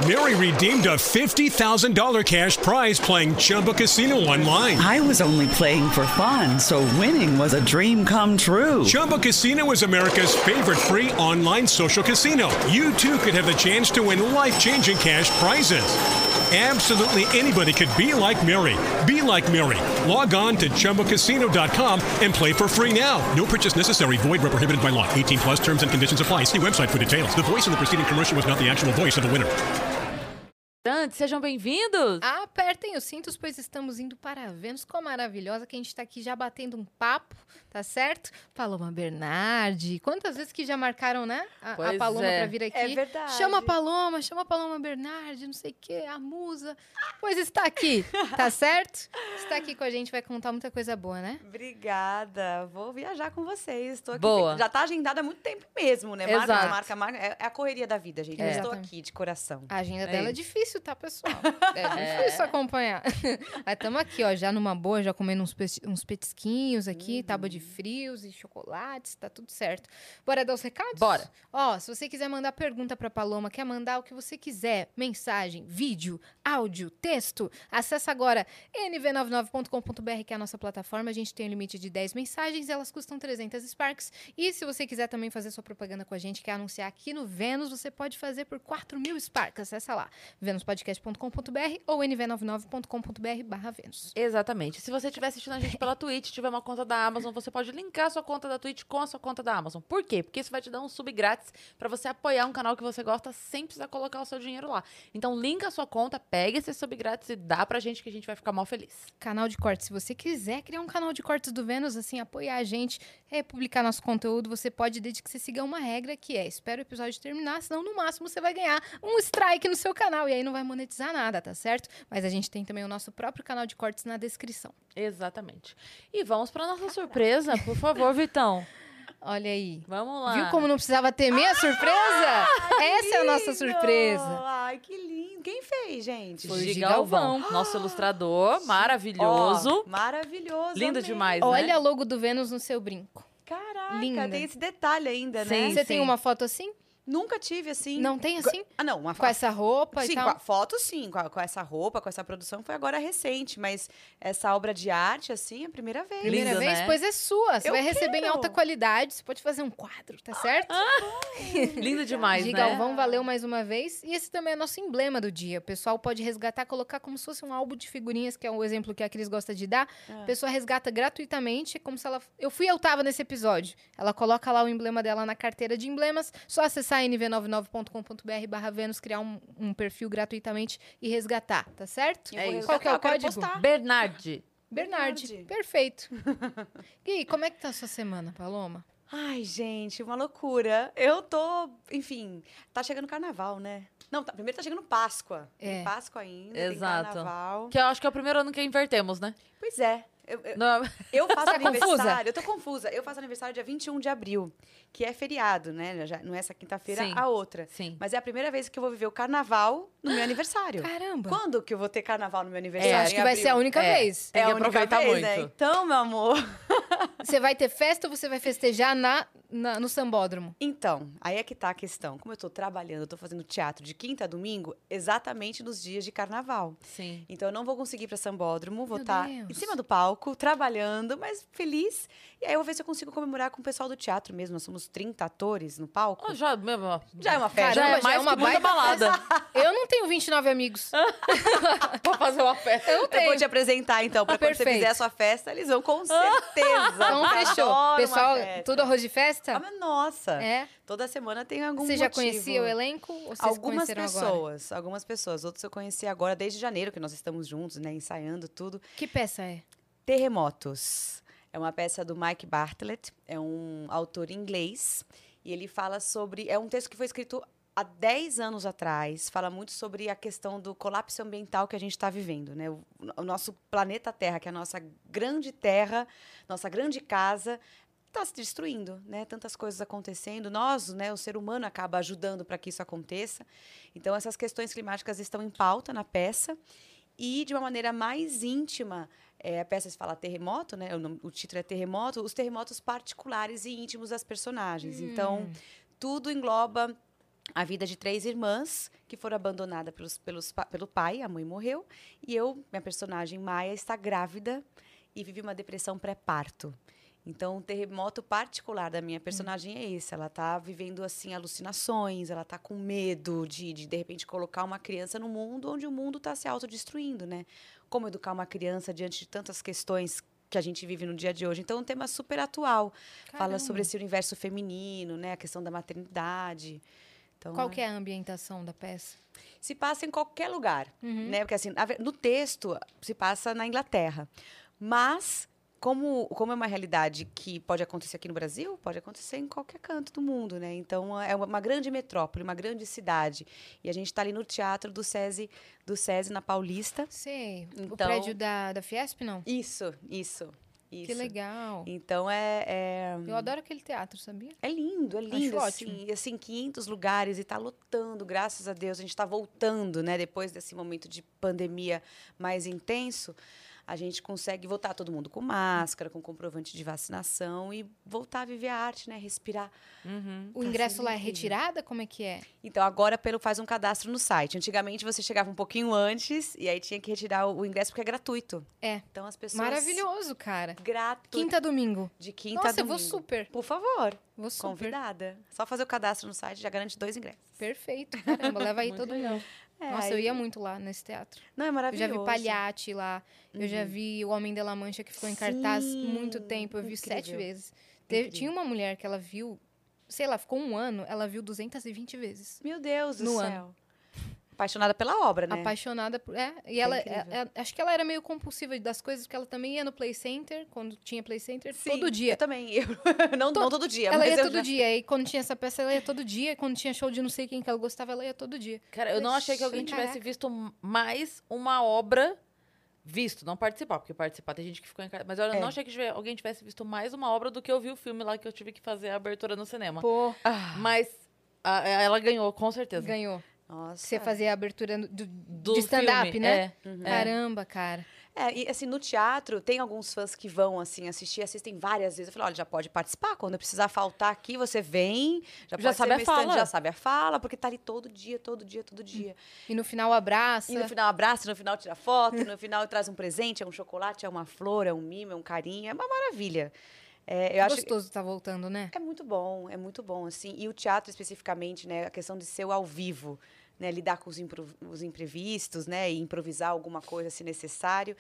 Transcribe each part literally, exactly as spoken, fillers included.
Mary redeemed a fifty thousand dollars cash prize playing Chumba Casino online. I was only playing for fun, so winning was a dream come true. Chumba Casino is America's favorite free online social casino. You, too, could have the chance to win life-changing cash prizes. Absolutely anybody could be like Mary. Be like Mary. Log on to Chumba Casino dot com and play for free now. No purchase necessary. Void where prohibited by law. eighteen plus terms and conditions apply. See website for details. The voice in the preceding commercial was not the actual voice of the winner. Sejam bem-vindos! Apertem os cintos, pois estamos indo para a Vênus com a maravilhosa, que a gente está aqui já batendo um papo, tá certo? Paloma Bernardi. Quantas vezes que já marcaram, né? A, a Paloma é. para vir aqui. É verdade. Chama a Paloma, chama a Paloma Bernardi, não sei o quê, a musa. Pois está aqui, tá certo? Está aqui com a gente, vai contar muita coisa boa, né? Obrigada. Vou viajar com vocês. Estou aqui. Boa. Já está agendada há muito tempo mesmo, né? Exato. Marca, marca, marca. É a correria da vida, gente. É. Eu estou Exatamente. aqui de coração. A agenda É dela é isso. difícil, tá, pessoal? É difícil acompanhar. Mas estamos aqui, ó, já numa boa, já comendo uns, pe- uns petisquinhos aqui, Uhum. tábua de frios e chocolates, tá tudo certo. Bora dar os recados? Bora. Ó, se você quiser mandar pergunta pra Paloma, quer mandar o que você quiser, mensagem, vídeo, áudio, texto, acessa agora n v nove nove ponto com ponto b r, que é a nossa plataforma. A gente tem um limite de dez mensagens, elas custam trezentos Sparks. E se você quiser também fazer sua propaganda com a gente, quer anunciar aqui no Vênus, você pode fazer por quatro mil Sparks. Acessa lá, venus podcast ponto com ponto b r ou n v nove nove ponto com ponto b r barra Vênus. Exatamente. Se você estiver assistindo a gente pela Twitch, tiver uma conta da Amazon, você pode linkar a sua conta da Twitch com a sua conta da Amazon. Por quê? Porque isso vai te dar um sub grátis pra você apoiar um canal que você gosta sem precisar colocar o seu dinheiro lá. Então, linka a sua conta, pega esse sub grátis e dá pra gente que a gente vai ficar mal feliz. Canal de cortes. Se você quiser criar um canal de cortes do Vênus, assim, apoiar a gente, republicar nosso conteúdo, você pode, desde que você siga uma regra, que é, espera o episódio terminar, senão no máximo você vai ganhar um strike no seu canal, e aí não vai monetizar nada, tá certo? Mas a gente tem também o nosso próprio canal de cortes na descrição. Exatamente. E vamos pra nossa surpresa, por favor, Vitão. Olha aí. Vamos lá. Viu como não precisava temer a surpresa? Essa é a nossa Lindo! surpresa. Ai, que lindo. Quem fez, gente? Foi o Gi Gi Galvão, nosso ilustrador maravilhoso. Ó, maravilhoso. Lindo amei. demais, né? Olha a logo do Vênus no seu brinco. Caraca, Linda. tem esse detalhe ainda, Sim, né? Você sim. tem uma foto assim? Nunca tive assim. Não tem assim? Ah, não, uma Com essa roupa Sim, e com tal? a foto sim, com, a- com essa roupa, com essa produção, foi agora recente, mas essa obra de arte, assim, é a primeira vez. Primeira Lindo, vez? né? Pois é sua. Você Eu vai receber em quero. alta qualidade. Você pode fazer um quadro, tá certo? Lindo demais, Gi né? Galvão, valeu mais uma vez. E esse também é nosso emblema do dia. O pessoal pode resgatar, colocar como se fosse um álbum de figurinhas, que é o exemplo que a Cris gosta de dar. Ah. A pessoa resgata gratuitamente, é como se ela... Eu fui, eu tava nesse episódio. Ela coloca lá o emblema dela na carteira de emblemas. Só acessar n v nove nove ponto com ponto b r barra Vênus, criar um, um perfil gratuitamente e resgatar, tá certo? Eu É vou isso. Qual que é o resgatar, eu quero código? postar. Bernardi. Bernardi. Bernardi. Perfeito. Gui, como é que tá a sua semana, Paloma? Ai, gente, uma loucura. Eu tô, enfim, tá chegando carnaval, né? Não, tá, primeiro tá chegando Páscoa. É. Tem Páscoa ainda, Exato. tem carnaval. Que eu acho que é o primeiro ano que invertemos, né? Pois é. Eu, eu, Não, eu faço Tá aniversário. confusa? Eu tô confusa. Eu faço aniversário dia vinte e um de abril, que é feriado, né? Já, não é essa quinta-feira, Sim. a outra. sim. Mas é a primeira vez que eu vou viver o carnaval no meu aniversário. Caramba. Quando que eu vou ter carnaval no meu Eu aniversário? acho que Em vai abril? ser a única É. vez. Tem É que a única aproveitar vez, muito. né? Então, meu amor. Você vai ter festa ou você vai festejar na, na- no sambódromo? Então, aí é que tá a questão. Como eu tô trabalhando, eu tô fazendo teatro de quinta a domingo, exatamente nos dias de carnaval. Sim. Então, eu não vou conseguir ir pra Sambódromo, vou Meu estar em Deus. cima do palco, trabalhando, mas feliz. E aí eu vou ver se eu consigo comemorar com o pessoal do teatro mesmo. Nós somos trinta atores no palco. Oh, já, mesmo, ó. Já é uma festa. Já Caramba, é mais já é uma que muita baita balada. Eu não tenho vinte e nove amigos. Pra fazer uma festa. Eu não Eu tenho. vou te apresentar, então, pra quando você Perfeito. fizer a sua festa, eles vão com certeza. Então Eu fechou. adoro uma Pessoal, festa. tudo arroz de festa? Ah, mas nossa, É. toda semana tem algum Você já motivo. conhecia o elenco? Ou vocês Algumas conheceram agora? pessoas, algumas pessoas. Outros eu conheci agora desde janeiro, que nós estamos juntos, né, ensaiando tudo. Que peça é? Terremotos. É uma peça do Mike Bartlett, é um autor inglês, e ele fala sobre... É um texto que foi escrito há dez anos atrás, fala muito sobre a questão do colapso ambiental que a gente está vivendo, né? O, o nosso planeta Terra, que é a nossa grande terra, nossa grande casa, está se destruindo, né? Tantas coisas acontecendo. Nós, né, o ser humano acaba ajudando para que isso aconteça. Então, essas questões climáticas estão em pauta na peça. E, de uma maneira mais íntima, é, a peça se fala terremoto, né? O, nome- o título é Terremoto, os terremotos particulares e íntimos das personagens. Então, tudo engloba a vida de três irmãs que foram abandonadas pelos, pelos, pa- pelo pai, a mãe morreu, e eu, minha personagem Maia, está grávida e vive uma depressão pré-parto. Então, o terremoto particular da minha personagem é esse. Ela está vivendo, assim, alucinações, ela está com medo de, de, de repente, colocar uma criança no mundo onde o mundo está se autodestruindo, né? Como educar uma criança diante de tantas questões que a gente vive no dia de hoje. Então, é um tema super atual. Fala Caramba. sobre esse universo feminino, né? A questão da maternidade. Então, Qual é- que é a ambientação da peça? se passa em qualquer lugar, Uhum. né? Porque assim, a ve- no texto se passa na Inglaterra, mas como como é uma realidade que pode acontecer aqui no Brasil, pode acontecer em qualquer canto do mundo, né? Então é uma, uma grande metrópole, uma grande cidade, e a gente está ali no teatro do SESI, do SESI na Paulista. Sei. O Então- prédio da, da Fiesp, não? Isso, isso, isso. Que legal. Então é, é Eu adoro aquele teatro, sabia? É lindo, é lindo, Acho assim, ótimo. e assim, quinhentos lugares e tá lotando, graças a Deus, a gente está voltando, né, depois desse momento de pandemia mais intenso, a gente consegue voltar todo mundo com máscara, com comprovante de vacinação e voltar a viver a arte, né, respirar. Uhum. O Tá ingresso sendo lá é incrível. retirada? Como é que é? Então, agora pelo faz um cadastro no site. Antigamente você chegava um pouquinho antes e aí tinha que retirar o, o ingresso porque é gratuito. É. Então as pessoas Maravilhoso, cara. gratuito Quinta a domingo. de quinta a Nossa, eu domingo. vou super. Por favor, Vou super. convidada. Só fazer o cadastro no site já garante dois ingressos. Perfeito. Caramba, leva aí Muito todo legal. mundo. É, Nossa, eu aí- ia muito lá nesse teatro. Não, é Eu já maravilhoso. vi Palhate lá. Eu já vi O Homem de La Mancha, que ficou em cartaz Sim, muito tempo. Eu vi sete incrível. vezes. Teve- Incrível. tinha uma mulher que ela viu, sei lá, ficou um ano, ela viu duzentas e vinte vezes. Meu Deus do No céu. ano. Apaixonada pela obra, né? Apaixonada por. É, e ela. incrível. é- é- acho que ela era meio compulsiva das coisas, porque ela também ia no Play Center, quando tinha Play Center, Sim, todo dia. Eu também. Eu, não, To- não todo dia, Ela mas ia eu todo já... dia. E quando tinha essa peça, ela ia todo dia. E quando tinha show de não sei quem que ela gostava, ela ia todo dia. Cara, eu não achei que alguém Ixi, tivesse caraca. visto mais uma obra. Visto, não participar, porque participar tem gente que ficou em casa. Mas eu É. não achei que tive- alguém tivesse visto mais uma obra do que eu vi o filme lá que eu tive que fazer a abertura no cinema. Pô, Ah, Mas a- ela ganhou, com certeza. ganhou. nossa. Você fazia a abertura do, Do de stand-up, filme, né? é. Caramba, cara. É, e assim, no teatro, tem alguns fãs que vão, assim, assistir, assistem várias vezes. Eu falo, olha, já pode participar. Quando precisar faltar aqui, você vem. Já, Já pode sabe ser a mestrante, fala. Já sabe a fala, porque tá ali todo dia, todo dia, todo dia. E no final abraça. E no final abraça, no final tira foto, no final traz um presente, é um chocolate, é uma flor, é um mimo, é um carinho. É uma maravilha. É, eu acho Gostoso tá voltando, né? É muito bom, é muito bom, assim. E o teatro, especificamente, né? A questão de ser o ao vivo, né? Lidar com os, impro- os imprevistos, né? E improvisar alguma coisa, se necessário.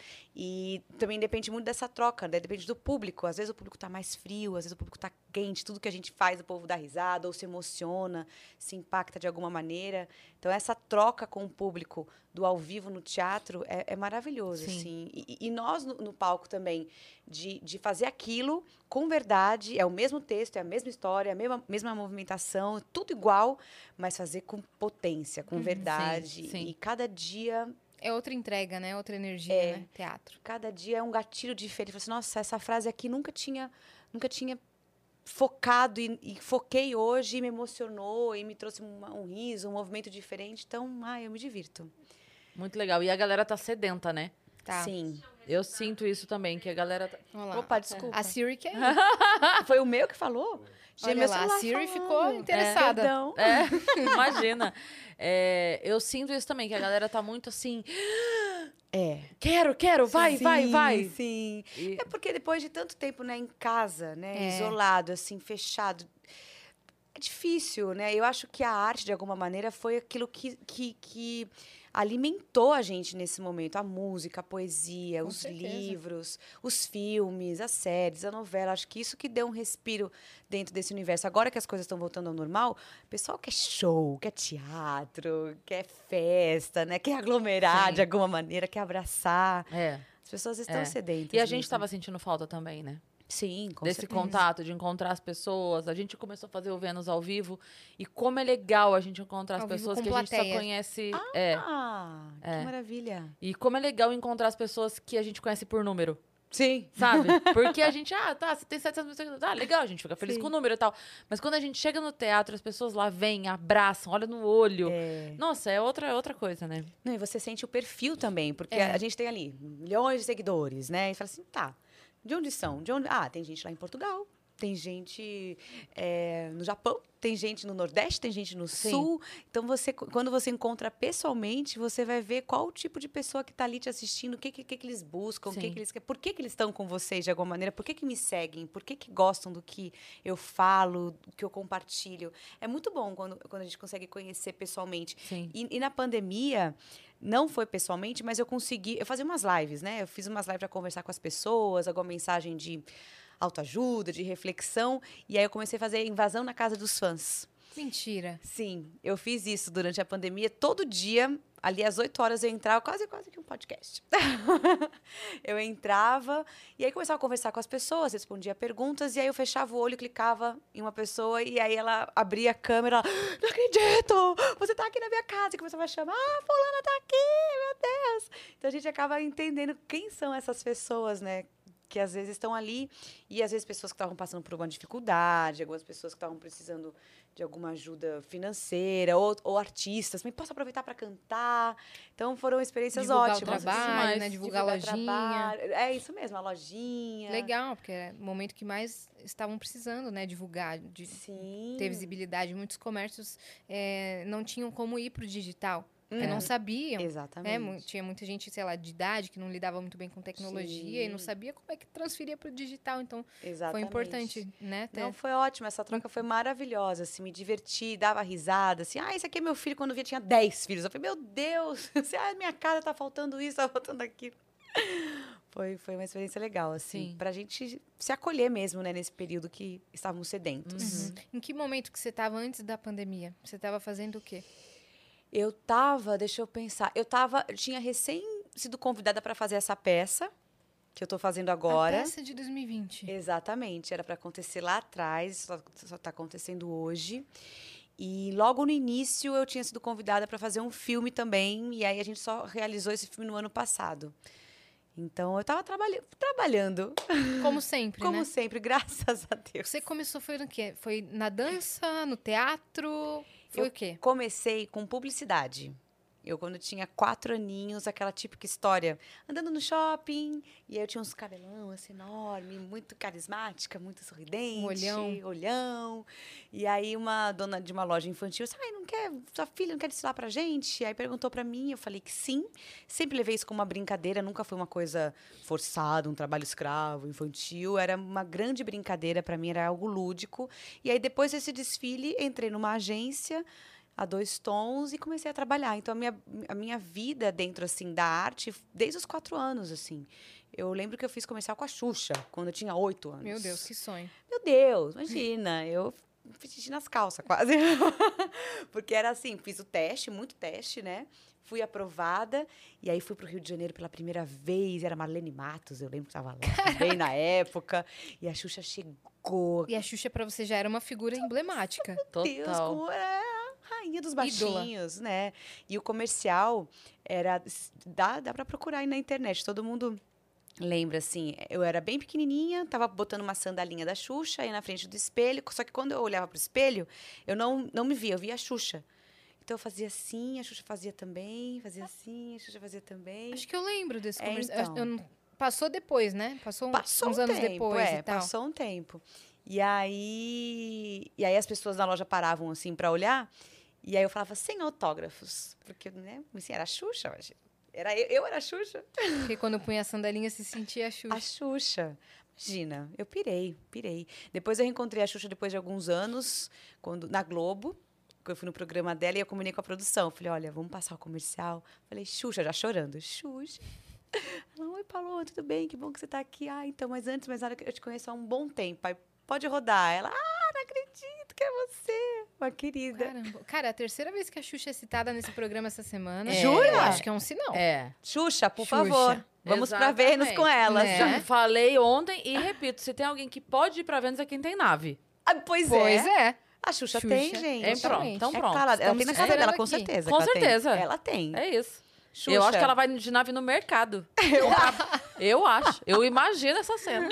E também depende muito dessa troca, né? Depende do público. Às vezes o público está mais frio, às vezes o público está quente. Tudo que a gente faz, o povo dá risada, ou se emociona, se impacta de alguma maneira. Então, essa troca com o público do ao vivo no teatro é, é maravilhoso, Sim. assim. E, e nós, no, no palco também, de, de fazer aquilo com verdade, é o mesmo texto, é a mesma história, é a mesma, mesma movimentação, tudo igual, mas fazer com potência, com verdade. sim, sim. E cada dia, É outra entrega, né? Outra energia, É. né? Teatro. cada dia é um gatilho diferente. Eu falo assim, nossa, essa frase aqui nunca tinha, nunca tinha focado e, e foquei hoje e me emocionou e me trouxe uma- um riso, um movimento diferente. Então, ai, eu me divirto. Muito legal. E a galera tá sedenta, né? Tá. Sim. Eu sinto isso também, que a galera tá... Vamos lá. Opa, desculpa. A Siri que é isso. Foi o meu que falou? Gente, Olha meu lá, a celular Siri falando. ficou interessada. Perdão. É, imagina. É, eu sinto isso também, que a galera tá muito assim... É. Quero, quero, vai, Sim, vai, vai. Sim. E- É porque depois de tanto tempo, né, em casa, né, É. isolado, assim, fechado, é difícil, né? Eu acho que a arte, de alguma maneira, foi aquilo que, que, que alimentou a gente nesse momento. A música, a poesia, Com os certeza. livros, os filmes, as séries, a novela. Acho que isso que deu um respiro dentro desse universo. Agora que as coisas estão voltando ao normal, o pessoal quer show, quer teatro, quer festa, né? Quer aglomerar Sim. de alguma maneira, quer abraçar. É. As pessoas estão É. sedentas. E a gente mesmo. tava sentindo falta também, né? Sim, com Desse certeza. contato, de encontrar as pessoas. A gente começou a fazer o Vênus ao vivo. E como é legal a gente encontrar as Ao vivo pessoas com que a gente plateia. só conhece. É. Ah, É. que maravilha. E como é legal encontrar as pessoas que a gente conhece por número. Sim. Sabe? Porque a gente, ah, tá, você tem setecentos mil seguidores. Ah, legal, a gente fica feliz Sim. com o número e tal. Mas quando a gente chega no teatro, as pessoas lá vêm, abraçam, olham no olho. É. Nossa, é outra, é outra coisa, né? Não, e você sente o perfil também, porque É. a gente tem ali milhões de seguidores, né? E fala assim, tá, de onde são? De onde? Ah, tem gente lá em Portugal, tem gente é, no Japão, tem gente no Nordeste, tem gente no Sim. Sul. Então, você, quando você encontra pessoalmente, você vai ver qual o tipo de pessoa que está ali te assistindo, o que, que, que eles buscam, o que, Sim. que eles querem, por que, que eles estão com vocês de alguma maneira, por que, que me seguem, por que, que gostam do que eu falo, do que eu compartilho. É muito bom quando, quando a gente consegue conhecer pessoalmente. Sim. E, e na pandemia, não foi pessoalmente, mas eu consegui... Eu fazia umas lives, né? Eu fiz umas lives para conversar com as pessoas, alguma mensagem de autoajuda, de reflexão. E aí eu comecei a fazer invasão na casa dos fãs. Mentira. Sim, eu fiz isso durante a pandemia. Todo dia, ali às oito horas, eu entrava, quase, quase que um podcast. Eu entrava e aí começava a conversar com as pessoas, respondia perguntas, e aí eu fechava o olho, clicava em uma pessoa, e aí ela abria a câmera, ela, não acredito, você tá aqui na minha casa, e começava a chamar, ah, fulana tá aqui, meu Deus. Então a gente acaba entendendo quem são essas pessoas, né? Que às vezes estão ali, e às vezes pessoas que estavam passando por uma dificuldade, algumas pessoas que estavam precisando de alguma ajuda financeira, ou, ou artistas, mas posso aproveitar para cantar. Então foram experiências Divulgar ótimas. o trabalho, assim, né? Divulgar, a lojinha. trabalho. É isso mesmo, a lojinha. Legal, porque é o momento que mais estavam precisando, né? Divulgar, de Sim. ter visibilidade. Muitos comércios é, não tinham como ir para o digital. Porque Hum. não sabiam. Exatamente. É, mu- tinha muita gente, sei lá, de idade que não lidava muito bem com tecnologia e não Sim. sabia como é que transferia para o digital. Então, Exatamente. foi importante, né? ter- Não, foi ótimo. Essa troca foi maravilhosa. Assim, me diverti, dava risada. Assim, ah, esse aqui é meu filho. Quando eu via, tinha dez filhos. Eu falei, meu Deus, assim, ah, minha casa tá faltando isso, tá faltando aquilo. Foi, foi uma experiência legal, assim, Sim. pra gente se acolher mesmo, né, nesse período que estávamos sedentos. Uhum. Em que momento que você estava antes da pandemia? Você estava fazendo o quê? Eu tava, deixa eu pensar, eu tava, eu tinha recém sido convidada para fazer essa peça, que eu tô fazendo agora. A peça de dois mil e vinte. Exatamente, era para acontecer lá atrás, só, só tá acontecendo hoje. E logo no início eu tinha sido convidada para fazer um filme também, e aí a gente só realizou esse filme no ano passado. Então eu estava trabalha trabalhando, Como sempre, como né? sempre, graças a Deus. Você começou foi no quê? Foi na dança, no teatro? Foi Eu o quê? Comecei com publicidade. Eu, quando tinha quatro aninhos, aquela típica história, andando no shopping, e aí eu tinha uns cabelão assim, enorme, muito carismática, muito sorridente. Um olhão. Olhão. E aí uma dona de uma loja infantil disse, ai, não quer, sua filha não quer desfilar pra gente? E aí perguntou pra mim, eu falei que sim. Sempre levei isso como uma brincadeira, nunca foi uma coisa forçada, um trabalho escravo, infantil. Era uma grande brincadeira, pra mim era algo lúdico. E aí depois desse desfile, entrei numa agência, a dois tons, e comecei a trabalhar. Então, a minha, a minha vida dentro, assim, da arte, desde os quatro anos, assim. Eu lembro que eu fiz comercial com a Xuxa, quando eu tinha oito anos. Meu Deus, que sonho. Meu Deus, imagina. Eu fiz xixi nas calças, quase. Porque era assim, fiz o teste, muito teste, né? Fui aprovada, e aí fui para o Rio de Janeiro pela primeira vez. Era Marlene Matos, eu lembro que estava lá também na época. E a Xuxa chegou. E a Xuxa pra você já era uma figura emblemática. Deus, Total. como é a rainha dos Ídola. baixinhos, né? E o comercial era... Dá, dá para procurar aí na internet, todo mundo lembra, assim. Eu era bem pequenininha, tava botando uma sandalinha da Xuxa aí na frente do espelho, só que quando eu olhava pro espelho, eu não, não me via, eu via a Xuxa. Então eu fazia assim, a Xuxa fazia também, fazia assim, a Xuxa fazia também. Acho que eu lembro desse É, comercial. então. Eu não- Passou depois, né? Passou, um- Passou uns um anos tempo, depois é, e tal. passou um tempo. E aí, e aí as pessoas na loja paravam assim para olhar, e aí eu falava sem autógrafos, porque, né, assim, era a Xuxa, mas era eu, eu era a Xuxa. Porque quando eu punha a sandalinha, se sentia a Xuxa. A Xuxa. Imagina, eu pirei, pirei. Depois eu reencontrei a Xuxa depois de alguns anos, quando na Globo, que eu fui no programa dela e eu comuniquei com a produção. Falei, olha, vamos passar o comercial. Falei, Xuxa, já chorando. Xuxa. Ela, oi, Paloma, tudo bem? Que bom que você tá aqui. Ah, então, mas antes, mas eu te conheço há um bom tempo. Aí, pode rodar. Ela, ah, não acredito que é você. Uma querida. Caramba. Cara, é a terceira vez que a Xuxa é citada nesse programa essa semana. É. Jura? Eu acho que é um sinal. É. Xuxa, por Xuxa. favor. Vamos pra Exatamente. Vênus com ela. Né? Já falei ontem e repito, se tem alguém que pode ir pra Vênus é quem tem nave. Ah, pois, Pois é. é. A Xuxa, Xuxa. tem, gente. É pronto, então É pronto. claro, ela Estamos tem na casa esperando dela, com aqui. certeza. Com que ela tem. certeza. Ela tem. É isso. Xuxa. Eu acho que ela vai de nave no mercado. Eu, eu acho. Eu imagino essa cena.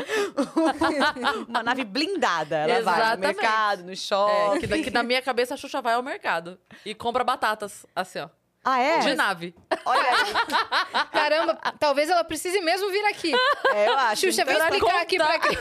Uma nave blindada. Ela vai no Exatamente. mercado, no É, shopping. que, da- que na minha cabeça a Xuxa vai ao mercado e compra batatas, assim, ó. Ah, é? De nave. Olha aí. Caramba, talvez ela precise mesmo vir aqui. É, eu acho. Xuxa, vem Então, explicar aqui pra Cris.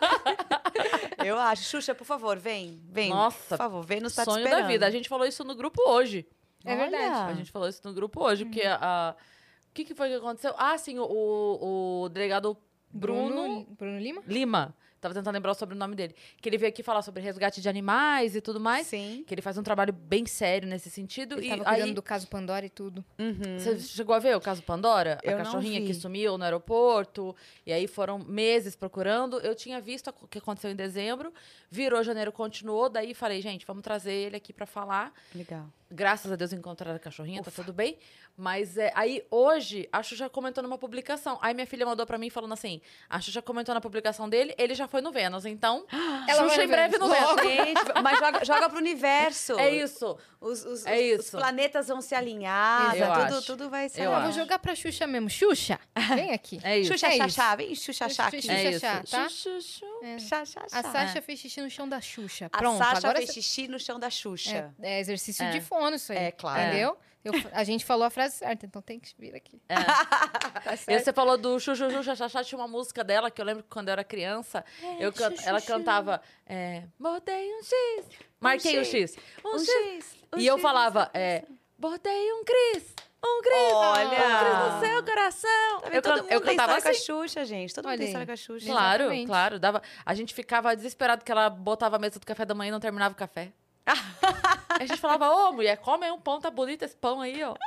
Eu acho. Xuxa, por favor, vem. Vem. Nossa, Por favor, vem nos tá te Sonho esperando. da vida. A gente falou isso no grupo hoje. É verdade. Olha. A gente falou isso no grupo hoje, porque a... O que, que foi que aconteceu? Ah, sim, o, o, o delegado Bruno... Bruno, Bruno Lima? Lima. Tava tentando lembrar o sobrenome dele. Que ele veio aqui falar sobre resgate de animais e tudo mais. Sim. Que ele faz um trabalho bem sério nesse sentido. Ele e tava cuidando aí, do caso Pandora e tudo. Uhum. você chegou a ver o caso Pandora? Eu a não cachorrinha vi. que sumiu no aeroporto. E aí foram meses procurando. Eu tinha visto o que aconteceu em dezembro. Virou janeiro, continuou. Daí falei, gente, vamos trazer ele aqui pra falar. Legal. Graças a Deus encontraram a cachorrinha, tá tudo bem. Mas é, aí, hoje, a Xuxa comentou numa publicação. Aí minha filha mandou pra mim falando assim, a Xuxa comentou na publicação dele, ele já foi no Vênus. Então, Ela vai Xuxa no em breve no Vênus. Vênus. Gente, mas joga, joga pro universo. É isso. Os, os, É os- os isso. planetas vão se alinhar. Eu tudo, acho. tudo vai ser. Eu Ah, vou acho. jogar pra Xuxa mesmo. Xuxa, vem aqui. É isso. Xuxa, É xá, isso. xá. Vem, Xuxa, xá aqui. Xuxa, É isso. xá, tá? Xu, xu, xu. É. Xá, xá, xá. A Sasha fez xixi no chão da Xuxa. A Pronto, Sasha agora fez cê- xixi no chão da Xuxa. é, é exercício É. de fono isso aí. É, claro. Entendeu? Eu- a gente falou a frase certa, então tem que vir aqui. É. Tá E certo? você falou do Xuxa, Xuxa, Xaxá, tinha uma música dela que eu lembro que quando eu era criança, eu can- Xuxa, ela Xuxa. cantava é, botei um X, marquei um X, um, Um X. X. um E eu X. falava, é, botei um Cris, um Cris, Olha. um Cris no seu coração. Tá vendo? Eu, Todo can- mundo eu tem cantava história assim. com a Xuxa, gente. Todo mundo Olha tem aí. história com a Xuxa. Claro, Exatamente. claro. Dava, a gente ficava desesperado que ela botava a mesa do café da manhã e não terminava o café. A gente falava, ô, mulher, come aí um pão, tá bonito esse pão aí, ó.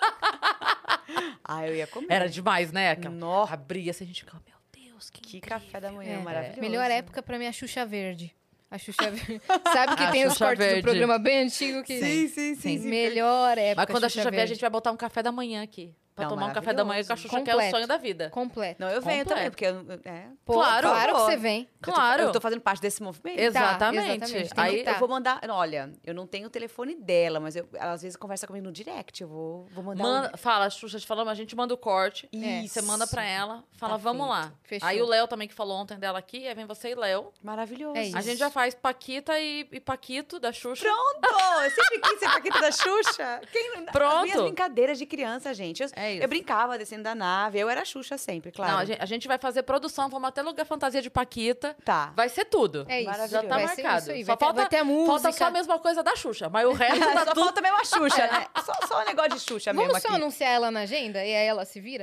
Ah, eu ia comer. Era demais, né? Aquela- Nó. Abria assim, a gente ficava, meu Deus, que, Que incrível. café da manhã É. maravilhoso. Melhor época pra mim é a Xuxa Verde. A Xuxa Verde. Sabe que A tem os Xuxa cortes Verde. do programa bem antigo que. Sim, sim, sim. sim. Melhor época. Mas quando a Xuxa Xuxa vier, a Verde. gente vai botar um café da manhã aqui. Pra Não, tomar um café da manhã com a Xuxa, que é o Completo. sonho da vida. Completo. Não, eu venho Completo. também, porque eu... É. Pô, Claro. claro que Por você favor. vem. Eu tô- Claro. Eu tô fazendo parte desse movimento. Exatamente. exatamente. Tem que Aí tá. Eu vou mandar... Olha, eu não tenho o telefone dela, mas eu, ela às vezes conversa comigo no direct. Eu vou, vou mandar... Manda, fala, a Xuxa te falou, a gente manda o corte. É. Você manda pra ela, fala, Tá vamos feito. lá. Fechou. Aí o Léo também, que falou ontem dela aqui, aí vem você e Léo. um... Maravilhoso. É isso. A gente já faz Paquita e, e Paquito da Xuxa. Pronto! Eu sempre quis ser Paquita da Xuxa. Quem... não- Pronto. As minhas brincadeiras de criança, gente. Eu, É isso. eu brincava descendo da nave. Eu era Xuxa sempre, claro. Não, a gente, a gente vai fazer produção, vamos até alugar fantasia de Paquita. Tá. Vai ser tudo. É isso. Maravilhoso. Já tá Vai ser marcado. isso aí. Só Vai ter- falta, vai ter a música. falta só a mesma coisa da Xuxa, mas o resto tá Só tudo. falta mesmo a Xuxa, né? Só, só o negócio de Xuxa mesmo Vamos só aqui. anunciar ela na agenda e aí ela se vira?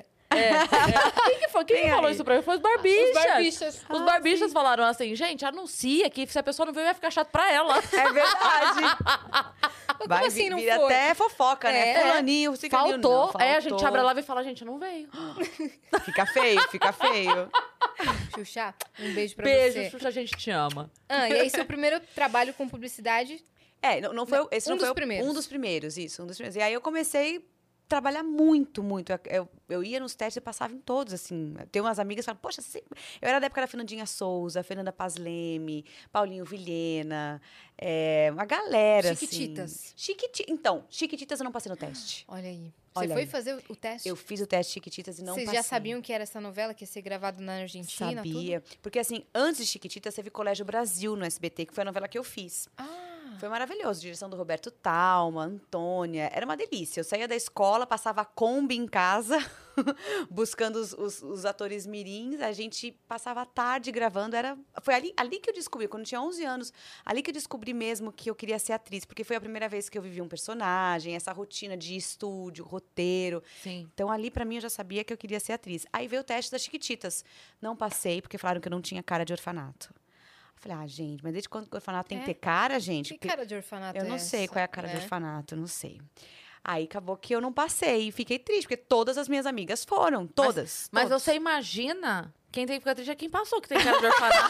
Quem que foi? Quem Quem que falou aí? isso pra mim? Foi os barbichas. Os barbichas. Os barbichas falaram assim, gente, anuncia que se a pessoa não veio, vai ficar chato pra ela. É verdade. Como Vai assim vir, não vira foi? até fofoca, né? É. Fulaninho, ciganinho. Faltou. Não, Aí a gente faltou. abre a live e fala, gente, não veio. Fica feio, fica feio. Xuxa, um beijo pra Beijo, você. Xuxa, a gente te ama. Ah, e aí seu primeiro trabalho com publicidade. É, não, não foi... o- Esse Um não dos foi o- primeiros. Um dos primeiros, isso. Um dos primeiros. E aí eu comecei a trabalhar muito, muito. Eu, eu, eu ia nos testes e passava em todos, assim. Tem umas amigas que falam, poxa, você... Eu era da época da Fernandinha Souza, Fernanda Paz Leme, Paulinho Vilhena, é, uma galera, Chiquititas. assim. Chiquititas. Então, Chiquititas eu não passei no teste. Olha aí. Você Olha foi aí. fazer o teste? Eu fiz o teste Chiquititas e não Vocês passei. já sabiam que era essa novela que ia ser gravada na Argentina? Sabia. Porque, assim, antes de Chiquititas, teve Colégio Brasil no S B T, que foi a novela que eu fiz. Tudo? Ah, Foi maravilhoso. Direção do Roberto Talma, Antônia. Era uma delícia. Eu saía da escola, passava a Kombi em casa, buscando os, os- os atores mirins. A gente passava a tarde gravando. Era, foi ali, ali que eu descobri, quando eu tinha onze anos, ali que eu descobri mesmo que eu queria ser atriz. Porque foi a primeira vez que eu vivi um personagem, essa rotina de estúdio, roteiro. Sim. Então, ali, pra mim, eu já sabia que eu queria ser atriz. Aí veio o teste das Chiquititas. Não passei, porque falaram que eu não tinha cara de orfanato. Eu falei, ah, gente, mas desde quando que o orfanato tem É? que ter cara, gente? que Porque cara de orfanato eu é não sei essa, qual é a cara de né? orfanato, eu não sei. Aí acabou que eu não passei. E fiquei triste, porque todas as minhas amigas foram. Todas. Mas todas. você imagina, quem tem que ficar triste é quem passou, que tem cara de orfanato.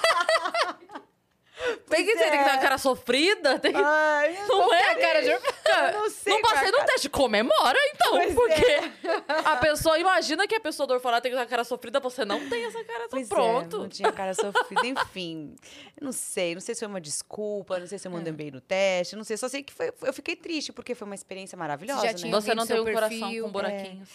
Tem que, Pois ter, tem que ter é. uma cara sofrida. Tem que... Ai, eu Não é? cara de eu não sei. Não qual é passei a no cara- teste. Comemora, então. Pois porque a pessoa, imagina que a pessoa do orfanato tem que ter uma cara sofrida, você não tem essa cara, Pois tá é, pronto. não tinha cara sofrida, enfim. Eu não sei, não sei se foi uma desculpa, não sei se eu mandei bem no teste, não sei, só sei que foi, eu fiquei triste, porque foi uma experiência maravilhosa, Já né? tinha Você não vindo tem seu um coração perfil, com buraquinhos.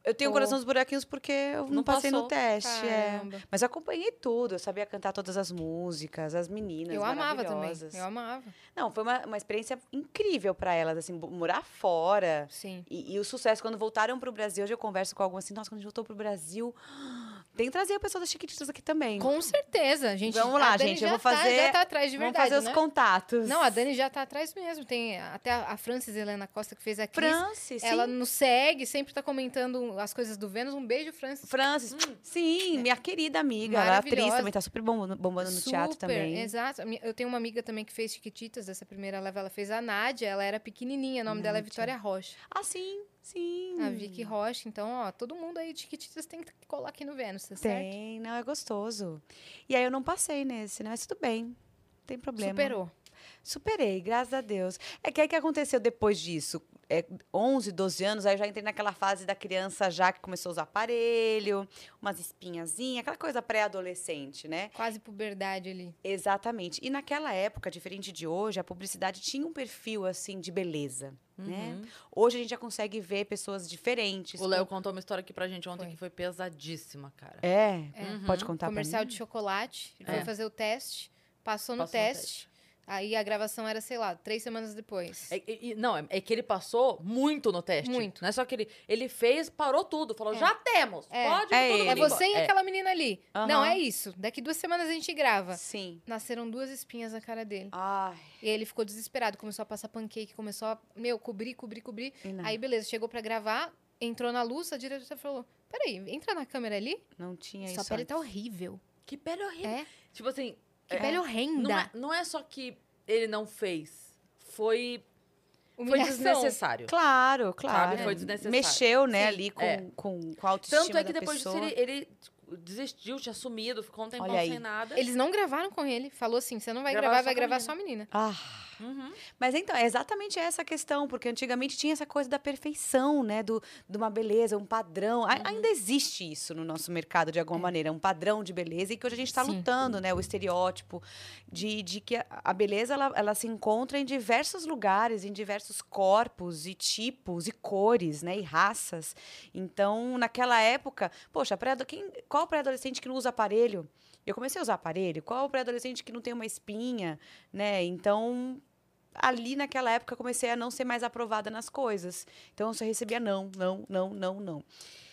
Eu tenho Ou- coração dos buraquinhos porque eu não, Não passei no passou. teste. É. Caramba. Mas eu acompanhei tudo. Eu sabia cantar todas as músicas, as meninas Eu amava também. maravilhosas. Eu amava. Não, foi uma, uma experiência incrível pra elas, assim, bo- morar fora. Sim. E, e o sucesso, quando voltaram pro Brasil, hoje eu converso com algumas assim, nossa, quando a gente voltou pro Brasil, tem que trazer o pessoal das Chiquititas aqui também. Com certeza. A gente, Vamos lá, a Dani gente, eu já vou fazer- Tá, já tá atrás de Vamos verdade, fazer os né? contatos. Não, a Dani já tá atrás mesmo. Tem até a, a Francis Helena Costa, que fez a Cris. Francis, sim. Ela nos segue, sempre tá comentando as coisas do Vênus. Um beijo, Francis. Francis, sim, minha querida amiga. Ela é atriz Maravilhosa. também, tá super bombando, bombando no teatro Super, também. exato. A minha- Eu tenho uma amiga também que fez Chiquititas, dessa primeira leva, ela fez a Nádia, ela era pequenininha, o nome dela é Nádia. Vitória Rocha. Ah, sim, sim. A Vicky Rocha, então, ó, todo mundo aí de Chiquititas tem que colar aqui no Vênus, tá certo? Tem, não, é gostoso. E aí eu não passei nesse, né? Mas tudo bem, não tem problema. Superou. Superei, graças a Deus. É que aí que aconteceu depois disso? É, onze, doze anos, aí eu já entrei naquela fase da criança já que começou a usar aparelho, umas espinhazinhas, aquela coisa pré-adolescente, né? Quase puberdade ali. Exatamente. E naquela época, diferente de hoje, a publicidade tinha um perfil, assim, de beleza, né? Hoje a gente já consegue ver pessoas diferentes. O Léo contou uma história aqui pra gente ontem Foi. que foi pesadíssima, cara. É, Uhum. pode contar Comercial pra mim? de chocolate, ele É. foi fazer o teste, passou no Passou no teste, aí a gravação era, sei lá, três semanas depois. É, e- e- não, é, é que ele passou muito no teste. Muito. Não é só que ele, ele fez, parou tudo. Falou, É. já temos. É. Pode É todo ele. mundo É embora. você e É. aquela menina ali. Aham. Não, é isso. Daqui duas semanas a gente grava. Sim. Nasceram duas espinhas na cara dele. Ai, E aí ele ficou desesperado, começou a passar pancake, começou a, meu, cobrir, cobrir, cobrir. e não, Aí, beleza, chegou pra gravar, entrou na luz, a diretora falou, peraí, entra na câmera ali, não tinha sua isso pele tá antes. horrível. Que pele horrível. É, Tipo assim, que é, pele não, horrenda. é, não é só que ele não fez. Foi, foi Humilhação. desnecessário. Claro, claro. Sabe? Foi desnecessário. Mexeu, né, Sim. ali com, É. com, com a autoestima Tanto é que da depois disso pessoa. ele, ele desistiu, tinha sumido, ficou um tempão Olha aí. sem nada. Eles não gravaram com ele, falou assim, você não vai Gravaram gravar, só vai com a gravar menina. só a menina. Ah, Uhum. mas então, é exatamente essa a questão, porque antigamente tinha essa coisa da perfeição, né, do, de uma beleza, um padrão. A- Ainda existe isso no nosso mercado, de alguma maneira, um padrão de beleza, e que hoje a gente está Sim. lutando, né, o estereótipo de, de que a, a beleza, ela, ela se encontra em diversos lugares, em diversos corpos e tipos e cores, né, e raças. Então, naquela época, poxa, pré quem, qual pré-adolescente que não usa aparelho? Eu comecei a usar aparelho. Qual o pré-adolescente que não tem uma espinha, né? Então, ali naquela época, eu comecei a não ser mais aprovada nas coisas. Então, eu só recebia não, não, não, não, não.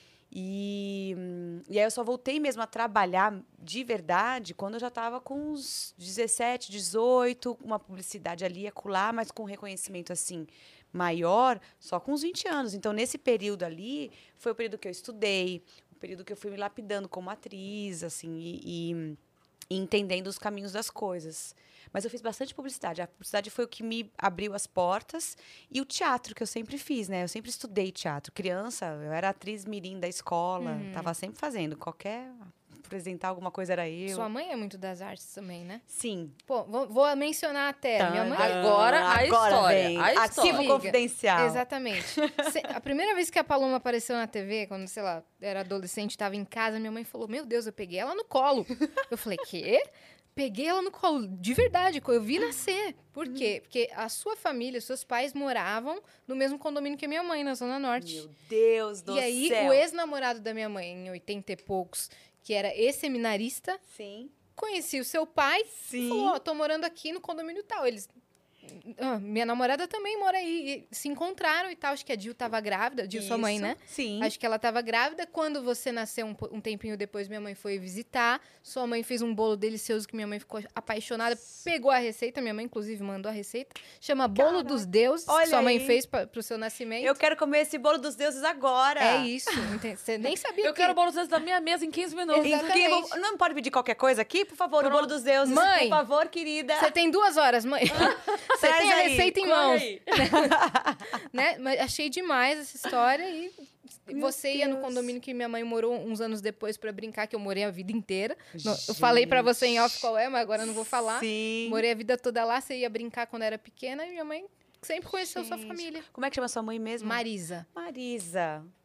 E, hum, e aí eu só voltei mesmo a trabalhar de verdade quando eu já estava com uns dezessete, dezoito, uma publicidade ali, acolá, mas com reconhecimento assim maior, só com uns vinte anos. Então, nesse período ali, foi o período que eu estudei, o período que eu fui me lapidando como atriz, assim, e, e- e entendendo os caminhos das coisas. Mas eu fiz bastante publicidade. A publicidade foi o que me abriu as portas. E o teatro, que eu sempre fiz, né? Eu sempre estudei teatro. Criança, eu era atriz mirim da escola. Uhum. Tava sempre fazendo. Qualquer... apresentar alguma coisa era eu. Sua mãe é muito das artes também, né? Sim. Pô, vou, vou mencionar até. Minha mãe é Agora, a história, vem. a história. Arquivo Liga. confidencial. Exatamente. Se- a primeira vez que a Paloma apareceu na T V, quando, sei lá, era adolescente, estava em casa, minha mãe falou, meu Deus, eu peguei ela no colo. Eu falei, quê? Peguei ela no colo, de verdade, eu vi nascer. Por quê? Porque a sua família, os seus pais moravam no mesmo condomínio que a minha mãe, na Zona Norte. Meu Deus do e aí, céu. o ex-namorado da minha mãe, em oitenta e poucos, que era ex-seminarista, Sim. conheci o seu pai Sim. e falou, ó, tô morando aqui no condomínio tal. Eles... Ah, minha namorada também mora aí. E se encontraram e tal. Acho que a Dil tava grávida. A Dil, sua mãe, Isso. né? Sim. Acho que ela tava grávida. Quando você nasceu, um, po- um tempinho depois, minha mãe foi visitar. Sua mãe fez um bolo delicioso que minha mãe ficou apaixonada. Pegou a receita. Minha mãe, inclusive, mandou a receita. Chama Bolo dos Deuses. Olha que sua mãe aí. fez pra, pro seu nascimento. Eu quero comer esse bolo dos deuses agora. É isso. ente- Você nem sabia Eu que... quero bolos da minha mesa em quinze minutos. Em Exatamente. que- vou- Não pode pedir qualquer coisa aqui, por favor, o bolo dos deuses. Mãe, por favor, querida. Você tem duas horas, mãe. Você Traz tem a aí, receita em Olha mãos. aí. Né? Mas achei demais essa história e Meu você ia no Deus. condomínio que minha mãe morou uns anos depois pra brincar, que eu morei a vida inteira. No- eu falei pra você em off qual é, mas agora eu não vou falar. Sim. Morei a vida toda lá, você ia brincar quando era pequena e minha mãe sempre conheceu sua Gente. família. Como é que chama sua mãe mesmo? Marisa. Marisa.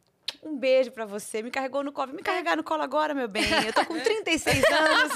Um beijo pra você. Me carregou no colo. Me carregar no colo agora, meu bem. Eu tô com trinta e seis anos.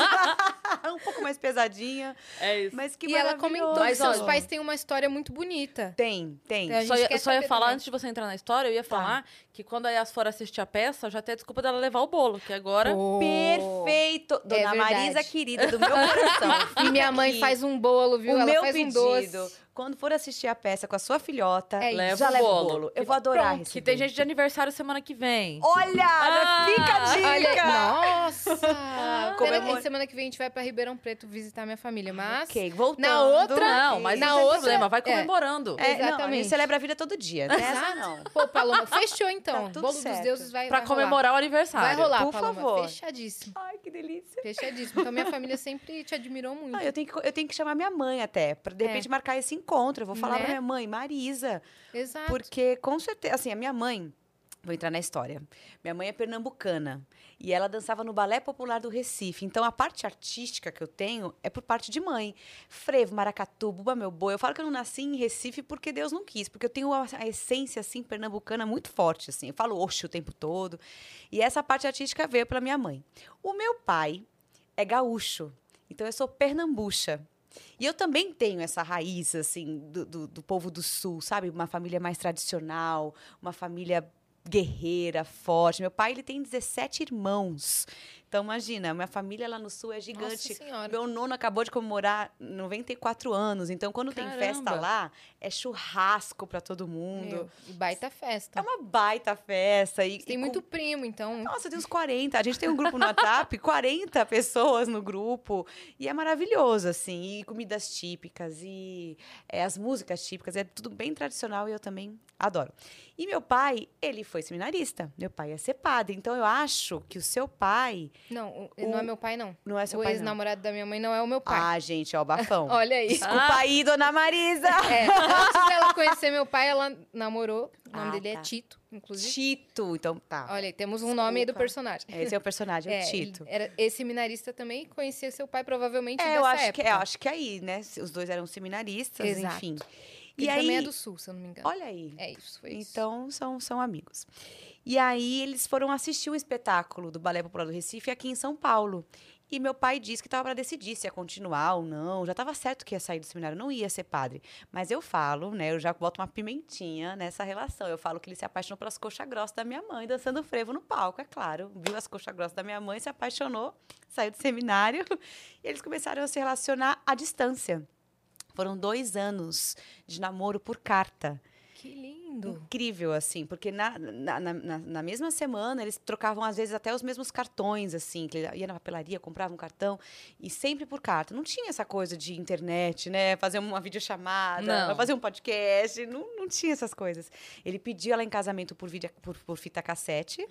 Um pouco mais pesadinha. É isso. Mas que E ela maravilhoso. comentou que Mas, seus olha, pais têm uma história muito bonita. Tem, tem. É, a Só gente ia, quer só ia saber falar, também. antes de você entrar na história, eu ia falar que quando a Yas for assistir a peça, já tem a desculpa dela levar o bolo, que agora... Pô. Perfeito. Dona É verdade. Marisa, querida do meu coração. E minha mãe aqui. faz um bolo, viu? O Ela meu faz pedido, um doce. quando for assistir a peça com a sua filhota, É isso. Leva já o leva o bolo. bolo. Eu vou adorar Pronto, receber. que tem gente de aniversário semana que vem. Olha, Ah, fica a dica. Olha, nossa! Pena Comemora- que semana que vem a gente vai pra Ribeirão Preto visitar minha família, mas... Ok, voltando. Na outra- Não, mas Na não tem outra- problema, vai é. comemorando. É, não, a Exatamente. gente celebra a vida todo dia. Nessa Exato. não. Pô, Paloma, fechou então. Tá tudo Bolo certo. dos deuses vai, Pra vai rolar. comemorar o aniversário. Vai rolar, Por Paloma. favor. Fechadíssimo. Ai, que delícia. Fechadíssimo. Então, minha família sempre te admirou muito. Não, eu, tenho que, eu tenho que chamar minha mãe até, pra de É. repente marcar esse encontro. Eu vou falar Né? pra minha mãe, Marisa. Exato. Porque, com certeza, assim, a minha mãe... Vou entrar na história. Minha mãe é pernambucana e ela dançava no Balé Popular do Recife. Então, a parte artística que eu tenho é por parte de mãe. Frevo, maracatu, buba meu boi. Eu falo que eu não nasci em Recife porque Deus não quis. Porque eu tenho a, a essência, assim, pernambucana muito forte, assim. Eu falo oxe o tempo todo. E essa parte artística veio pela minha mãe. O meu pai é gaúcho. Então, eu sou pernambucha. E eu também tenho essa raiz, assim, do, do, do povo do Sul, sabe? Uma família mais tradicional, uma família guerreira, forte. Meu pai, ele tem dezessete irmãos. Então, imagina, minha família lá no Sul é gigante. Nossa Senhora. Meu nono acabou de comemorar noventa e quatro anos. Então, quando tem festa Caramba. lá, é churrasco para todo mundo. Meu, e baita festa. É uma baita festa. E, Tem e muito com- primo, então... Nossa, eu tenho uns quarenta. A gente tem um grupo no WhatsApp, quarenta pessoas no grupo. E é maravilhoso, assim. E comidas típicas, e é, as músicas típicas. É tudo bem tradicional e eu também adoro. E meu pai, ele foi seminarista. Meu pai ia ser padre. Então, eu acho que o seu pai Não, o- O- não é meu pai, não. não é seu o pai, não. ex-namorado da minha mãe não é o meu pai. Ah, gente, ó, o bafão. Olha aí. Desculpa aí, dona Marisa. É, antes dela conhecer meu pai, ela namorou. O nome Ah, dele tá. é Tito, inclusive. Tito. Então, tá. Olha aí, temos um nome aí do Desculpa. personagem. Esse é o personagem, É, o Tito. ele era ex-seminarista também, conhecia seu pai provavelmente É, dessa eu acho, época. que, eu acho que aí, né? Os dois eram seminaristas, Exato. enfim. Ele E aí, também é do Sul, se eu não me engano. olha aí. É isso, foi isso. Então, são, são amigos. E aí, eles foram assistir um espetáculo do Balé Popular do Recife aqui em São Paulo. E meu pai disse que estava para decidir se ia continuar ou não. Já estava certo que ia sair do seminário, não ia ser padre. Mas eu falo, né? Eu já boto uma pimentinha nessa relação. Eu falo que ele se apaixonou pelas coxas grossas da minha mãe, dançando frevo no palco, é claro. Viu as coxas grossas da minha mãe, se apaixonou, saiu do seminário. E eles começaram a se relacionar à distância. Foram dois anos de namoro por carta. Que lindo. Incrível, assim, porque na, na, na, na- na mesma semana eles trocavam, às vezes, até os mesmos cartões, assim, que ele ia na papelaria, comprava um cartão, e sempre por carta. Não tinha essa coisa de internet, né? Fazer uma videochamada, Não. fazer um podcast, não, não tinha essas coisas. Ele pediu ela em casamento por, vídeo, por, por fita cassete.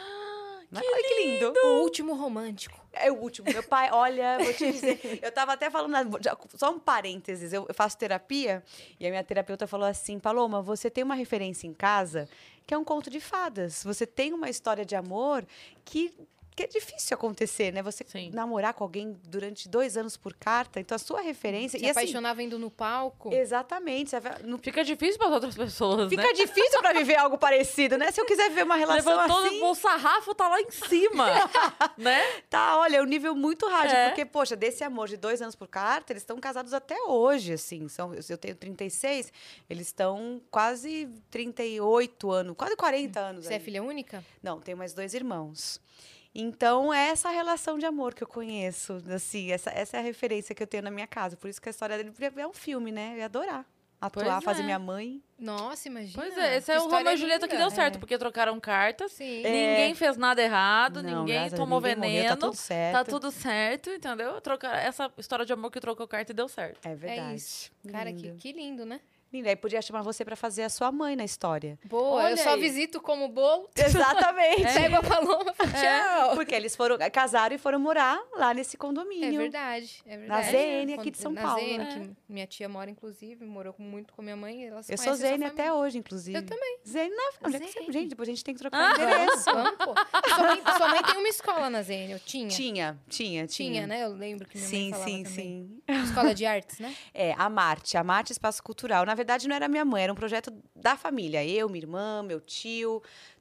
Mas olha que lindo! O último romântico. É o último. Meu pai, olha, vou te dizer. Eu tava até falando, já- só um parênteses, eu, eu faço terapia e a minha terapeuta falou assim: Paloma, você tem uma referência em casa que é um conto de fadas. Você tem uma história de amor que. Que é difícil acontecer, né? Você Sim. namorar com alguém durante dois anos por carta. Então, a sua referência... Se e assim, apaixonava indo no palco. exatamente. Você vai- não- Fica difícil para outras pessoas, fica né? difícil para viver algo parecido, né? Se eu quiser viver uma relação Levantou assim... o sarrafo, tá lá em cima, né? Tá, olha, é um nível muito hard. É. Porque, poxa, desse amor de dois anos por carta, eles estão casados até hoje, assim. São, eu tenho trinta e seis, eles estão quase trinta e oito anos, quase quarenta anos. Você é aí. filha única? Não, tenho mais dois irmãos. Então, é essa relação de amor que eu conheço, assim, essa, essa é a referência que eu tenho na minha casa. Por isso que a história dele é um filme, né? Eu ia adorar atuar, Pois fazer é. minha mãe. Nossa, imagina. Pois é, esse é Que o história Romeu e Julieta que linda. deu certo, É. porque trocaram cartas, Sim. ninguém fez nada errado, Não, ninguém graças a Deus, tomou ninguém morreu, veneno, tá tudo certo. tá tudo certo, entendeu? Trocar essa história de amor que trocou carta e deu certo. É verdade. É isso. Cara, que, Lindo. que lindo, né? Lindo. Aí podia chamar você para fazer a sua mãe na história. Boa, Olha eu só aí. visito como bolo, Exatamente. pego a paloma e falo tchau. Porque eles foram casaram e foram morar lá nesse É condomínio. verdade, é verdade. Na Z N aqui de Quando- São na Paulo. Z N, É. que minha tia mora, inclusive, morou com- muito com minha mãe. Elas Eu sou conhecem Zene essa até hoje, inclusive. Eu também. Zene, não, onde é que você... Zene. Gente, depois a gente tem que trocar família. endereço. Vamos, vamos, pô. Sua mãe, sua mãe tem uma escola na Z N, eu tinha? Tinha, tinha, tinha. Tinha, né? Eu lembro que minha mãe Sim, falava sim, também. sim. Escola de artes, né? É, a Marte, a Marte Espaço Cultural. Na verdade, não era minha mãe, era um projeto da família. Eu, minha irmã, meu tio,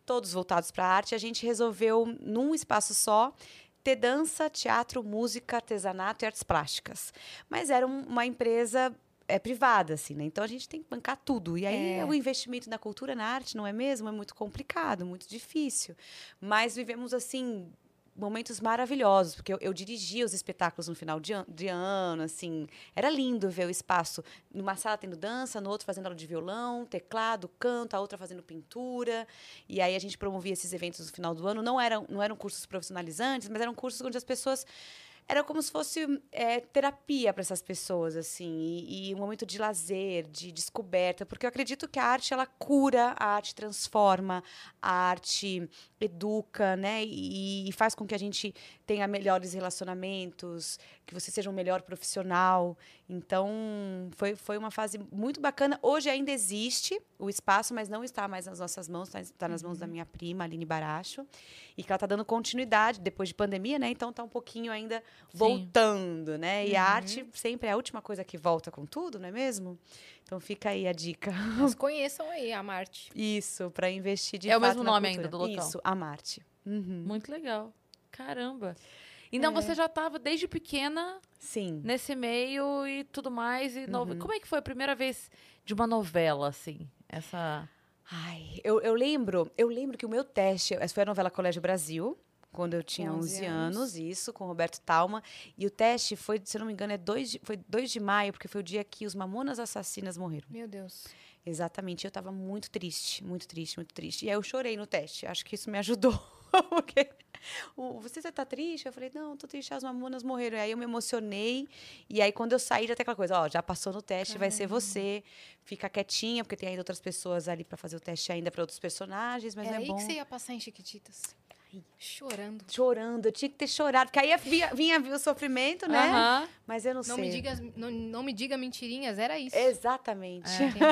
todos voltados para a arte, a gente resolveu, num espaço só, ter dança, teatro, música, artesanato e artes plásticas. Mas era um, uma empresa é, privada, assim, né? Então, a gente tem que bancar tudo. E aí, É. o investimento na cultura, na arte, não é mesmo? É muito complicado, muito difícil. Mas vivemos, assim, momentos maravilhosos, porque eu, eu dirigia os espetáculos no final de, an de ano, assim, era lindo ver o espaço, numa sala tendo dança, no outro fazendo aula de violão, teclado, canto, a outra fazendo pintura, e aí a gente promovia esses eventos no final do ano, não eram, não eram cursos profissionalizantes, mas eram cursos onde as pessoas... Era como se fosse é, terapia para essas pessoas, assim, e, e um momento de lazer, de descoberta, porque eu acredito que a arte, ela cura, a arte transforma, a arte educa, né, e, e faz com que a gente tenha melhores relacionamentos, que você seja um melhor profissional. Então, foi, foi uma fase muito bacana. Hoje ainda existe o espaço, mas não está mais nas nossas mãos, está tá nas mãos da minha prima, Aline Baracho, e que ela está dando continuidade depois de pandemia, né? Então, está um pouquinho ainda voltando, né? E Uhum. a arte sempre é a última coisa que volta com tudo, não é mesmo? Então, fica aí a dica. Mas conheçam aí a Marte. Isso, para investir de É o fato mesmo na nome cultura. ainda do local? Isso, a Marte. Uhum. Muito legal. Caramba. Então, você já estava desde pequena Sim. nesse meio e tudo mais. E nove- Uhum. Como é que foi a primeira vez de uma novela, assim? Essa... Ai, eu, eu lembro, eu lembro que o meu teste, essa foi a novela Colégio Brasil, quando eu tinha onze onze anos. anos, isso, com o Roberto Talma. E o teste foi, se eu não me engano, é dois de, foi dois de maio, porque foi o dia que os Mamonas Assassinas morreram. Meu Deus. Exatamente, eu estava muito triste, muito triste, muito triste. E aí eu chorei no teste, acho que isso me ajudou. Porque o, você já tá triste? Eu falei, não, tô triste, as Mamonas morreram. E aí eu me emocionei. E aí quando eu saí, já tem aquela coisa, ó, já passou no teste, vai ser você. Fica quietinha, porque tem ainda outras pessoas ali para fazer o teste ainda para outros personagens, mas Era não é aí bom. que você ia passar em Chiquititas. Chorando. Chorando, eu tinha que ter chorado, porque aí vinha, vinha o sofrimento, né? Aham. Mas eu não, Não sei. me, diga, não, não me diga mentirinhas, era isso. Exatamente.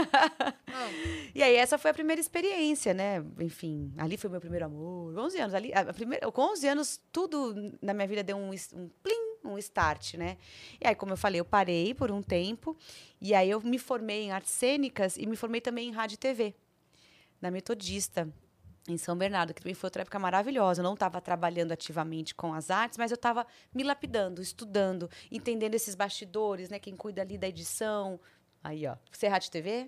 Não, E aí, essa foi a primeira experiência, né? Enfim, ali foi o meu primeiro amor. onze anos, ali, a primeira, com onze anos, tudo na minha vida deu um, es- um plim, um start, né? E aí, como eu falei, eu parei por um tempo. E aí, eu me formei em artes cênicas e me formei também em rádio e T V, na Metodista, em São Bernardo, que também foi outra época maravilhosa. Eu não estava trabalhando ativamente com as artes, mas eu estava me lapidando, estudando, entendendo esses bastidores, né? Quem cuida ali da edição. Aí, ó. Você é rádio e T V?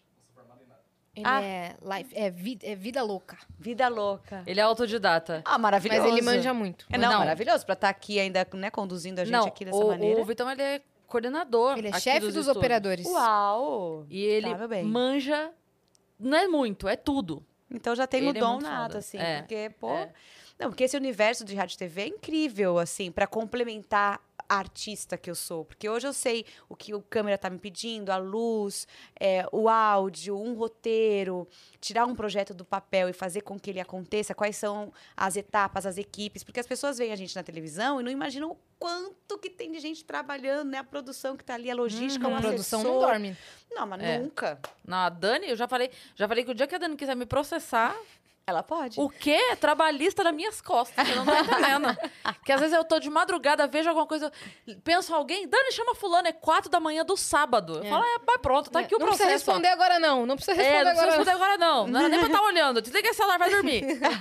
ele Ah. é, life, é, vi- é vida louca. Vida louca. Ele é autodidata. Ah, maravilhoso. Mas ele manja muito. É, não, Não. maravilhoso. Para estar aqui ainda, né, conduzindo a gente Não, aqui dessa o, maneira. o Vitão, ele é coordenador Ele é aqui chefe dos, dos estúdios. operadores. Uau! E ele Tá, meu bem. manja... Não é muito, é tudo. Então já tem o Ele é dom muito nato, foda. assim. É, Porque, pô... é. Não, porque esse universo de rádio e T V é incrível, assim, para complementar a artista que eu sou. Porque hoje eu sei o que o câmera tá me pedindo, a luz, é, o áudio, um roteiro, tirar um projeto do papel e fazer com que ele aconteça, quais são as etapas, as equipes. Porque as pessoas veem a gente na televisão e não imaginam o quanto que tem de gente trabalhando, né? A produção que tá ali, a logística, Uhum. o A produção não assessor. dorme. Não, mas É. nunca. Não, a Dani, eu já falei, já falei que o dia que a Dani quiser me processar, Ela pode. o quê? É trabalhista nas minhas costas. Eu não tô entendendo. Que às vezes eu tô de madrugada, vejo alguma coisa, eu penso alguém, Dani, chama fulano, é quatro da manhã do sábado. Eu É. falo, é, mas pronto, tá aqui o não processo. precisa responder agora, não. Não precisa responder É, não precisa agora. responder agora não. Não era nem pra estar olhando. Desliga esse celular, vai dormir.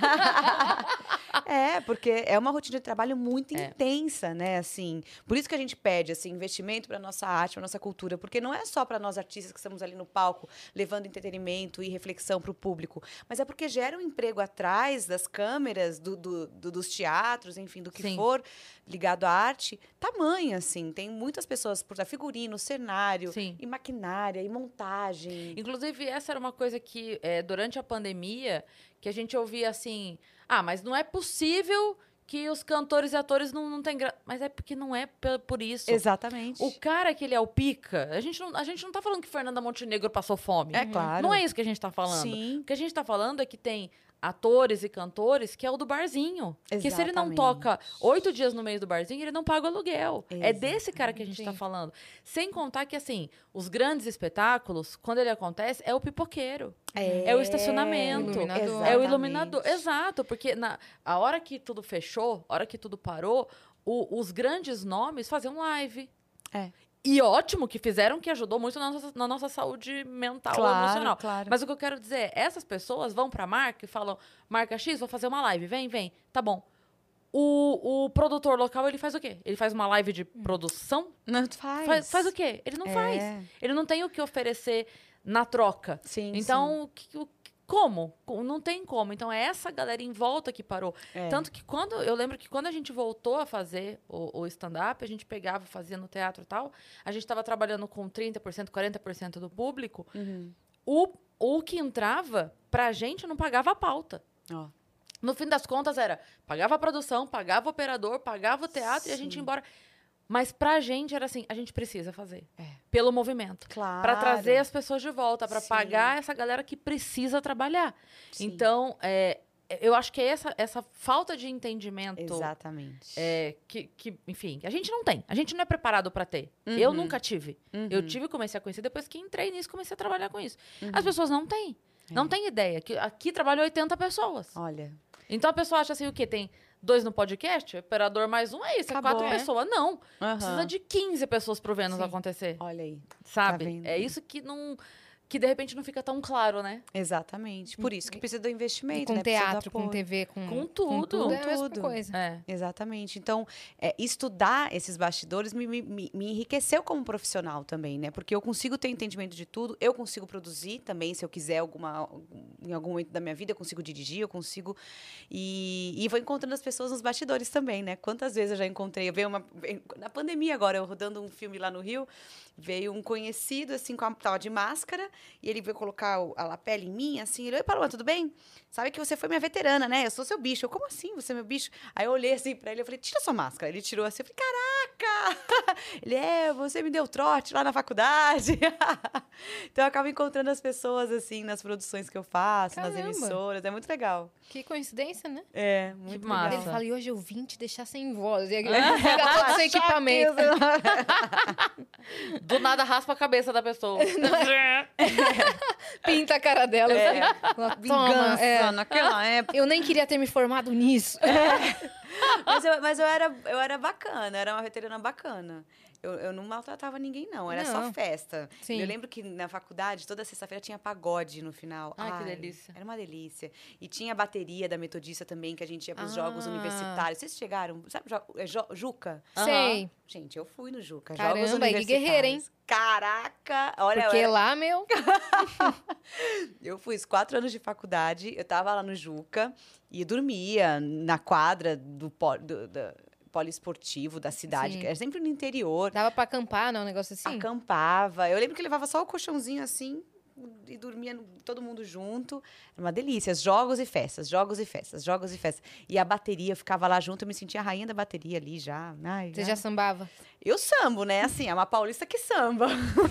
É, porque é uma rotina de trabalho muito É. intensa, né? Assim, por isso que a gente pede assim, investimento para nossa arte, para nossa cultura, porque não é só para nós artistas que estamos ali no palco levando entretenimento e reflexão para o público, mas é porque gera um emprego atrás das câmeras, do, do- do- dos teatros, enfim, do que Sim. for ligado à arte, tamanho, assim. Tem muitas pessoas por trás, figurino, cenário, Sim. e maquinária, e montagem. Inclusive, essa era uma coisa que, é, durante a pandemia, que a gente ouvia assim, ah, mas não é possível que os cantores e atores não, não têm graça. Mas é porque não é pe- por isso. Exatamente. O cara que ele é o pica, a gente, não, a gente não tá falando que Fernanda Montenegro passou fome. É claro. Não é isso que a gente tá falando. Sim. O que a gente tá falando é que tem atores e cantores que é o do barzinho. Que se ele não Exatamente. toca oito dias no mês do barzinho, ele não paga o aluguel. É desse cara que a gente tá Sim. falando. Sem contar que, assim, os grandes espetáculos, quando ele acontece, é o pipoqueiro. É o estacionamento. Iluminador. É o iluminador. Exato, porque na, a hora que tudo fechou, a hora que tudo parou, o- os grandes nomes faziam live. É. E ótimo que fizeram, que ajudou muito na nossa, na nossa saúde mental e Claro, emocional. claro. Mas o que eu quero dizer é, essas pessoas vão pra marca e falam, marca X, vou fazer uma live, vem, vem, tá bom. O, o produtor local, ele faz o quê? Ele faz uma live de produção? Não faz. Faz, faz o quê? Ele não É. faz. Ele não tem o que oferecer na troca. Sim, Então, o que- o- como? Co- Não tem como. Então, é essa galera em volta que parou. É. Tanto que quando... Eu lembro que quando a gente voltou a fazer o, o stand-up, a gente pegava, fazia no teatro e tal, a gente estava trabalhando com trinta por cento, quarenta por cento do público. Uhum. O, o que entrava, pra gente, não pagava a pauta. Ó. No fim das contas, era pagava a produção, pagava o operador, pagava o teatro e a gente Sim. ia embora. Mas pra gente era assim, a gente precisa fazer. É. Pelo movimento. Claro. Pra trazer as pessoas de volta, pra Sim. pagar essa galera que precisa trabalhar. Sim. Então, é, eu acho que é essa, essa falta de entendimento Exatamente. é, que, que, enfim, a gente não tem. A gente não é preparado pra ter. Eu Uhum. nunca tive. Uhum. Eu tive e comecei a conhecer depois que entrei nisso, comecei a trabalhar com isso. Uhum. As pessoas não têm. Não têm ideia. Que aqui trabalham oitenta pessoas. Olha. Então a pessoa acha assim, o quê? Tem dois no podcast? Operador mais um, é isso, Acabou. é quatro É. pessoas. Não. Aham. Precisa de quinze pessoas pro Vênus Sim. acontecer. Olha aí. Sabe? Tá vendo? É isso que não. Que de repente não fica tão claro, né? Exatamente. Por isso que precisa do E investimento, com né? Precisa do teatro, com apoio. T V, com, Com tudo. tudo é a mesma Tudo. coisa. É. Exatamente. Então, é, estudar esses bastidores me, me, me me enriqueceu como profissional também, né? Porque eu consigo ter entendimento de tudo, eu consigo produzir também, se eu quiser, alguma, em algum momento da minha vida, eu consigo dirigir, eu consigo... E, e vou encontrando as pessoas nos bastidores também, né? Quantas vezes eu já encontrei... Eu veio uma, na pandemia agora, eu rodando um filme lá no Rio, veio um conhecido, assim, com a, tava de máscara, e ele veio colocar o- a lapela em mim, assim, ele, oi, Paloma, tudo bem? Sabe que você foi minha veterana, né? Eu sou seu bicho. Eu, como assim, você é meu bicho? Aí eu olhei assim pra ele, eu falei, tira sua máscara. Ele tirou assim, eu falei, caraca! Ele, é, você me deu trote lá na faculdade. Então eu acabo encontrando as pessoas, assim, nas produções que eu faço, nas Caramba. emissoras, é muito legal. Que coincidência, né? É, muito massa. legal. Ele fala, e hoje eu vim te deixar sem voz. E aí, pega todo o seu equipamento. Do nada raspa a cabeça da pessoa. Pinta a cara dela. É. Fala, Vingança, Toma, é, naquela época. eu nem queria ter me formado nisso. Mas, eu, mas eu, era, eu era bacana, eu era uma veterana bacana. Eu, eu não maltratava ninguém, não. Era Não. só festa. Sim. Eu lembro que na faculdade, toda sexta-feira, tinha pagode no final. Ai, que delícia. Era uma delícia. E tinha a bateria da Metodista também, que a gente ia para os Ah. jogos universitários. Vocês chegaram? Sabe jo- é jo- Juca? Aham. Sei. Gente, eu fui no Juca. Caramba, jogos e universitários. guerreira, hein? Caraca! Olha, eu, Porque era- lá, meu... eu fiz quatro anos de faculdade, eu tava lá no Juca e dormia na quadra do, pó- do, da- poliesportivo da cidade, Sim. que era sempre no interior. Dava pra acampar, não? Um negócio assim? Acampava. Eu lembro que levava só o colchãozinho assim e dormia no- todo mundo junto. Era uma delícia. Jogos e festas, jogos e festas, jogos e festas. E a bateria, eu ficava lá junto, eu me sentia a rainha da bateria ali já. Ai, Você ai. já sambava? Eu sambo, né? Assim, é uma paulista que samba.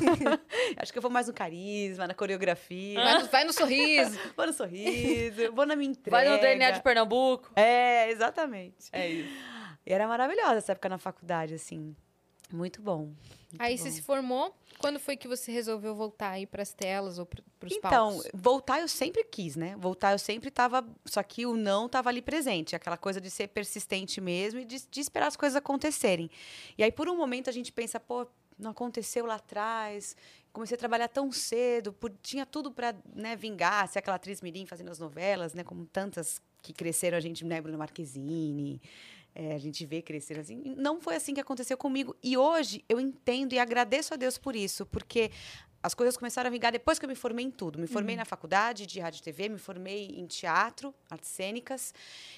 Acho que eu vou mais no carisma, na coreografia. Vai no, vai no sorriso. Vou no sorriso, vou na minha entrega. Vai no D N A de Pernambuco. É, exatamente. É isso. E era maravilhosa essa época na faculdade, assim. Muito bom. muito Aí bom. você se formou. Quando foi que você resolveu voltar aí pras telas ou pr- pros Então, palcos? voltar eu sempre quis, né? Voltar eu sempre tava... Só que o não tava ali presente. Aquela coisa de ser persistente mesmo e de, de esperar as coisas acontecerem. E aí, por um momento, a gente pensa, pô, não aconteceu lá atrás. Comecei a trabalhar tão cedo. por- Tinha tudo para, né, vingar. Ser aquela atriz mirim fazendo as novelas, né? Como tantas que cresceram, a gente, né? Bruna Marquezine... É, a gente vê crescer assim. Não foi assim que aconteceu comigo. E hoje eu entendo e agradeço a Deus por isso, porque as coisas começaram a vingar depois que eu me formei em tudo. Me formei na faculdade de rádio e T V, me formei em teatro, artes cênicas,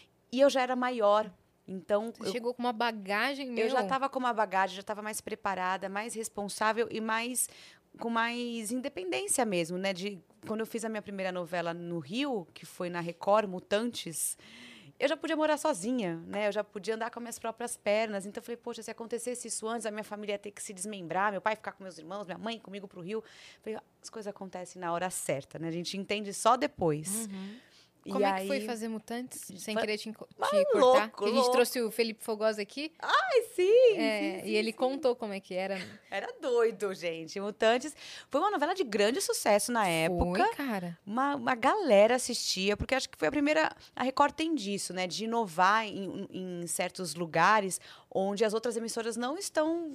e eu já era maior. Então, Você eu, chegou com uma bagagem, meu. eu já estava com uma bagagem, já estava mais preparada, mais responsável e mais com mais independência mesmo, né? De quando eu fiz a minha primeira novela no Rio, que foi na Record, Mutantes, eu já podia morar sozinha, né? Eu já podia andar com as minhas próprias pernas. Então, eu falei, poxa, se acontecesse isso antes, a minha família ia ter que se desmembrar, meu pai ficar com meus irmãos, minha mãe comigo para o Rio. Eu falei, as coisas acontecem na hora certa, né? A gente entende só depois. E Como é que foi aí- fazer Mutantes? Sem Foi- querer te, enco- te Mas cortar. louco, Que a gente louco. trouxe o Felipe Fogosa aqui. Ai, sim, é, sim, e ele sim. contou como é que era. Era doido, gente. Mutantes foi uma novela de grande sucesso na época. Foi, cara. Uma, uma galera assistia, porque acho que foi a primeira. A Record tem disso, né? De inovar em, em certos lugares onde as outras emissoras não estão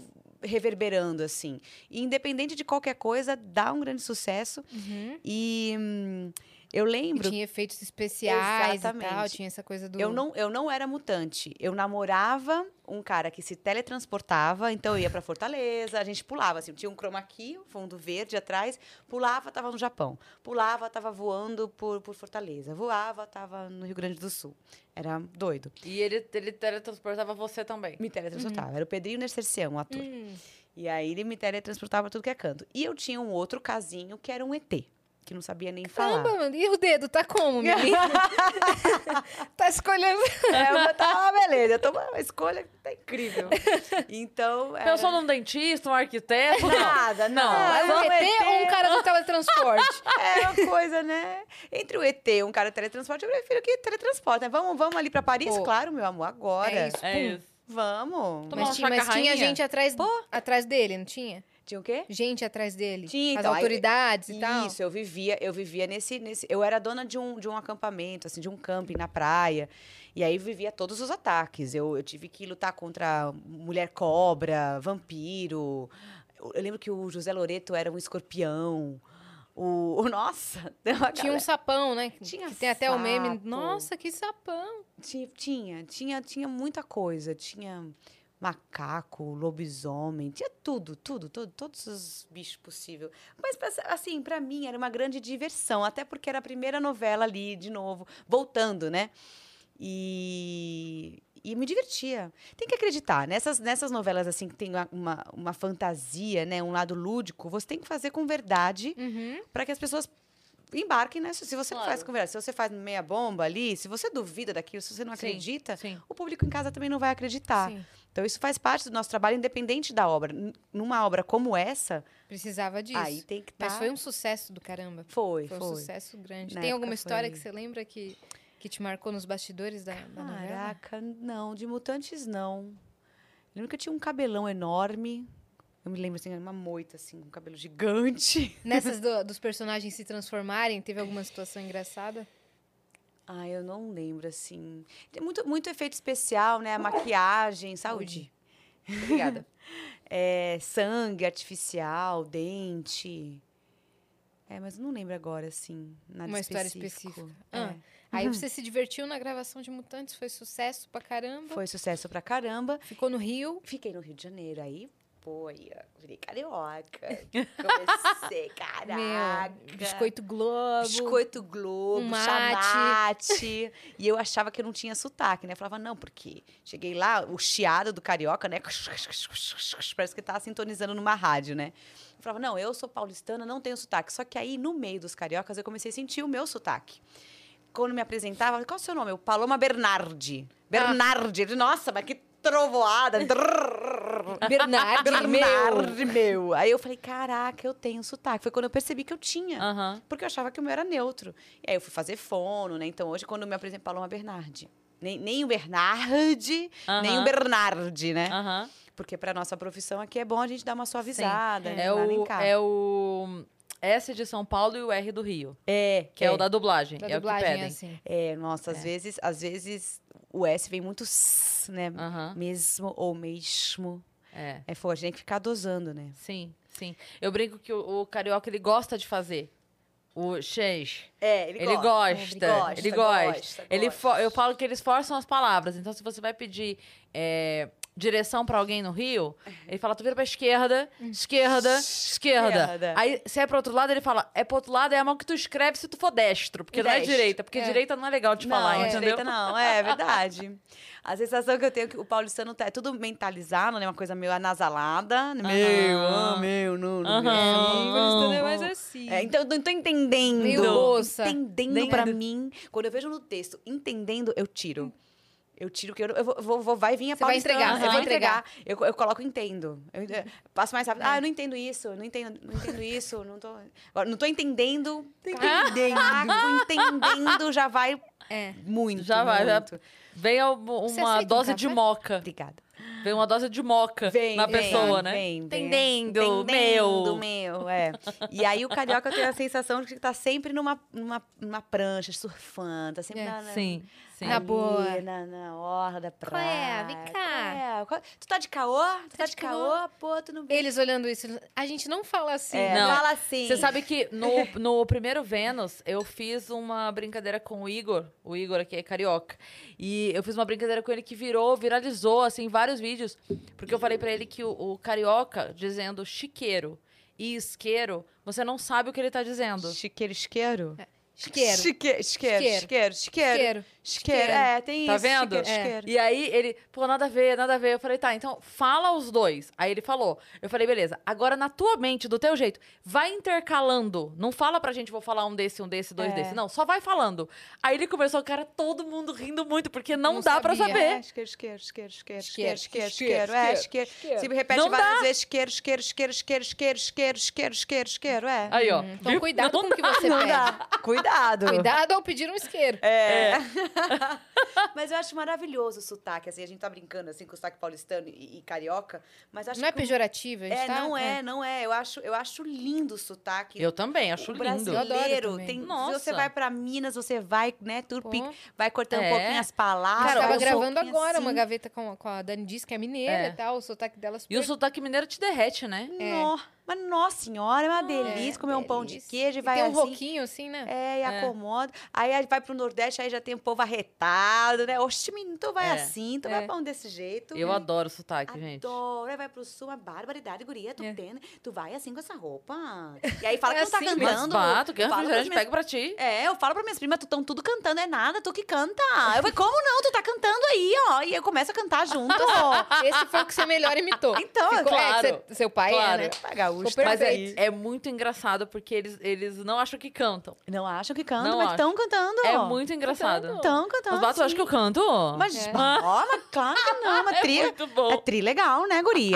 reverberando, assim. E independente de qualquer coisa, dá um grande sucesso. Uhum. E hum, eu E lembro... tinha efeitos especiais e tal, Exatamente. tinha essa coisa do... Eu não, eu não era mutante. Eu namorava um cara que se teletransportava, então eu ia pra Fortaleza, a gente pulava, assim, tinha um chroma key, um fundo verde atrás, pulava, tava no Japão. Pulava, tava voando por, por Fortaleza. Voava, tava no Rio Grande do Sul. Era doido. E ele, ele teletransportava você também. Me teletransportava. Era o Pedrinho Nercercião, o ator. Hum. E aí ele me teletransportava pra tudo que é canto. E eu tinha um outro casinho que era um E T, que não sabia nem falar. Caramba, mano, e o dedo tá como, menina? Tá escolhendo... É, eu tava uma beleza, eu tô uma escolha que tá incrível. Então, era... Pensou num dentista, um arquiteto? Não. Nada, não. Ah, é Era um E T ou um cara do teletransporte? É uma coisa, né? Entre o E T e um cara de teletransporte, eu prefiro que teletransporte. Né? Vamos, vamos ali pra Paris? Pô. Claro, meu amor, agora. É isso. É isso. Vamos. Tomar Mas, uma tinha, mas tinha chacarrainha? gente atrás, atrás dele, não tinha? Tinha o quê? Gente atrás dele. Tinha, As então, aí- autoridades e tal. Isso, eu vivia, eu vivia nesse, nesse. Eu era dona de um, de um acampamento, assim, de um camping na praia. E aí vivia todos os ataques. Eu, eu tive que lutar contra mulher cobra, vampiro. Eu, eu lembro que o José Loreto era um escorpião. O, o nossa, tem uma Tinha um galera- sapão, né? Que- Tinha que tem até o meme. sapo. Nossa, que sapão. Ti- Tinha, tinha, tinha muita coisa. Tinha macaco, lobisomem, tinha tudo, tudo, tudo, todos os bichos possíveis. Mas, pra- assim, pra mim era uma grande diversão, até porque era a primeira novela ali, de novo, voltando, né? E, e me divertia. Tem que acreditar, nessas, nessas novelas, assim, que tem uma, uma, uma fantasia, né? Um lado lúdico, você tem que fazer com verdade Uhum. para que as pessoas embarquem nessa. Se você não faz Claro. com verdade, se você faz meia bomba ali, se você duvida daquilo, se você não Sim, acredita, sim. o público em casa também não vai acreditar. Sim. Então, isso faz parte do nosso trabalho, independente da obra. N- Numa obra como essa, Precisava disso. aí tem que estar... Mas foi um sucesso do caramba. Foi, Foi, foi. um sucesso grande. Na Tem alguma época história foi. que você lembra que, que te marcou nos bastidores da, da novela? Caraca, não. De Mutantes, não. Lembro que eu tinha um cabelão enorme. Eu me lembro, assim, era uma moita, assim, um cabelo gigante. Nessas do- dos personagens se transformarem, teve alguma situação engraçada? Ah, eu não lembro, assim. Tem muito, muito efeito especial, né? A maquiagem, saúde. Obrigada. É, sangue artificial, dente. É, mas eu não lembro agora, assim, nada Uma história específico. específica. É. Ah, Aí você se divertiu na gravação de Mutantes, foi sucesso pra caramba. Foi sucesso pra caramba. Ficou no Rio. Fiquei no Rio de Janeiro, aí, pô, aí, ó, virei carioca. Comecei, caraca. Meu, Biscoito Globo. Biscoito Globo, um mate. chamate. E eu achava que eu não tinha sotaque, né? Eu falava, não, porque cheguei lá, o chiado do carioca, né? Parece que tava sintonizando numa rádio, né? Eu falava, não, eu sou paulistana, não tenho sotaque. Só que aí, no meio dos cariocas, eu comecei a sentir o meu sotaque. Quando me apresentava, qual é o seu nome? Eu, Paloma Bernardi. Bernardi. Ele, nossa, mas que trovoada. Bernardi, meu. Bernardi, meu. Aí eu falei, caraca, eu tenho sotaque. Foi quando eu percebi que eu tinha. Aham. Porque eu achava que o meu era neutro. E aí eu fui fazer fono, né? Então hoje, quando eu me apresento, Paloma Bernardi. Nem, nem o Bernardi, nem o Aham. Bernardi, né? Aham. Porque pra nossa profissão aqui é bom a gente dar uma suavizada. É, né? Lá nem o, cá. é o S de São Paulo e o R do Rio. É, Que é, o da dublagem. Da é dublagem, o que pedem. assim. É, nossa, às vezes, às vezes o S vem muito s, né? Aham. Mesmo ou mesmo. É. É, pô, a gente tem que ficar dosando, né? Sim, sim. Eu brinco que o, o carioca, ele gosta de fazer. O X. É, Ele gosta. gosta, Ele gosta. gosta, Ele gosta. fo- eu falo que eles forçam as palavras. Então, se você vai pedir é, direção pra alguém no Rio, ele fala, tu vira pra esquerda, esquerda, esquerda. Esquerda. Aí, se é pro outro lado, ele fala, é pro outro lado, é a mão que tu escreve se tu for destro. Porque não é Destro. direita. Porque É. direita não é legal de Não, falar, é, entendeu? direita não, é verdade. A sensação que eu tenho é que o paulistano tá é tudo mentalizado, né? Uma coisa meio anasalada. né? Meu, ah, meu, não, não. Aham. Paulistano é mais assim. É, então eu não tô entendendo. Meio moça. Entendendo pra mim. Quando eu vejo no texto, entendendo, eu tiro. Eu tiro, que eu, eu vou, vou, vou- vai vir a Você vai paulistana, entregar, eu você vou vai entregar. Eu, eu coloco entendo. Eu, eu passo mais rápido. Ah, eu não entendo isso, eu não entendo, não entendo isso, não tô. Agora, não tô entendendo. Tô entendendo. Caraca, o entendendo já vai É. muito. Já vai, já- muito. Vem a- Você uma aceita um dose de café? moca. Obrigada. Vem uma dose de moca Vem, na vem, pessoa, né? vem, vem. Entendendo, Entendendo, meu. meu, é. E aí o carioca tem a sensação de que tá sempre numa, numa, numa prancha, surfando, tá sempre É. na, na, Sim, sim. Na ali, boa. Na, na orla da Qual é? praia. Vem cá. Qual é? Qual- Tu tá de caô? Tu tá, de de caô? Pô, tu não vem. Eles olhando isso, a gente não fala assim. É, Não. fala assim. Você sabe que no, no primeiro Vênus, eu fiz uma brincadeira com o Igor. O Igor aqui é carioca. E eu fiz uma brincadeira com ele que virou, viralizou, assim, vários vídeos. Porque eu falei pra ele que o, o carioca, dizendo chiqueiro e isqueiro, você não sabe o que ele tá dizendo. Chiqueiro, isqueiro? Isqueiro. Chiqueiro, isqueiro, Isqueiro. isqueiro, isqueiro. Isqueiro. Isqueiro, é, tem Tá isso. vendo? Chiqueiro, É. isqueiro. E aí ele, pô, nada a ver, nada a ver. Eu falei, tá, então fala os dois. Aí ele falou. Eu falei, beleza, agora na tua mente, do teu jeito, vai intercalando. Não fala pra gente, vou falar um desse, um desse, dois É. desse. Não, só vai falando. Aí ele começou, cara, todo mundo rindo muito, porque não, Não dá pra sabia. saber. É, isqueiro, isqueiro, isqueiro, isqueiro, isqueiro, isqueiro, isqueiro, é, isqueiro. isqueiro. Se repete Não várias dá. vezes, isqueiro, isqueiro, isqueiro, isqueiro, isqueiro, isqueiro, isqueiro, isqueiro, isqueiro, é. Aí, ó. Então viu? cuidado Não com o que você Não pede. dá. Cuidado. Cuidado ao pedir um isqueiro. É. Mas eu acho maravilhoso o sotaque, assim, a gente tá brincando, assim, com o sotaque paulistano e, e carioca, mas acho Não é que... pejorativo, a gente É, tá- não é, não é. Eu acho, eu acho lindo o sotaque. Eu também, acho o lindo. Eu adoro brasileiro também. tem, Nossa. se você vai pra Minas, você vai, né, turpi, Pô. vai cortando É. um pouquinho as A palavras. gente Cara, tava eu sou- gravando pouquinho agora assim. uma gaveta com, com a Dani Diz, que é mineira É. e tal, o sotaque dela super... E o sotaque mineiro te derrete, né? É. Nó, mas nossa senhora, é uma delícia É, comer um pão de delícia. queijo e E vai tem um assim. roquinho assim, né? É, e acomoda. Aí aí vai pro Nordeste, aí já tem o povo arretado, né? Oxe, menino, tu vai É. assim, tu É. vai pão desse jeito. Eu adoro sotaque, gente. Adoro. Aí vai pro sul, uma barbaridade, guria, tu É. tem, né? Tu vai assim com essa roupa. E aí fala É que não tá assim cantando. Mas bato, que eu falo pras refrigerante minhas- pega pra ti. É, eu falo pra minhas primas, tu tão tudo cantando, é nada, tu que canta. Eu falei, como não? Tu tá cantando aí, ó. E eu começo a cantar junto, ó. Esse foi o que você melhor imitou. Então, Ficou, claro. É, que você- seu pai Claro. é, né? Tá gaúcho, Ficou tá Mas é, aí. é muito engraçado, porque eles, eles não acham que cantam. Não acham que cantam, Não mas acho. estão cantando. É muito engraçado. Cantando. Estão cantando. Os batos, eu acho sim. que eu canto. Mas, É. ó, mas claro que não, uma É tri. muito bom. É tri legal, né, guria?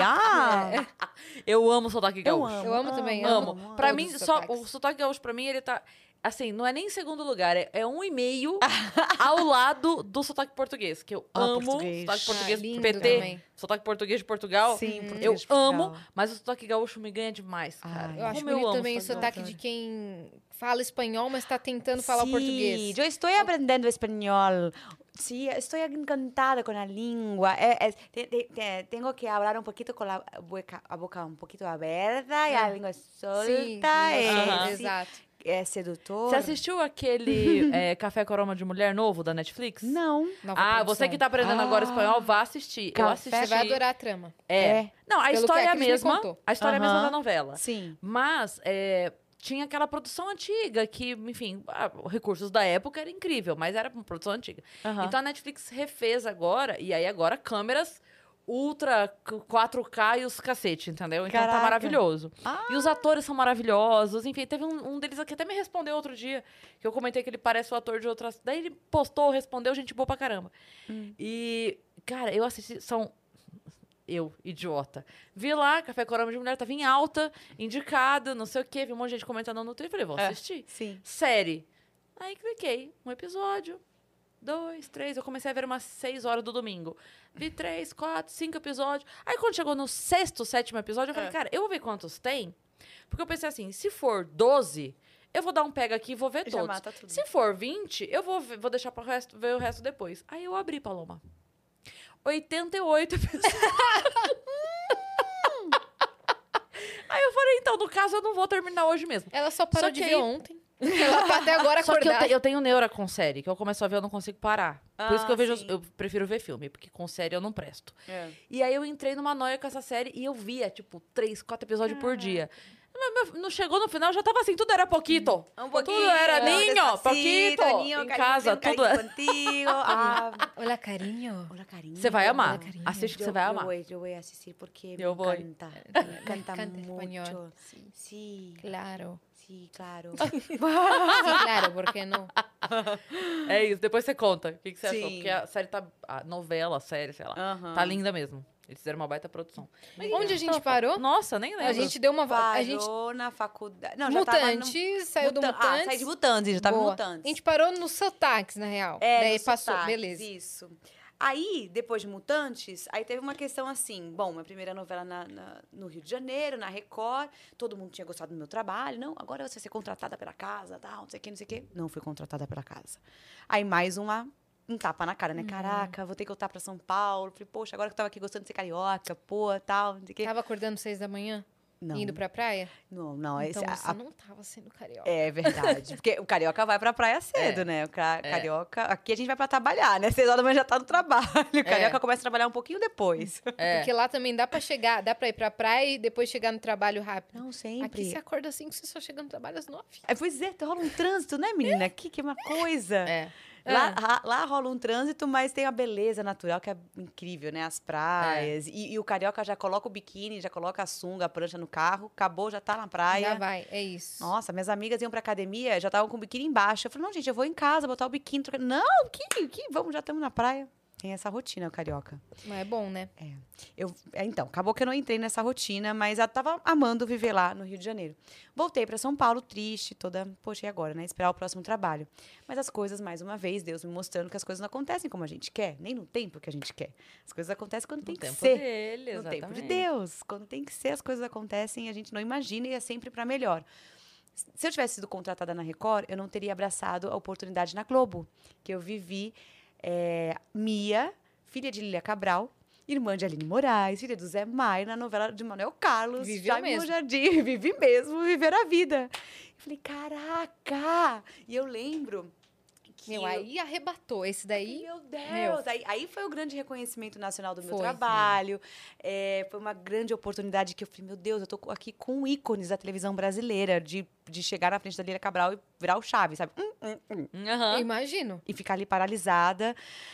Eu amo sotaque Eu gaúcho. amo. Eu amo também, Amo. amo. Pra todos mim, os só, sotaques. o sotaque gaúcho, pra mim, ele tá... Assim, não é nem em segundo lugar, é, é um e meio ao lado do sotaque português, que eu Ah, amo. português. Sotaque português Ah, lindo P T, também. sotaque português de Portugal. Sim, Eu português de Portugal. amo, mas o sotaque gaúcho me ganha demais, cara. Ai, Eu acho Como bonito amo também o sotaque de quem fala espanhol, mas tá tentando falar o Sí, português. yo estoy aprendiendo español. Sí, estoy encantada con la lengua. Eh, eh, te- te- te- tengo que hablar un poquito con la boca, a boca un poquito abierta y Ah. la lengua solta. Sim, eh, Aham. sí, exato. é sedutor. Você assistiu aquele é, Café com Aroma de Mulher novo da Netflix? Não. Nova Ah, produção. você que tá aprendendo agora Ah. espanhol, vá assistir. Eu Café- assisti. Você vai adorar a trama. É. É. Não, a Pelo que história a é a Cris me mesma. contou. A história é a mesma Aham. da novela. Sim. Mas é, tinha aquela produção antiga que, enfim, ah, os recursos da época era incrível, mas era uma produção antiga. Aham. Então a Netflix refez agora, e aí agora câmeras ultra quatro K e os cacete, entendeu? Então Caraca. tá maravilhoso. Ah. E os atores são maravilhosos. Enfim, teve um, um deles aqui até me respondeu outro dia, que eu comentei que ele parece o ator de outras... Daí ele postou, respondeu, gente boa pra caramba. Hum. E, cara, eu assisti... São... Eu, idiota. Vi lá, Café com Aroma de Mulher, tava em alta, indicado, não sei o quê. Vi um monte de gente comentando no Twitter. Falei, vou É. assistir. Sim. Série. Aí cliquei. Um episódio, dois, três. Eu comecei a ver umas seis horas do domingo. Vi três, quatro, cinco episódios. Aí quando chegou no sexto, sétimo episódio, eu falei, É. cara, eu vou ver quantos tem. Porque eu pensei assim, se for doze, eu vou dar um pega aqui e vou ver Já todos. mata tudo. Se for vinte, eu vou, ver- vou deixar para resto, ver o resto depois. Aí eu abri, Paloma. oitenta e oito episódios. Aí eu falei, então, no caso, eu não vou terminar hoje mesmo. Ela só parou Só de que ver aí- ontem. Ela tá até agora Só que eu, acordada. te- eu tenho neura com série, que eu começo a ver, eu não consigo parar. Por isso que eu Ah, vejo, sim. eu prefiro ver filme, porque com série eu não presto. É. E aí eu entrei numa noia com essa série e eu via, tipo, três, quatro episódios por dia. Mas, mas não chegou no final, já tava assim, tudo era pouquito. Um Tudo era ninho, despacito, poquito, ninho, em carinho, casa, tenho tudo carinho é. contigo. Ah, Olha, carinho. hola, carinho. Você vai amar. Olha, carinho. Assiste que Eu- você vai eu amar. vou- Eu vou assistir porque Eu me vou. encanta. Canta Canta muito. espanhol. Sí, Claro. sí, claro. Sim, claro, por que não? É isso, depois você conta. O que, que você achou? Sim. Porque a série tá. A novela, a série, sei lá. Aham. Tá linda mesmo. Eles fizeram uma baita produção. Onde a gente parou? Nossa, nem lembro. A gente deu uma... A Parou gente... na faculdade. Não, já tava no... Mutantes, saiu do Mutan- Mutantes. Ah, saí de Mutantes, já tava em Boa. Mutantes. A gente parou nos sotaques, na real. É, Daí nos passou, sotaques, beleza. Isso. Aí, depois de Mutantes, aí teve uma questão assim, bom, minha primeira novela na, na- no Rio de Janeiro, na Record, todo mundo tinha gostado do meu trabalho, não, agora você vai ser contratada pela casa, tal, não sei o que, não sei o que. Não fui contratada pela casa. Aí mais uma, um tapa na cara, né? Caraca, vou ter que voltar pra São Paulo. Falei, poxa, agora que eu tava aqui gostando de ser carioca, pô, tal, não sei o que. Tava acordando seis da manhã? Não, Indo pra praia? não, não. Então esse, você a- não tava sendo carioca. É verdade. Porque o carioca vai pra praia cedo, É. né? O ca- carioca. Aqui a gente vai pra trabalhar, né? Seis horas da manhã já tá no trabalho. O carioca começa a trabalhar um pouquinho depois. É. Porque lá também dá pra chegar, dá pra ir pra praia e depois chegar no trabalho rápido. Não, Aqui sempre. você acorda assim que você só chega no trabalho às nove. É, pois é, rola um trânsito, né, menina? Aqui que é uma coisa. É. Lá, ra- lá rola um trânsito, mas tem a beleza natural que é incrível, né? As praias. E, e o carioca já coloca o biquíni, já coloca a sunga, a prancha no carro, acabou, já tá na praia. Já vai, é isso. Nossa, minhas amigas iam pra academia, já estavam com o biquíni embaixo. Eu falei, não, gente, eu vou em casa botar o biquíni. trocar- Não, que, que, vamos, já estamos na praia. Tem essa rotina, o carioca. Mas é bom, né? Eu, é, então, acabou que eu não entrei nessa rotina, mas eu tava amando viver lá no Rio de Janeiro. Voltei para São Paulo, triste, toda, poxa, e agora, né? Esperar o próximo trabalho. Mas as coisas, mais uma vez, Deus me mostrando que as coisas não acontecem como a gente quer, nem no tempo que a gente quer. As coisas acontecem quando tem No que tempo ser. dele, No exatamente. tempo de Deus. Quando tem que ser, as coisas acontecem e a gente não imagina e é sempre para melhor. Se eu tivesse sido contratada na Record, eu não teria abraçado a oportunidade na Globo, que eu vivi é, Mia, filha de Lília Cabral, irmã de Aline Moraes, filha do Zé Maia, na novela de Manuel Carlos, Viveu Jaime mesmo. Jardim, vivi mesmo, viver a vida. Eu falei, caraca! E eu lembro que Meu, eu- aí arrebatou. Esse daí. meu Deus! meu. Aí, aí foi o grande reconhecimento nacional do meu Foi, trabalho. É, foi uma grande oportunidade que eu falei, meu Deus, eu tô co- aqui com ícones da televisão brasileira, de, de chegar na frente da Lília Cabral e virar o Chaves, sabe? Hum, hum, hum. Eu Aham. imagino. E ficar ali paralisada.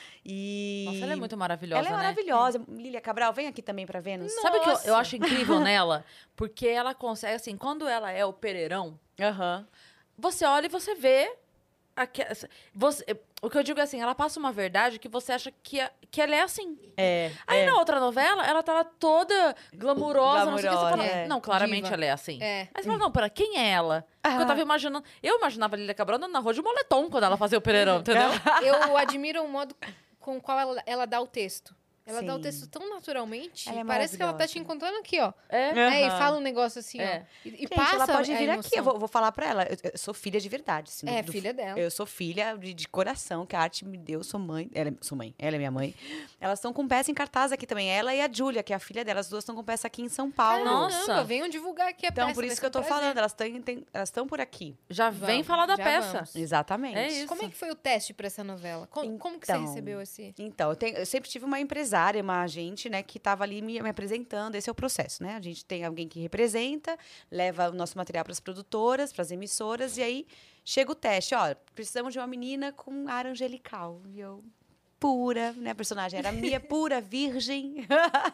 E... Nossa, ela é muito maravilhosa, Ela é né? maravilhosa. Lília Cabral, vem aqui também pra Vênus. Sabe o que eu, eu Nossa. acho incrível nela? Porque ela consegue, assim, quando ela é o Pereirão, Aham. você olha e você vê. aque- você- o que eu digo é assim, ela passa uma verdade que você acha que, a- que ela é assim. É. Aí é. na outra novela, ela tá lá toda glamurosa, não sei o que. Você fala, Glamurosa, é. não, claramente Diva. ela é assim. É. Aí você fala, não, pera, quem é ela? Porque eu Ah. tava imaginando. Eu imaginava a Lília Cabral andando na rua de moletom quando ela fazia o Pereirão, entendeu? Eu admiro o modo com o qual ela, ela dá o texto. Ela dá o Sim. texto tão naturalmente. Ela é Parece que ela tá te maravilhosa. encontrando aqui, ó. É. É, e Aham. fala um negócio assim, É. ó. E, e Gente, passa ela pode a vir aqui, emoção. eu vou, vou falar pra ela. Eu, eu sou filha de verdade. Assim, É, do- filha dela. Eu sou filha de, de coração, que a arte me deu, sou mãe. Ela é, sou mãe, ela é minha mãe. Elas estão com peça em cartaz aqui também. Ela e a Júlia, que é a filha dela, as duas estão com peça aqui em São Paulo. Nossa. Caramba, venham divulgar aqui a Então, peça. por vai isso ser que eu tô um prazer. falando, elas estão tem- elas estão por aqui. Já vem Vamos, falar da já peça. vamos. Exatamente. É isso. Como é que foi o teste pra essa novela? Como, como que você Então, recebeu esse... Então, eu, tenho- eu sempre tive uma empresária, uma agente, né, que estava ali me, me apresentando. Esse é o processo, né? A gente tem alguém que representa, leva o nosso material para as produtoras, para as emissoras, e aí chega o teste. Ó, precisamos de uma menina com ar angelical. E eu, pura, né? A personagem era Mia, pura, virgem.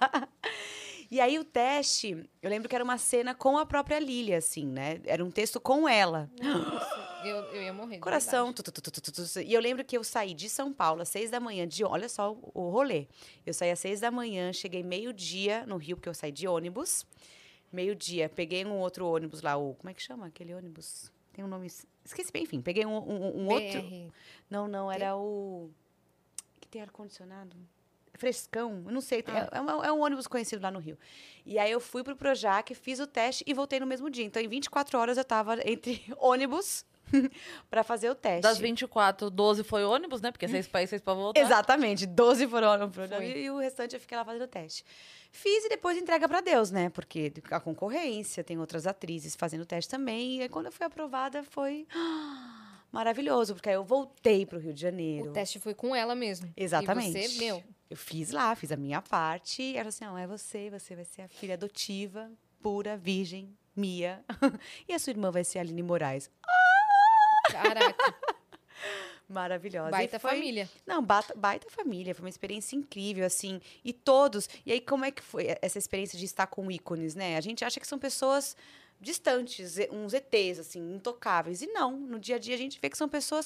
E aí o teste, eu lembro que era uma cena com a própria Lília, assim, né? Era um texto com ela. Nossa, eu, eu ia morrer. de Coração. verdade. Tu, tu, tu, tu, tu, tu, tu. E eu lembro que eu saí de São Paulo às seis da manhã. De, olha só o, o rolê. Eu saí às seis da manhã, cheguei meio-dia no Rio, porque eu saí de ônibus. Meio-dia, peguei um outro ônibus lá, o... Como é que chama aquele ônibus? Tem um nome... Esqueci bem, enfim. Peguei um, um, um outro... B R. Não, não, era o... Que tem ar-condicionado? Frescão, eu não sei. Ah. É, é um, é um ônibus conhecido lá no Rio. E aí eu fui pro Projac, fiz o teste e voltei no mesmo dia. Então, em vinte e quatro horas, eu tava entre ônibus para fazer o teste. Das vinte e quatro, doze foi ônibus, né? Porque seis para ir, seis para voltar. Exatamente, doze foram pro Foi. e o restante eu fiquei lá fazendo o teste. Fiz e depois entrega para Deus, né? Porque a concorrência, tem outras atrizes fazendo o teste também. E aí, quando eu fui aprovada, foi maravilhoso, porque aí eu voltei pro Rio de Janeiro. O teste foi com ela mesmo. Exatamente. E você, meu, Eu fiz lá, fiz a minha parte. E ela assim, não, é você, você vai ser a filha adotiva, pura, virgem, Mia. E a sua irmã vai ser a Aline Moraes. caraca, Maravilhosa. E baita foi- família. Não, baita, baita família. Foi uma experiência incrível, assim. E todos... E aí, como é que foi essa experiência de estar com ícones, né? A gente acha que são pessoas distantes, e- uns E Tês, assim, intocáveis. E não. No dia a dia, a gente vê que são pessoas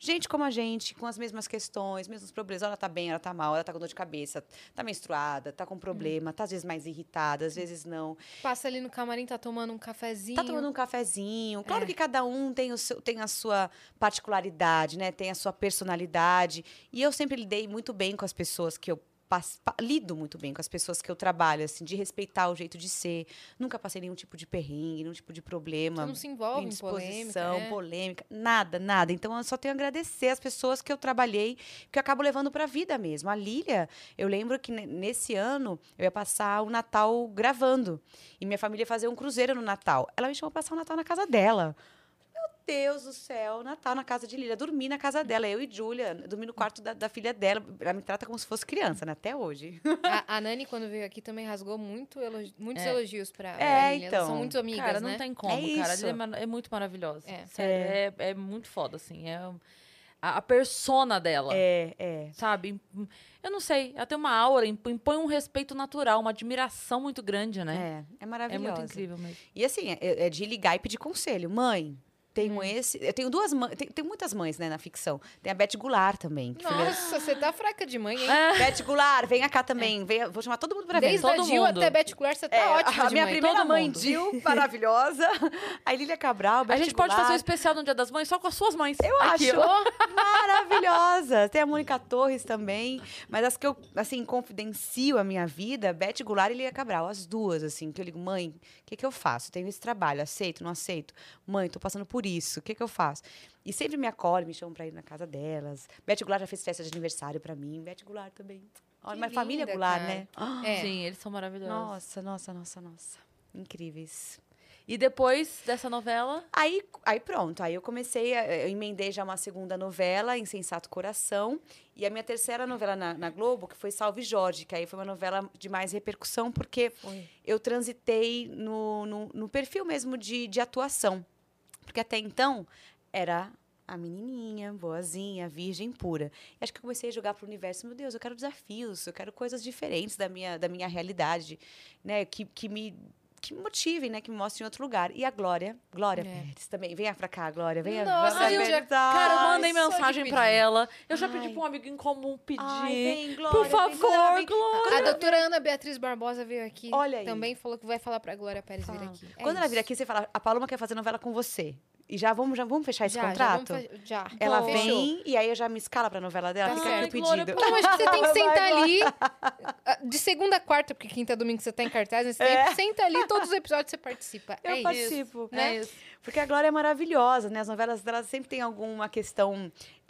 gente como a gente, com as mesmas questões, mesmos problemas. Ela tá bem, ela tá mal, ela tá com dor de cabeça, tá menstruada, tá com problema, tá às vezes mais irritada, às vezes não. Passa ali no camarim, tá tomando um cafezinho. Tá tomando um cafezinho. Claro É. que cada um tem, o seu, tem a sua particularidade, né? Tem a sua personalidade. E eu sempre lidei muito bem com as pessoas que eu passo, pa, lido muito bem com as pessoas que eu trabalho, assim, de respeitar o jeito de ser. Nunca passei nenhum tipo de perrengue, nenhum tipo de problema. Você não se envolve em indisposição, polêmica, é. polêmica, nada, nada. Então, eu só tenho a agradecer as pessoas que eu trabalhei, que eu acabo levando para a vida mesmo. A Lília, eu lembro que ne- nesse ano eu ia passar o Natal gravando. E minha família ia fazer um cruzeiro no Natal. Ela me chamou para passar o Natal na casa dela. Meu Deus do céu, Natal na casa de Lília. Dormi na casa dela, eu e Júlia, dormi no quarto da, da filha dela. Ela me trata como se fosse criança, né? Até hoje. A, a Nani, quando veio aqui, também rasgou muito elogi- muitos É. elogios pra É, pra Lilian. então. Elas são muito amigas, Cara, né? não tem como, É cara. isso. Ela é, mar- é muito maravilhosa. É. Sério, é. É, muito foda, assim. É a, a persona dela. É, é. Sabe? Eu não sei. Ela tem uma aura, imp- impõe um respeito natural, uma admiração muito grande, né? É, é É, maravilhosa. muito incrível mesmo. E assim, é, é de ligar e pedir conselho. Mãe, tenho esse. Eu tenho duas mães. Tem, tem muitas mães, né, na ficção. Tem a Beth Goulart também. que filha- Nossa, você tá fraca de mãe, hein? Beth Goulart, vem cá também. Vem, vou chamar todo mundo pra ver. Desde a todo Jill mundo. até Beth Goulart, você tá É, ótima a de minha mãe. primeira todo mãe, mundo. Jill, maravilhosa. A Lília Cabral, Beth A gente pode fazer um Goulart. especial no Dia das Mães só com as suas mães. Eu Aqui, acho ó. maravilhosa. Tem a Mônica Torres também. Mas as que eu, assim, confidencio a minha vida, Beth Goulart e Lília Cabral. As duas, assim, que eu ligo, mãe, o que, que eu faço? Tenho esse trabalho, aceito, não aceito? Mãe, tô passando por isso, o que, que eu faço? E sempre me acolhem, me chamam pra ir na casa delas. Beth Goulart já fez festa de aniversário pra mim. Beth Goulart também. Olha, Que mas família linda, Goulart, cara. né? Ah, É. Sim, eles são maravilhosos. nossa, nossa, nossa, nossa. Incríveis. E depois dessa novela, Aí, aí pronto, aí eu comecei, a, eu emendei já uma segunda novela, Insensato Coração, e a minha terceira novela na, na Globo, que foi Salve Jorge, que aí foi uma novela de mais repercussão, porque Foi. eu transitei no, no, no perfil mesmo de, de atuação. Porque até então era a menininha, boazinha, virgem pura. E acho que eu comecei a jogar para o universo, meu Deus, eu quero desafios, eu quero coisas diferentes da minha, da minha realidade, né, que, que me... que me motivem, né? Que me mostrem em outro lugar. E a Glória, Glória É. Pérez também. Venha pra cá, Glória. Venha, Nossa, venha eu já- apresentar. cara, eu mandei só de mensagem pedir. pra ela. Eu já pedi Ai. pra um amigo em comum pedir. Ai, vem, Glória. Por vem, favor, Glória, vem. Glória. A doutora Ana Beatriz Barbosa veio aqui. Olha aí. Também falou que vai falar pra Glória Pérez vir Fala. aqui. É Quando ela isso. vir aqui, você fala, a Paloma quer fazer novela com você. E já vamos, já vamos fechar esse já, já, contrato? vamos fa- já. Ela Fechou. vem e aí eu já me escala pra novela dela. Tá Fica certo. aqui o Glória, pedido. Não, acho que você tem que sentar Vai, ali. ah, De segunda a quarta, porque quinta a domingo você tá em cartaz, nesse É. tempo, senta ali, todos os episódios você participa. Eu é isso. participo. né? É isso. Porque a Glória é maravilhosa, né? As novelas dela sempre tem alguma questão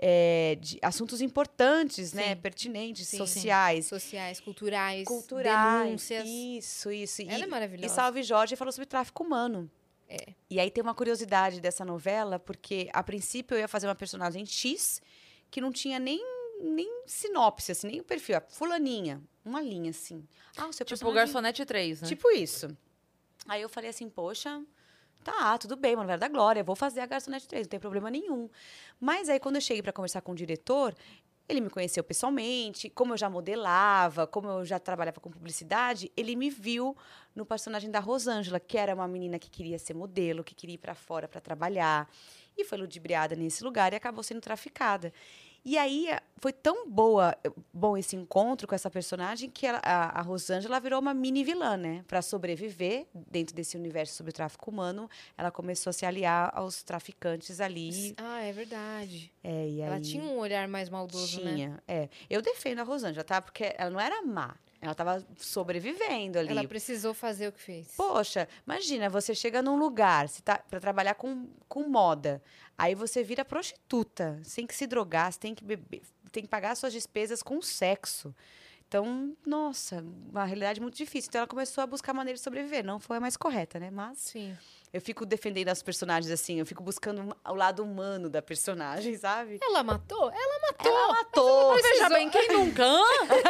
é, de assuntos importantes, né? Sim. Pertinentes, Sim, sociais. Sociais, culturais, Culturais. denúncias. Isso, isso. Ela e, é maravilhosa. E Salve Jorge falou sobre tráfico humano. É. E aí tem uma curiosidade dessa novela, porque a princípio eu ia fazer uma personagem X que não tinha nem, nem sinopse, assim, nem o perfil. A fulaninha, uma linha, assim. Ah, o seu Tipo o personagem... Garçonete três, né? Tipo isso. Aí eu falei assim, poxa, tá, tudo bem, uma novela da Glória, vou fazer a Garçonete três, não tem problema nenhum. Mas aí, quando eu cheguei para conversar com o diretor, ele me conheceu pessoalmente, como eu já modelava, como eu já trabalhava com publicidade, ele me viu no personagem da Rosângela, que era uma menina que queria ser modelo, que queria ir para fora para trabalhar, e foi ludibriada nesse lugar e acabou sendo traficada. E aí, foi tão boa, bom esse encontro com essa personagem que ela, a, a Rosângela virou uma mini vilã, né? Para sobreviver dentro desse universo sobre o tráfico humano, ela começou a se aliar aos traficantes ali. Ah, é verdade. É, e Ela aí, tinha um olhar mais maldoso, né? tinha, é. Eu defendo a Rosângela, tá? Porque ela não era má, ela estava sobrevivendo ali. Ela precisou fazer o que fez. Poxa, imagina, você chega num lugar você tá, para trabalhar com, com moda. Aí você vira prostituta. Você tem que se drogar, você tem que beber, tem que pagar suas despesas com sexo. Então, nossa, uma realidade muito difícil. Então ela começou a buscar maneiras de sobreviver. Não foi a mais correta, né? Mas Sim. eu fico defendendo as personagens assim, eu fico buscando o lado humano da personagem, sabe? Ela matou? Ela matou. Ela matou. Veja bem, quem nunca? hã?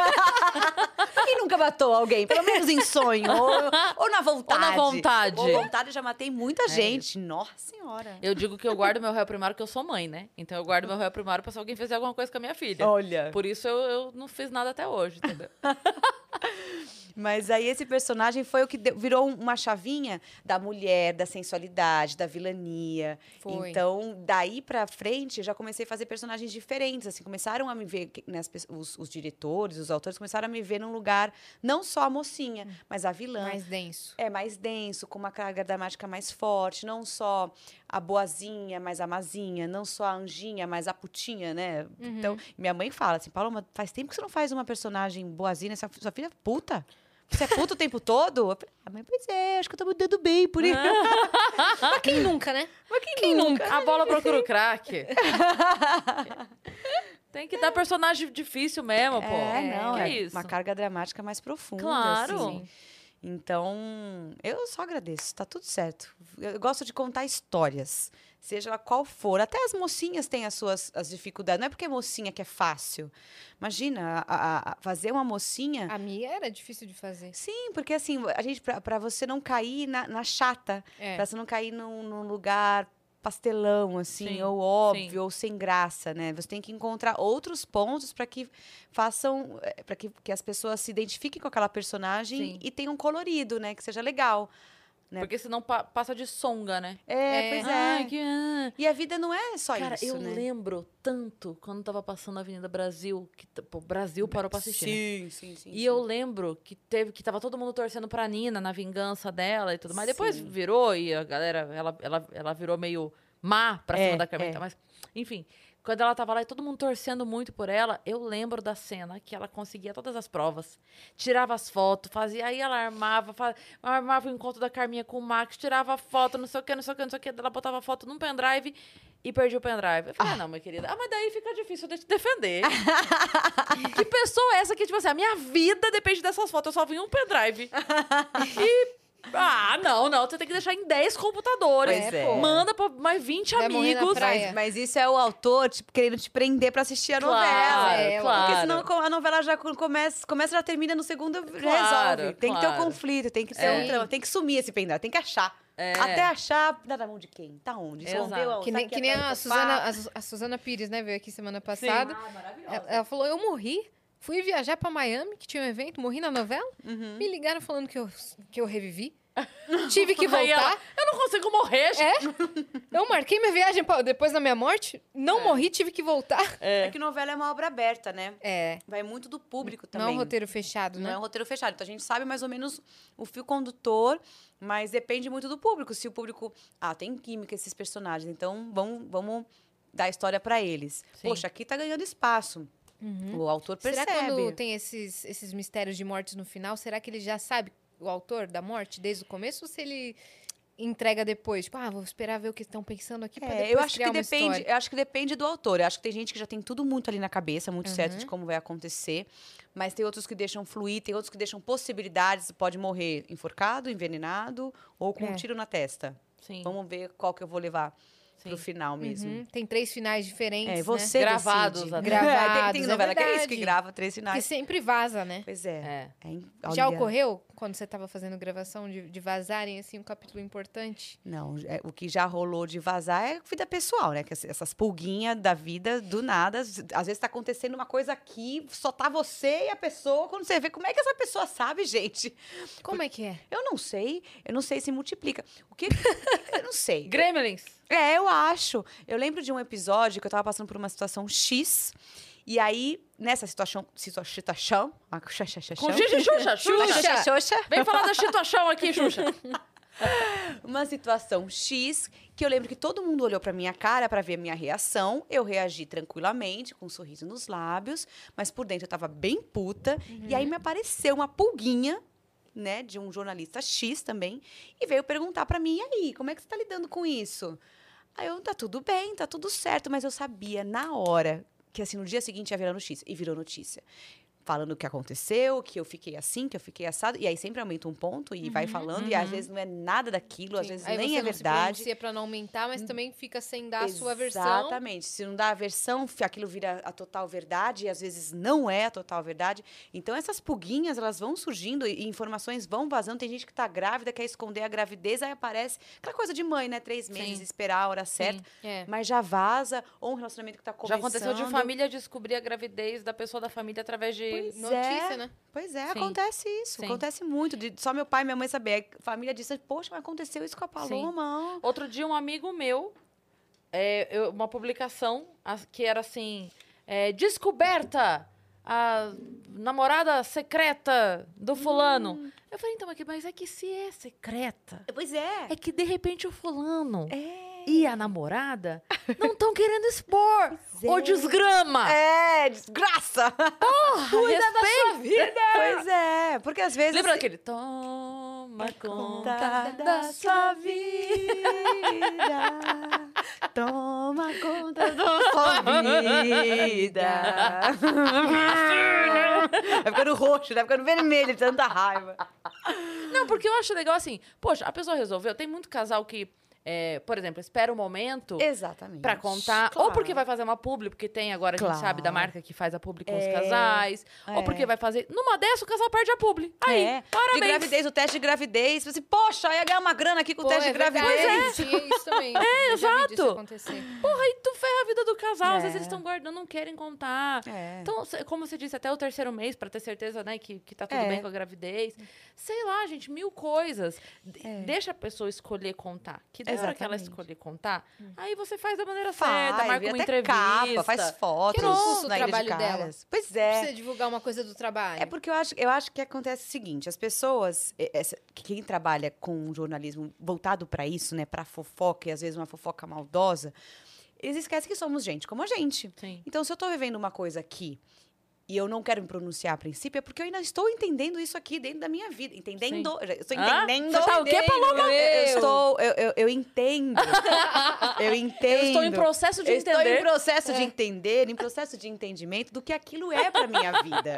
Quem nunca matou alguém? Pelo menos em sonho. ou, ou na vontade. Ou na vontade. Ou vontade, eu já matei muita gente. Nossa Senhora. Eu digo que eu guardo meu réu primário, que eu sou mãe, né? Então eu guardo meu réu primário pra se alguém fizer alguma coisa com a minha filha. Olha. Por isso eu, eu não fiz nada até hoje, entendeu? Mas aí esse personagem foi o que deu- virou uma chavinha da mulher, da sensualidade, da vilania. Foi. Então, daí pra frente, eu já comecei a fazer personagens diferentes. Assim, começaram a me ver, que- né, as pe- os, os diretores, os autores, começaram a me ver num lugar, não só a mocinha, mas a vilã. Mais denso. É mais denso, com uma carga dramática mais forte, não só a boazinha, mas a mazinha, não só a anjinha, mas a putinha, né? Então, minha mãe fala assim, Paloma, faz tempo que você não faz uma personagem boazinha, sua, sua filha é puta. Você é puta o tempo todo? Eu falei, ah, mãe, pois é, acho que eu tô me dando bem por isso. Mas quem nunca, né? Mas quem, nunca? A bola procura o craque. Tem que dar personagem difícil mesmo, pô. É, não, que é isso? uma carga dramática mais profunda. Claro. assim. Então, eu só agradeço, tá tudo certo. Eu gosto de contar histórias, seja lá qual for. Até as mocinhas têm as suas as dificuldades. Não é porque é mocinha que é fácil. Imagina, a- a- a fazer uma mocinha... A minha era difícil de fazer. Sim, porque assim, a gente, pra, pra você não cair na, na chata, É. pra você não cair num, num lugar pastelão, assim, Sim, ou óbvio, sim. ou sem graça, né? Você tem que encontrar outros pontos para que façam, para que, que as pessoas se identifiquem com aquela personagem Sim. e tenham um colorido, né? Que seja legal. né? Porque senão pa- passa de songa, né? É, É. pois é. Ai, que... ah. E a vida não é só Cara, isso, eu né? lembro tanto quando tava passando a Avenida Brasil, que t- pô, o Brasil parou pra assistir, né? Sim, sim, sim. E eu lembro que teve que tava todo mundo torcendo pra Nina na vingança dela e tudo mais. Depois Sim. virou e a galera, ela, ela, ela virou meio má pra É, cima da Carmen. é. Mas, enfim, quando ela tava lá e todo mundo torcendo muito por ela, eu lembro da cena que ela conseguia todas as provas. Tirava as fotos, fazia. Aí ela armava, fa- armava o encontro da Carminha com o Max, tirava foto, não sei o que, não sei o que, não sei o que. Ela botava foto num pendrive e perdia o pendrive. Eu falei, ah, não, minha querida. Ah, mas daí fica difícil de te defender. Que pessoa é essa que, tipo assim, a minha vida depende dessas fotos. Eu só vi um pendrive. E. Ah, não, não. Você tem que deixar em dez computadores. Pois é. Manda pra mais vinte Vai morrer na amigos. praia. Mas, mas isso é o autor tipo, querendo te prender pra assistir a Claro, novela. é, claro. Porque senão co- a novela já co- começa, começa já termina no segundo, Claro, resolve. Tem que ter o claro. conflito, tem que ter É. um trama, tem que sumir esse pendrive, tem que achar. É. Até achar, dá na mão de quem? Tá onde? Exato. Escondeu aonde? Que Tá nem, aqui que nem atrás a do sofá? Suzana, a, Su- a Suzana Pires, né? Veio aqui semana passada. Ah, maravilhosa. Ela, ela falou, eu morri, fui viajar pra Miami, que tinha um evento, morri na novela. Uhum. Me ligaram falando que eu, que eu revivi. Tive que Aí ela, voltar. eu não consigo morrer, gente. É? Eu marquei minha viagem pra- depois da minha morte, não morri, tive que voltar. É que novela é uma obra aberta, né? É, Vai muito do público não também. é um roteiro fechado, Não né? é um roteiro fechado. Então a gente sabe mais ou menos o fio condutor, mas depende muito do público. Se o público. Ah, tem química esses personagens, então vamos, vamos dar a história pra eles. Sim. Poxa, aqui tá ganhando espaço. O autor percebe. Será que quando tem esses, esses mistérios de mortes no final, será que ele já sabe o autor da morte desde o começo ou se ele entrega depois? Tipo, ah, vou esperar ver o que estão pensando aqui pra É, depois eu acho criar que uma depende, história. eu acho que depende do autor. Eu acho que tem gente que já tem tudo muito ali na cabeça, muito certo Uhum. de como vai acontecer, mas tem outros que deixam fluir, tem outros que deixam possibilidades, pode morrer enforcado, envenenado ou com É. um tiro na testa. Sim. Vamos ver qual que eu vou levar Sim. pro final mesmo. Uhum, tem três finais diferentes, É, né? você Gravados decide. até. Gravados, tem, tem é novela que é isso, que verdade. grava três Que finais. sempre vaza, né? Pois é. É. É in- Já olha, ocorreu, quando você estava fazendo gravação, de, de vazarem, assim, um capítulo importante? Não, é, o que já rolou de vazar é vida pessoal, né? Que ess- essas pulguinhas da vida, do nada. Às às vezes tá acontecendo uma coisa aqui, só tá você e a pessoa. Quando você vê, como é que essa pessoa sabe, gente? Como é que é? Eu não sei. Eu não sei se multiplica. O que... eu não sei. Gremlins. É, eu acho. Eu lembro de um episódio que eu tava passando por uma situação X. E aí, nessa situação... Situação... ah, xa, xa, xa, Com xa. Gigi Xuxa. Xuxa. Xuxa, Xuxa. Vem falar da situação aqui, Xuxa. Uma situação X que eu lembro que todo mundo olhou pra minha cara pra ver a minha reação. Eu reagi tranquilamente, com um sorriso nos lábios, mas por dentro eu tava bem puta. E aí me apareceu uma pulguinha, né, de um jornalista X também, e veio perguntar pra mim: "E aí, como é que você tá lidando com isso?" Aí eu: "Tá tudo bem, tá tudo certo", mas eu sabia na hora que assim no dia seguinte ia virar notícia, e virou notícia. Falando o que aconteceu, que eu fiquei assim, que eu fiquei assado. E aí sempre aumenta um ponto e vai falando. E às vezes não é nada daquilo, às Sim. vezes Aí nem você é não se verdade. pronuncia pra não aumentar, mas também fica sem dar a sua versão. Exatamente. Se não dá a versão, fi- aquilo vira a total verdade. E às vezes não é a total verdade. Então essas pulguinhas, elas vão surgindo e informações vão vazando. Tem gente que tá grávida, quer esconder a gravidez. Aí aparece aquela coisa de mãe, né? Três meses, Sim. esperar a hora certa. É. Mas já vaza. Ou um relacionamento que tá Já começando. aconteceu de família descobrir a gravidez da pessoa da família através de Pois notícia, é. né? Pois é, Sim. acontece isso. Sim. Acontece muito. De só meu pai e minha mãe saber. A família disse, poxa, mas aconteceu isso com a Paloma. Outro dia, um amigo meu, é, eu- uma publicação as- que era assim: é, descoberta a namorada secreta do fulano. Hum. Eu falei, então, mas que- mas é que se é secreta, Pois é. é que de repente o fulano É. e a namorada não estão querendo expor. é. Ô, desgrama! É, desgraça. Cuida da sua vida! Pois é, porque às vezes... Lembra daquele? Toma conta Conta da sua vida. Toma conta da sua vida. Vai ficando roxo, vai ficando vermelho de tanta raiva. Não, porque eu acho legal assim, poxa, a pessoa resolveu. Tem muito casal que, é, por exemplo, espera o momento Exatamente. pra contar. Claro. Ou porque vai fazer uma publi, porque tem agora, a gente Claro. sabe da marca que faz a publi com os É, casais. é. Ou porque vai fazer. Numa dessa, o casal perde a publi. Aí, É, parabéns. de gravidez, o teste de gravidez. Você, poxa, ia ganhar uma grana aqui com o Pô, teste é de verdade, gravidez. tinha isso também. É, exato. acontecer. Porra, aí tu ferra a vida do casal. Às vezes É. eles estão guardando, não querem contar. É. Então, cê- como você disse, até o terceiro mês, pra ter certeza, né, que, que tá tudo É. bem com a gravidez. Sei lá, gente, mil coisas. D- É. Deixa a pessoa escolher contar. Que da hora que ela Exatamente. escolher contar, aí você faz da maneira Faz, certa, marca vira uma até entrevista. capa, faz fotos Que não custa o na Ilha de trabalho dela. Caras. Pois Não é. precisa divulgar uma coisa do trabalho. É porque eu acho, eu acho que acontece o seguinte, as pessoas, eh, essa- que quem trabalha com jornalismo voltado para isso, né, para fofoca e às vezes uma fofoca maldosa, eles esquecem que somos gente como a gente. Sim. Então, se eu tô vivendo uma coisa aqui e eu não quero me pronunciar a princípio, é porque eu ainda estou entendendo isso aqui dentro da minha vida. Entendendo. Eu estou Hã? entendendo. Você tá o quê, Paloma? Eu, eu estou. Eu, eu, eu entendo. Eu entendo. Eu estou em processo de Eu estou entender. em processo de entender, em processo de entendimento do que aquilo é pra minha vida.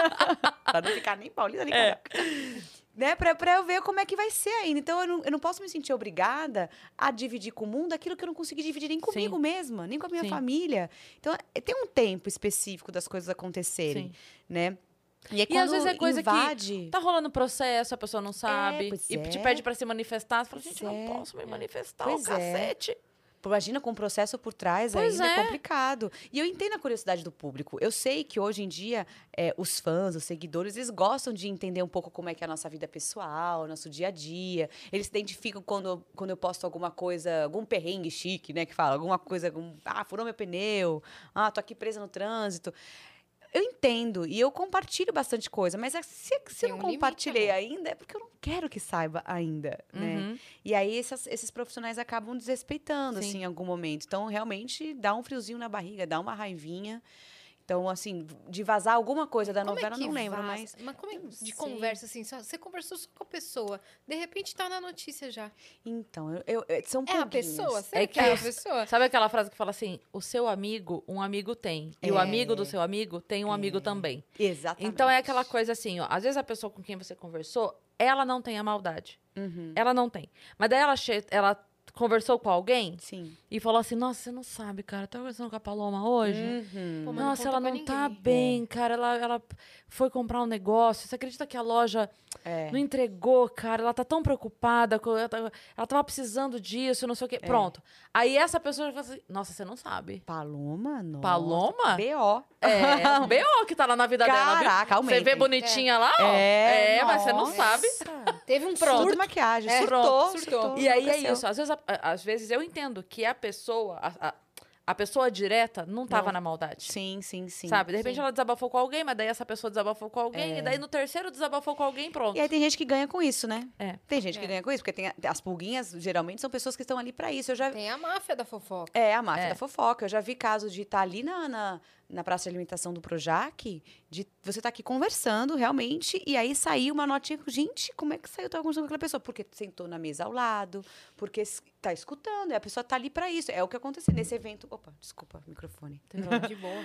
Pra não ficar nem Paulina, nem É. caraca. Né? Pra, pra eu ver como é que vai ser ainda. Então, eu não, eu não posso me sentir obrigada a dividir com o mundo aquilo que eu não consegui dividir nem comigo Sim. mesma, nem com a minha Sim. família. Então, é- tem um tempo específico das coisas acontecerem, Sim. né? E, aí, E às quando vezes é coisa invade, que tá rolando processo, a pessoa não sabe. pois e te é. pede pra se manifestar. Você fala, Pois gente, não é. posso me manifestar, Pois o é. cacete. Imagina com um processo por trás Pois ainda é é. complicado. E eu entendo a curiosidade do público. Eu sei que hoje em dia é, os fãs, os seguidores, eles gostam de entender um pouco como é que é a nossa vida pessoal, nosso dia a dia. Eles se identificam quando, quando eu posto alguma coisa, algum perrengue chique, né? Que fala, alguma coisa, algum, ah, furou meu pneu, ah, tô aqui presa no trânsito. Eu entendo e eu compartilho bastante coisa, mas é- se, se Tem eu um não limite, compartilhei amor. ainda é porque eu não quero que saiba ainda, né? Uhum. E aí essas- esses profissionais acabam desrespeitando, Sim. assim, em algum momento. Então, realmente, dá um friozinho na barriga, dá uma raivinha. Então, assim, de vazar alguma coisa da Como novela, é que eu não lembro, vaza? mas... Mas como é eu não de sei. conversa, assim? Só, você conversou só com a pessoa. De repente tá na notícia já. Então, eu, eu- eu- são É a pulguinhas. pessoa? Será É que que é a os- pessoa? Sabe aquela frase que fala assim: o seu amigo, um amigo tem. E o É. amigo do seu amigo tem um amigo também. Exatamente. Então é aquela coisa assim, ó. Às vezes a pessoa com quem você conversou, ela não tem a maldade. Uhum. Ela não tem. Mas daí ela, che- ela conversou com alguém Sim. e falou assim: nossa, você não sabe, cara. Eu tava conversando com a Paloma hoje. Uhum. Pô, mas não Nossa, conta ela pra não tá ninguém. bem, cara. Ela, ela foi comprar um negócio. Você acredita que a loja É. não entregou, cara? Ela tá tão preocupada. com- Ela, tá- ela tava precisando disso, não sei o quê. Pronto. Aí essa pessoa fala assim: nossa, você não sabe. Paloma, nossa. Paloma? B O É, um B O que tá lá na vida dela, viu? Caraca, Você aumenta, vê hein? bonitinha lá, ó. É, É, mas você não nossa. sabe. Teve um Surto surto. de maquiagem. É, surtou, pronto, surtou. E aí é enlouqueceu. isso. Às vezes, a- a- às vezes eu entendo que a pessoa, a, a, a pessoa direta não tava Não. na maldade. Sim, sim, sim. Sabe? De repente Sim. ela desabafou com alguém, mas daí essa pessoa desabafou com alguém, e daí no terceiro desabafou com alguém, pronto. E aí tem gente que ganha com isso, né? É. Tem gente que É. ganha com isso, porque tem a- as pulguinhas, geralmente, são pessoas que estão ali pra isso. Eu já... Tem a máfia da fofoca. É, a máfia É. da fofoca. Eu já vi casos de estar ali na, na, na praça de alimentação do Projac, de você tá aqui conversando, realmente, e aí saiu uma notinha. Gente, como é que saiu? Eu tava conversando com aquela pessoa. Porque sentou na mesa ao lado, porque s- tá escutando, e a pessoa tá ali pra isso. É o que aconteceu nesse evento. Opa, desculpa, microfone. De boa.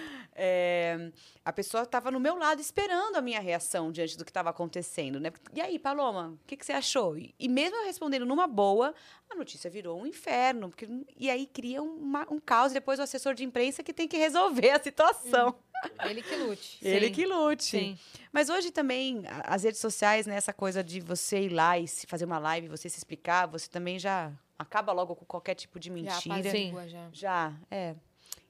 É, a pessoa estava no meu lado esperando a minha reação diante do que estava acontecendo, né? E aí, Paloma, o que, que você achou? E, e mesmo eu respondendo numa boa, a notícia virou um inferno. Porque, e aí cria uma- um caos e depois o assessor de imprensa que tem que resolver a situação. Ele que lute. Ele Sim. que lute. Sim. Mas hoje também, a- as redes sociais, né? Essa coisa de você ir lá e se fazer uma live, você se explicar, você também já acaba logo com qualquer tipo de Já mentira. Sim. apazigua, já. Já, é.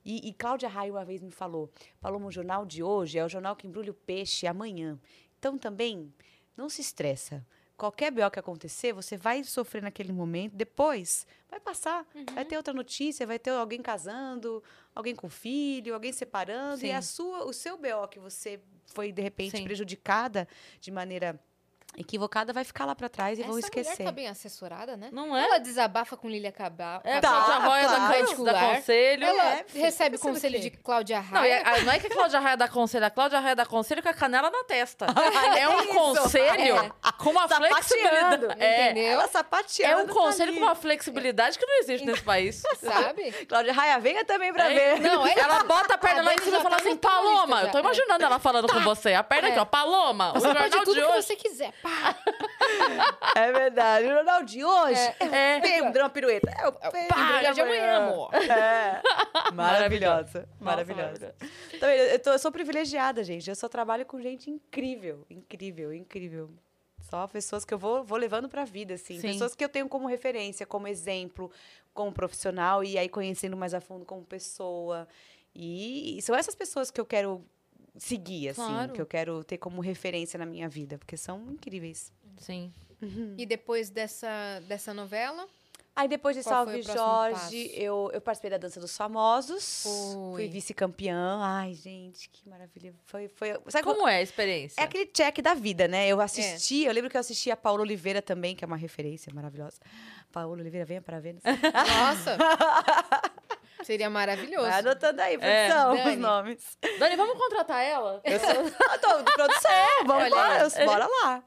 E, e Cláudia Raia uma vez me falou, Paloma, o jornal de hoje é o jornal que embrulha o peixe amanhã. Então, também, não se estressa. Qualquer B O que acontecer, você vai sofrer naquele momento, depois vai passar. Uhum. Vai ter outra notícia, vai ter alguém casando, alguém com filho, alguém separando. Sim. E a sua, o seu B O que você foi, de repente, Sim. prejudicada de maneira equivocada, vai ficar lá pra trás e Essa vão mulher esquecer. tá bem assessorada, né? Não é? Ela desabafa com Lília Cabral. É a Tá, Cláudia Raia da, claro. da Particular. Conselho. Ela É, filho, recebe pensando conselho o quê? de Cláudia Não, e Raia. a- não é que a Cláudia Raia dá conselho, a Cláudia Raia dá conselho com a canela na testa. É um conselho com uma flexibilidade. É, Entendeu? Ela é sapateando. um tá conselho ali. com uma flexibilidade que não existe nesse país. Sabe? Cláudia Raia, venha também pra É, ver. Não, é Ela bota a perna A lá em Dani cima e já fala tá assim, no Paulista Paloma. já. Eu tô imaginando ela falando com você. A perna É. aqui, ó. Paloma. O Você pode jornal tudo de que hoje. você quiser. Pá. É verdade. O jornal de hoje é, É. o Pego, deu uma pirueta. É o Pego Pá, de amanhã, amor. É. Maravilhosa. Nossa, Maravilhosa. Então, eu, tô- eu sou privilegiada, gente. Eu só trabalho com gente incrível. Incrível, incrível. Só pessoas que eu vou, vou levando pra vida, assim. Sim. Pessoas que eu tenho como referência, como exemplo, como profissional. E aí, conhecendo mais a fundo como pessoa. E são essas pessoas que eu quero seguir, assim. Claro. Que eu quero ter como referência na minha vida. Porque são incríveis. Sim. E depois dessa, dessa novela? Aí, depois de Qual foi Salve o próximo Jorge, passo? eu, eu participei da Dança dos Famosos. Foi. Fui vice-campeã. Ai, gente, que maravilha. Foi, foi... Sabe Como é a experiência? É aquele check da vida, né? Eu assisti, eu lembro que eu assisti a Paola Oliveira também, que é uma referência maravilhosa. Paola Oliveira, venha para Vênus. Nossa! Seria maravilhoso. Vai anotando aí, É, produção, Dani. os nomes. Dani, vamos contratar ela? Eu sou... eu tô de produção, vamos olha embora, aí. eu- bora lá.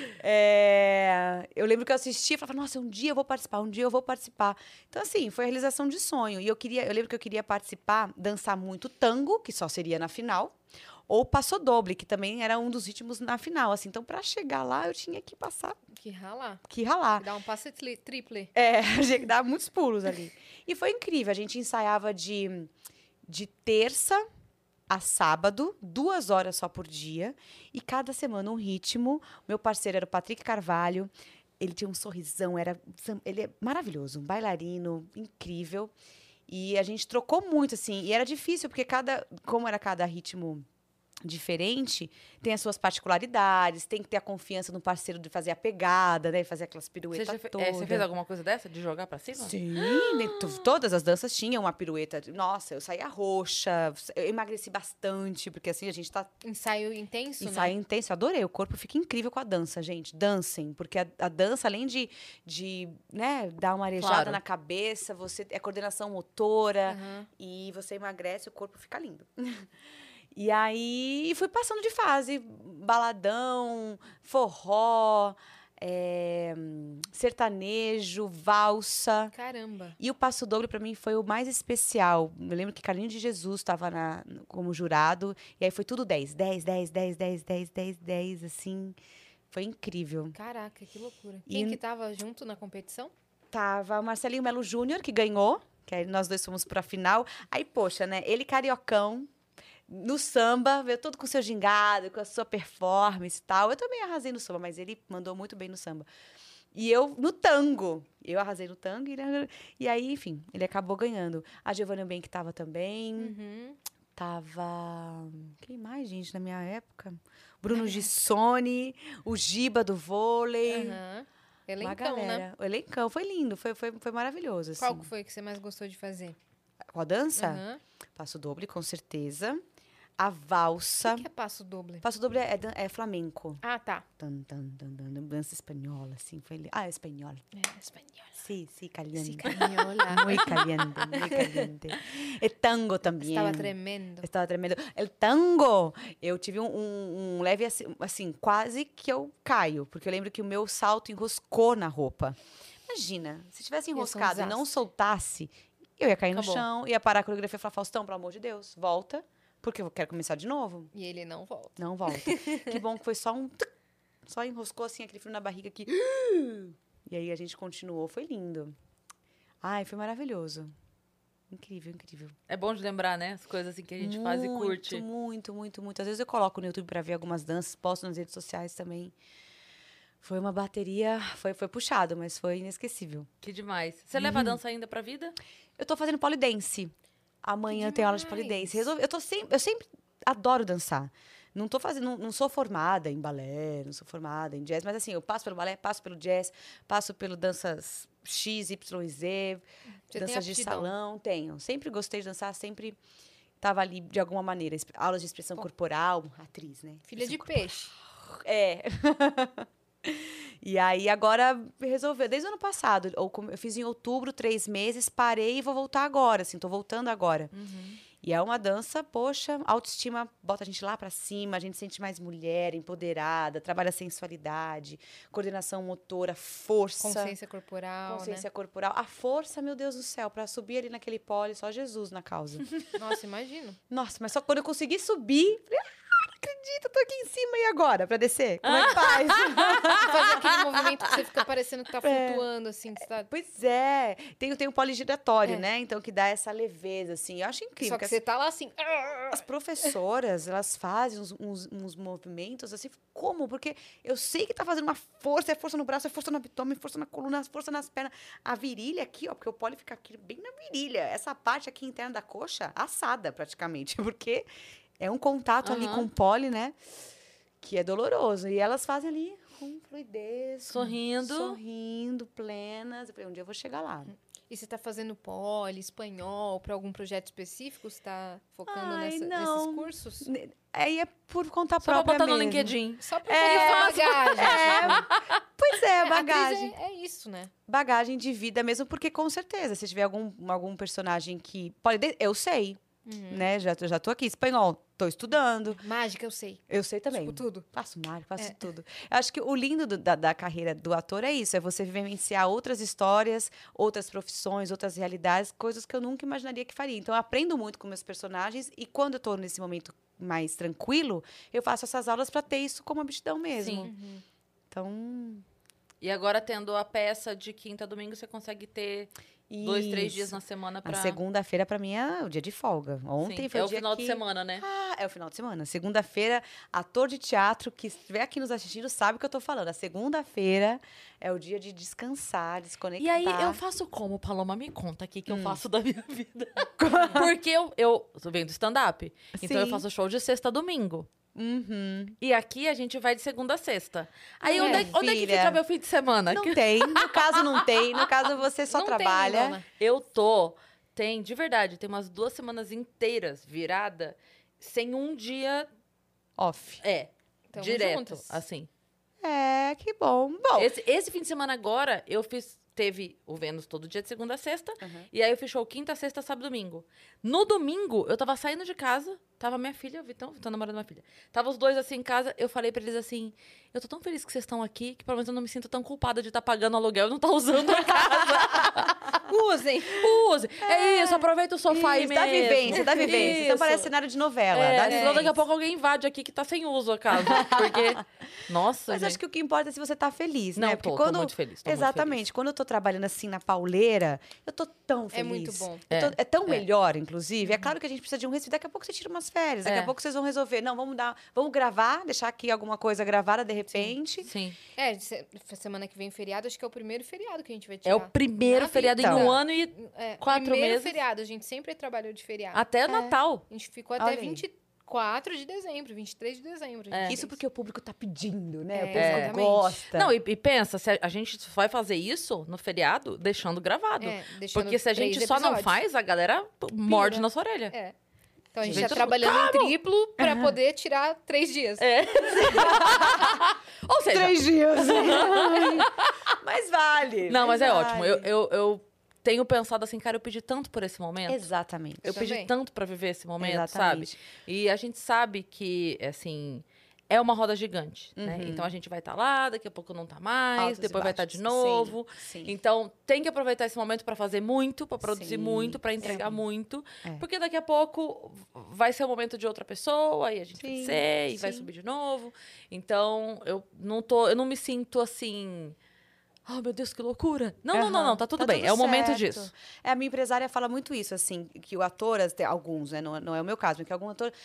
É, eu lembro que eu assisti e falava, nossa, um dia eu vou participar, um dia eu vou participar. Então, assim, foi a realização de sonho. E eu queria, eu lembro que eu queria participar, dançar muito tango, que só seria na final, ou passo doble, que também era um dos ritmos na final. Assim, então, para chegar lá, eu tinha que passar, Que ralar. que ralar. Dá um passe tli- triple. É, tinha que dar muitos pulos ali. E foi incrível. A gente ensaiava de, de terça a sábado, duas horas só por dia. E cada semana um ritmo. Meu parceiro era o Patrick Carvalho. Ele tinha um sorrisão, era, ele é maravilhoso, um bailarino incrível. E a gente trocou muito, assim. E era difícil, porque cada, como era cada ritmo diferente, tem as suas particularidades, tem que ter a confiança no parceiro de fazer a pegada, né? Fazer aquelas Você, piruetas já fe- todas. é, você fez alguma coisa dessa? De jogar pra cima? Sim, né, to- todas as danças tinham uma pirueta. Nossa, eu saía roxa, eu emagreci bastante, porque assim, a gente tá Ensaio intenso, ensaio né? intenso. Eu adorei, o corpo fica incrível com a dança, gente. Dancem, porque a, a dança, além de, de né, dar uma arejada Claro. na cabeça, você é coordenação motora Aham. e você emagrece, o corpo fica lindo. E aí fui passando de fase, baladão, forró, é, sertanejo, valsa. Caramba. E o Passo Doble, para mim, foi o mais especial. Eu lembro que Carlinhos de Jesus estava como jurado. E aí foi tudo dez. dez, dez, dez, dez, dez, dez, dez, assim. Foi incrível. Caraca, que loucura. E- Quem que tava junto na competição? Tava o Marcelinho Melo Júnior, que ganhou. Que aí nós dois fomos pra final. Aí, poxa, né? Ele cariocão, no samba, veio todo com seu gingado, com a sua performance e tal. Eu também arrasei no samba, mas ele mandou muito bem no samba. E eu no tango. Eu arrasei no tango. E, ele- e aí, enfim, ele acabou ganhando. A Giovanna Bem que tava também. Uhum. Tava... Quem mais, gente, na minha época? Bruno Gissoni, o Giba do vôlei. Aham. Uma Elencão, né? galera. O elencão. Foi lindo, foi, foi, foi maravilhoso, assim. Qual que foi que você mais gostou de fazer? Qual dança? Aham. Passo doble, com certeza. A valsa. O que é passo doble? Passo doble é, dan- é flamenco. Ah, tá. Tan, tan, tan, tan, dança espanhola, assim. Foi li- ah, é espanhola. É, espanhola. Sí, sí, caliente. Sí, cañola. Muy caliente, muy caliente. E tango também. Estava tremendo. Estava tremendo. El tango, eu tive um, um- um leve, assim, assim, quase que eu caio. Porque eu lembro que o meu salto enroscou na roupa. Imagina, se tivesse Ia ser um enroscado e não desastre. soltasse, eu ia cair Acabou. no chão, ia parar a coreografia e falar, Faustão, pelo amor de Deus, volta, porque eu quero começar de novo. E ele não volta. Não volta. Que bom que foi só um... tuc, só enroscou assim, aquele frio na barriga aqui. E aí a gente continuou, foi lindo. Ai, foi maravilhoso. Incrível, incrível. É bom de lembrar, né? As coisas assim que a gente faz e curte. Muito, muito, muito, muito. Às vezes eu coloco no YouTube pra ver algumas danças, posto nas redes sociais também. Foi uma bateria, foi, foi puxado, mas foi inesquecível. Que demais. Você leva a dança ainda pra vida? Eu tô fazendo polidense. Amanhã Que tem aula de demais. polidense. Resolvi, eu, tô sempre, eu sempre adoro dançar. Não tô fazendo, não, não sou formada em balé, não sou formada em jazz, mas assim, eu passo pelo balé, passo pelo jazz, passo pelo danças X, Y, Z, Você tem danças de aptidão. salão, tenho. Sempre gostei de dançar, sempre estava ali de alguma maneira. Esp- Aulas de expressão corporal, atriz, né? Filha de Expressão peixe. corporal. É. E aí agora resolveu, desde o ano passado, ou como- eu fiz em outubro, três meses, parei e vou voltar agora, assim, tô voltando agora. E é uma dança, poxa, autoestima bota a gente lá pra cima, a gente se sente mais mulher, empoderada, trabalha a sensualidade, coordenação motora, força. Consciência corporal, Consciência corporal. A força, meu Deus do céu, pra subir ali naquele pole, só Jesus na causa. né? Nossa, imagino. Nossa, mas só quando eu consegui subir, falei, ah, não acredito, eu tô aqui em cima e agora, pra descer? Como é que faz? Faz aquele movimento que você fica parecendo que tá É. flutuando, assim. Que você tá... Pois é, tem, tem um poligiratório, É. né? Então, que dá essa leveza, assim. Eu acho incrível. Só que que você tá lá assim... as, as professoras, elas fazem uns, uns, uns movimentos, assim, como? Porque eu sei que tá fazendo uma força, é força no braço, é força no abdômen, força na coluna, força nas pernas. A virilha aqui, ó, porque o pole fica aqui bem na virilha. Essa parte aqui interna da coxa, assada, praticamente. Porque é um contato ali Aham. com o pole, né? Que é doloroso. E elas fazem ali com fluidez. com- Sorrindo. Sorrindo, plenas. Eu falei, um dia eu vou chegar lá. E você tá fazendo pole, espanhol, pra algum projeto específico? Você tá focando Ai, nessa- não. nesses cursos? Ne- Aí é por conta Só pra própria botar no mesmo. LinkedIn. Só pra É, fazer bagagem. É, pois é, Atriz bagagem. É, é isso, né? Bagagem de vida mesmo, porque com certeza, se tiver algum, algum personagem que... Pode, de- eu sei, né? Já, tô- já tô aqui. Espanhol, tô estudando. Mágica, eu sei. Eu sei também. Tipo, tudo. Faço mágica, faço É. tudo. Eu acho que o lindo do- da, da carreira do ator é isso, é você vivenciar outras histórias, outras profissões, outras realidades, coisas que eu nunca imaginaria que faria. Então, eu aprendo muito com meus personagens e quando eu tô nesse momento mais tranquilo, eu faço essas aulas para ter isso como aptidão mesmo. Sim. Então, E agora, tendo a peça de quinta a domingo, você consegue ter dois, três isso. dias na semana pra... A segunda-feira, para mim, é o dia de folga. Ontem Sim, foi é o o dia final que... de semana, né? Ah, é o final de semana. Segunda-feira, ator de teatro que estiver aqui nos assistindo sabe o que eu tô falando. A segunda-feira é o dia de descansar, desconectar. E aí, eu faço como, Paloma? Me conta aqui Hum. que eu faço da minha vida. Porque eu, eu venho do stand-up. Então, eu Sim. faço show de sexta a domingo. Uhum. E aqui, a gente vai de segunda a sexta. Aí, É, onde, é, onde é que filha. fica meu fim de semana? Não Que- tem. No caso, não tem. No caso, você só Não tem, trabalha. dona. Eu tô... Tem, de verdade, tem umas duas semanas inteiras virada sem um dia... Off. É, Tamo direto, juntas. assim. É, que bom. Bom. Esse, esse fim de semana agora, eu fiz... Teve o Vênus todo dia de segunda a sexta. Uhum. E aí eu fiz show quinta, sexta, sábado e domingo. No domingo, eu tava saindo de casa. Tava minha filha, o Vitão, Vitão namorando minha filha. Tava os dois assim em casa. Eu falei pra eles assim... Eu tô tão feliz que vocês estão aqui, que pelo menos eu não me sinto tão culpada de estar pagando aluguel e não estar usando a casa. Usem! Use. É isso, aproveita o sofá aí Isso, mesmo. dá vivência, dá vivência. Então Isso. parece cenário de novela. É, dá senão vivência. daqui a pouco alguém invade aqui que tá sem uso a casa. Porque, nossa, Mas gente. acho que o que importa é se você tá feliz, Não, né? tô, tô muito feliz, tô muito Exatamente. feliz. Quando eu tô trabalhando assim na pauleira, eu tô tão feliz. É muito bom. Eu tô- É, é tão é. melhor, inclusive. É claro que a gente precisa de um respiro. Daqui a pouco você tira umas férias. Daqui É. a pouco vocês vão resolver. Não, vamos dar. Vamos gravar, deixar aqui alguma coisa gravada de repente. Sim. É, se- semana que vem feriado, acho que é o primeiro feriado que a gente vai tirar. É o primeiro Na feriado vida. em um ano e É, quatro primeiro meses. feriado, a gente sempre trabalhou de feriado. até Natal. A gente ficou até Olha aí. vinte e quatro de dezembro, vinte e três de dezembro. a gente É. fez. Isso porque o público tá pedindo, né? É, o público exatamente. gosta. Não, e, e pensa, se a, a gente vai fazer isso no feriado, deixando gravado. É, deixando Porque se a três gente só não episódios. faz, a galera morde nossa orelha. É. Então a gente Gente, tá trabalhando em triplo pra Aham. poder tirar três dias. É. Ou seja, Três dias. Mas vale. não, mas é vale. ótimo. Eu, eu, eu tenho pensado assim, cara, eu pedi tanto por esse momento. Exatamente. Eu pedi Também. tanto pra viver esse momento, Exatamente. sabe? E a gente sabe que, assim, é uma roda gigante, né? Uhum. Então a gente vai estar lá, daqui a pouco não tá mais, Altos e depois vai estar baixos. de novo. Sim, sim. Então, tem que aproveitar esse momento pra fazer muito, pra produzir Sim, muito, pra entregar sim. muito, É. porque daqui a pouco vai ser o momento de outra pessoa, e a gente vai Sim, ser, e vai sim. subir de novo. Então, eu não tô, eu não me sinto assim, oh, meu Deus, que loucura. Não, não, não, Aham, não, tá tudo bem. tudo É o momento certo. disso. É, a minha empresária fala muito isso, assim, que o ator, até alguns, né, não, não é o meu caso, mas que algum ator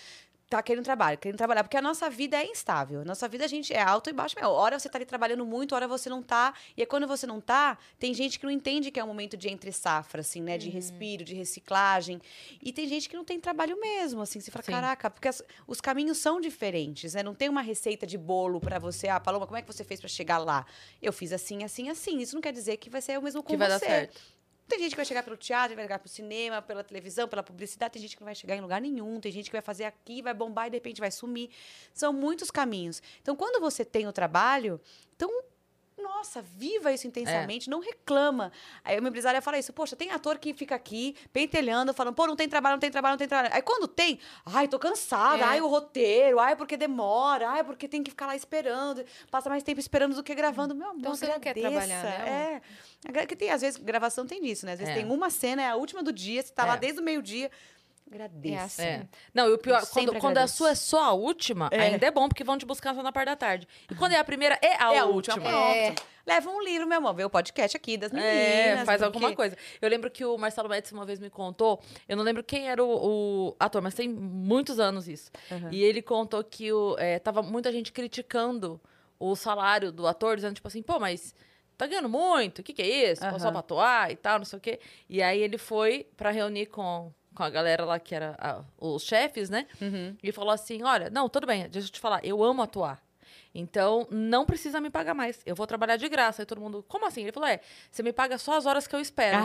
tá querendo trabalho, querendo trabalhar, porque a nossa vida é instável. A nossa vida, a gente é alto e baixo. Meu, hora você tá ali trabalhando muito, hora você não tá. E é quando você não tá, tem gente que não entende que é um momento de entre safra, assim, né? De respiro, de reciclagem. E tem gente que não tem trabalho mesmo, assim. Você fala, Sim. caraca, porque as- os caminhos são diferentes, né? Não tem uma receita de bolo pra você. Ah, Paloma, como é que você fez pra chegar lá? Eu fiz assim, assim, assim. Isso não quer dizer que vai ser o mesmo com Que vai você. dar certo. Tem gente que vai chegar pelo teatro, vai chegar pelo cinema, pela televisão, pela publicidade. Tem gente que não vai chegar em lugar nenhum. Tem gente que vai fazer aqui, vai bombar e de repente vai sumir. São muitos caminhos. Então, quando você tem o trabalho, então, nossa, viva isso intensamente, não reclama. Aí o meu empresário fala isso, poxa, tem ator que fica aqui pentelhando, falando, pô, não tem trabalho, não tem trabalho, não tem trabalho. Aí quando tem, ai, tô cansada, É. ai, o roteiro, ai, porque demora, ai, porque tem que ficar lá esperando, passa mais tempo esperando do que gravando. Meu amor, Então você não quer agradeça. trabalhar, né, É. Agra- que tem, às vezes, gravação tem disso, né? Às vezes É. tem uma cena, é a última do dia, você tá lá É. desde o meio-dia. Agradeça. É assim. É. Não, e o pior, Eu sempre quando, quando a agradeço. sua é só a última, É. ainda é bom, porque vão te buscar só na parte da tarde. E quando é a primeira, é a É a última. última, É. pronto. Leva um livro, meu amor, vê o podcast aqui das meninas. É, faz porque- alguma coisa. Eu lembro que o Marcelo Médici uma vez me contou, eu não lembro quem era o, o ator, mas tem muitos anos isso. Uhum. E ele contou que o, é, tava muita gente criticando o salário do ator, dizendo tipo assim, pô, mas tá ganhando muito, o que que é isso? Aham. Só pra atuar e tal, não sei o quê. E aí ele foi pra reunir com, com a galera lá, que era a- os chefes, né? Uhum. E falou assim, olha, não, tudo bem, deixa eu te falar, eu amo atuar. Então, não precisa me pagar mais. Eu vou trabalhar de graça. Aí todo mundo, como assim? Ele falou, é, você me paga só as horas que eu espero.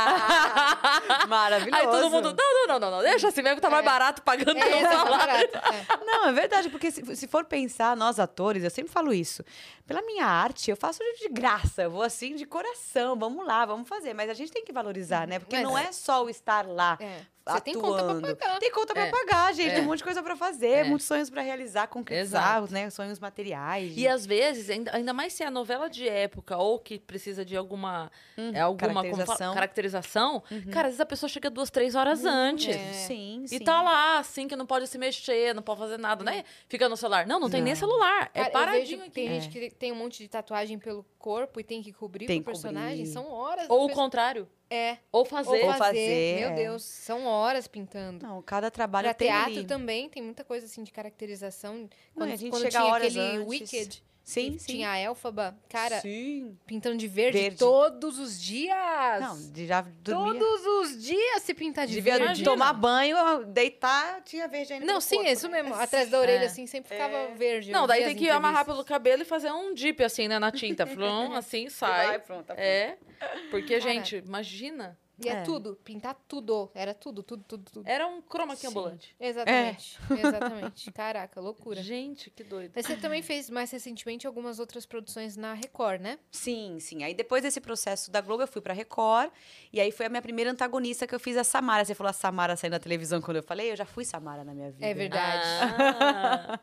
Ah, maravilhoso. Aí todo mundo, não, não, não, não, não, deixa assim mesmo que tá mais barato pagando É, meu esse é o salário. barato. É. Não, é verdade, porque se, se for pensar, nós atores, eu sempre falo isso. Pela minha arte, eu faço de graça, eu vou assim de coração, vamos lá, vamos fazer. Mas a gente tem que valorizar, né? Porque Mas não é. é só o estar lá. É. Atuando. Você tem conta pra pagar. Tem conta pra É. pagar, gente. É. Tem um monte de coisa pra fazer, É. muitos sonhos pra realizar, concretizar, Exato. né? Sonhos materiais. E às vezes, ainda, ainda mais se é novela de época ou que precisa de alguma, é, alguma como fala, caracterização. caracterização, cara, às vezes a pessoa chega duas, três horas antes. É. Sim, E sim. tá lá, assim, que não pode se mexer, não pode fazer nada, né? Fica no celular. Não, não tem nem Não. celular. É Cara, eu paradinho vejo que aqui. tem gente que tem um monte de tatuagem pelo corpo e tem que cobrir Tem pro que personagem. cobrir. São horas. Ou da o pessoa- contrário. É. Ou fazer. Ou Ou fazer. fazer, Meu é. Deus, são horas pintando. Não, cada trabalho Pra tem teatro ali. também tem muita coisa assim de caracterização. Não, Quando, e a gente quando chega tinha horas aquele antes. Wicked, Sim, que sim. tinha a Elphaba, cara, Sim. pintando de verde, Verde. todos os dias. Não, de já dormia. Todos os dias se pintar de Devia verde. tomar banho, deitar, tinha verde ainda. Não, no sim, corpo, é isso né? mesmo. Atrás da orelha, É. assim, sempre ficava É. verde. eu Não, daí vi tem as que amarrar entrevistas. pelo cabelo e fazer um dip, assim, né, na tinta. Flum, assim, sai. vai, pronto, tá É, porque, Cara. gente, imagina. E é. É. tudo, pintar tudo. Era tudo, tudo, tudo, tudo. Era um chroma key Sim. ambulante. Exatamente, exatamente. Caraca, loucura. Gente, que doido. Mas você também fez mais recentemente algumas outras produções na Record, né? Sim, sim. Aí depois desse processo da Globo, eu fui pra Record. E aí foi a minha primeira antagonista que eu fiz, a Samara. Você falou a Samara saindo na televisão quando eu falei, eu já fui Samara na minha vida. É verdade. Ah,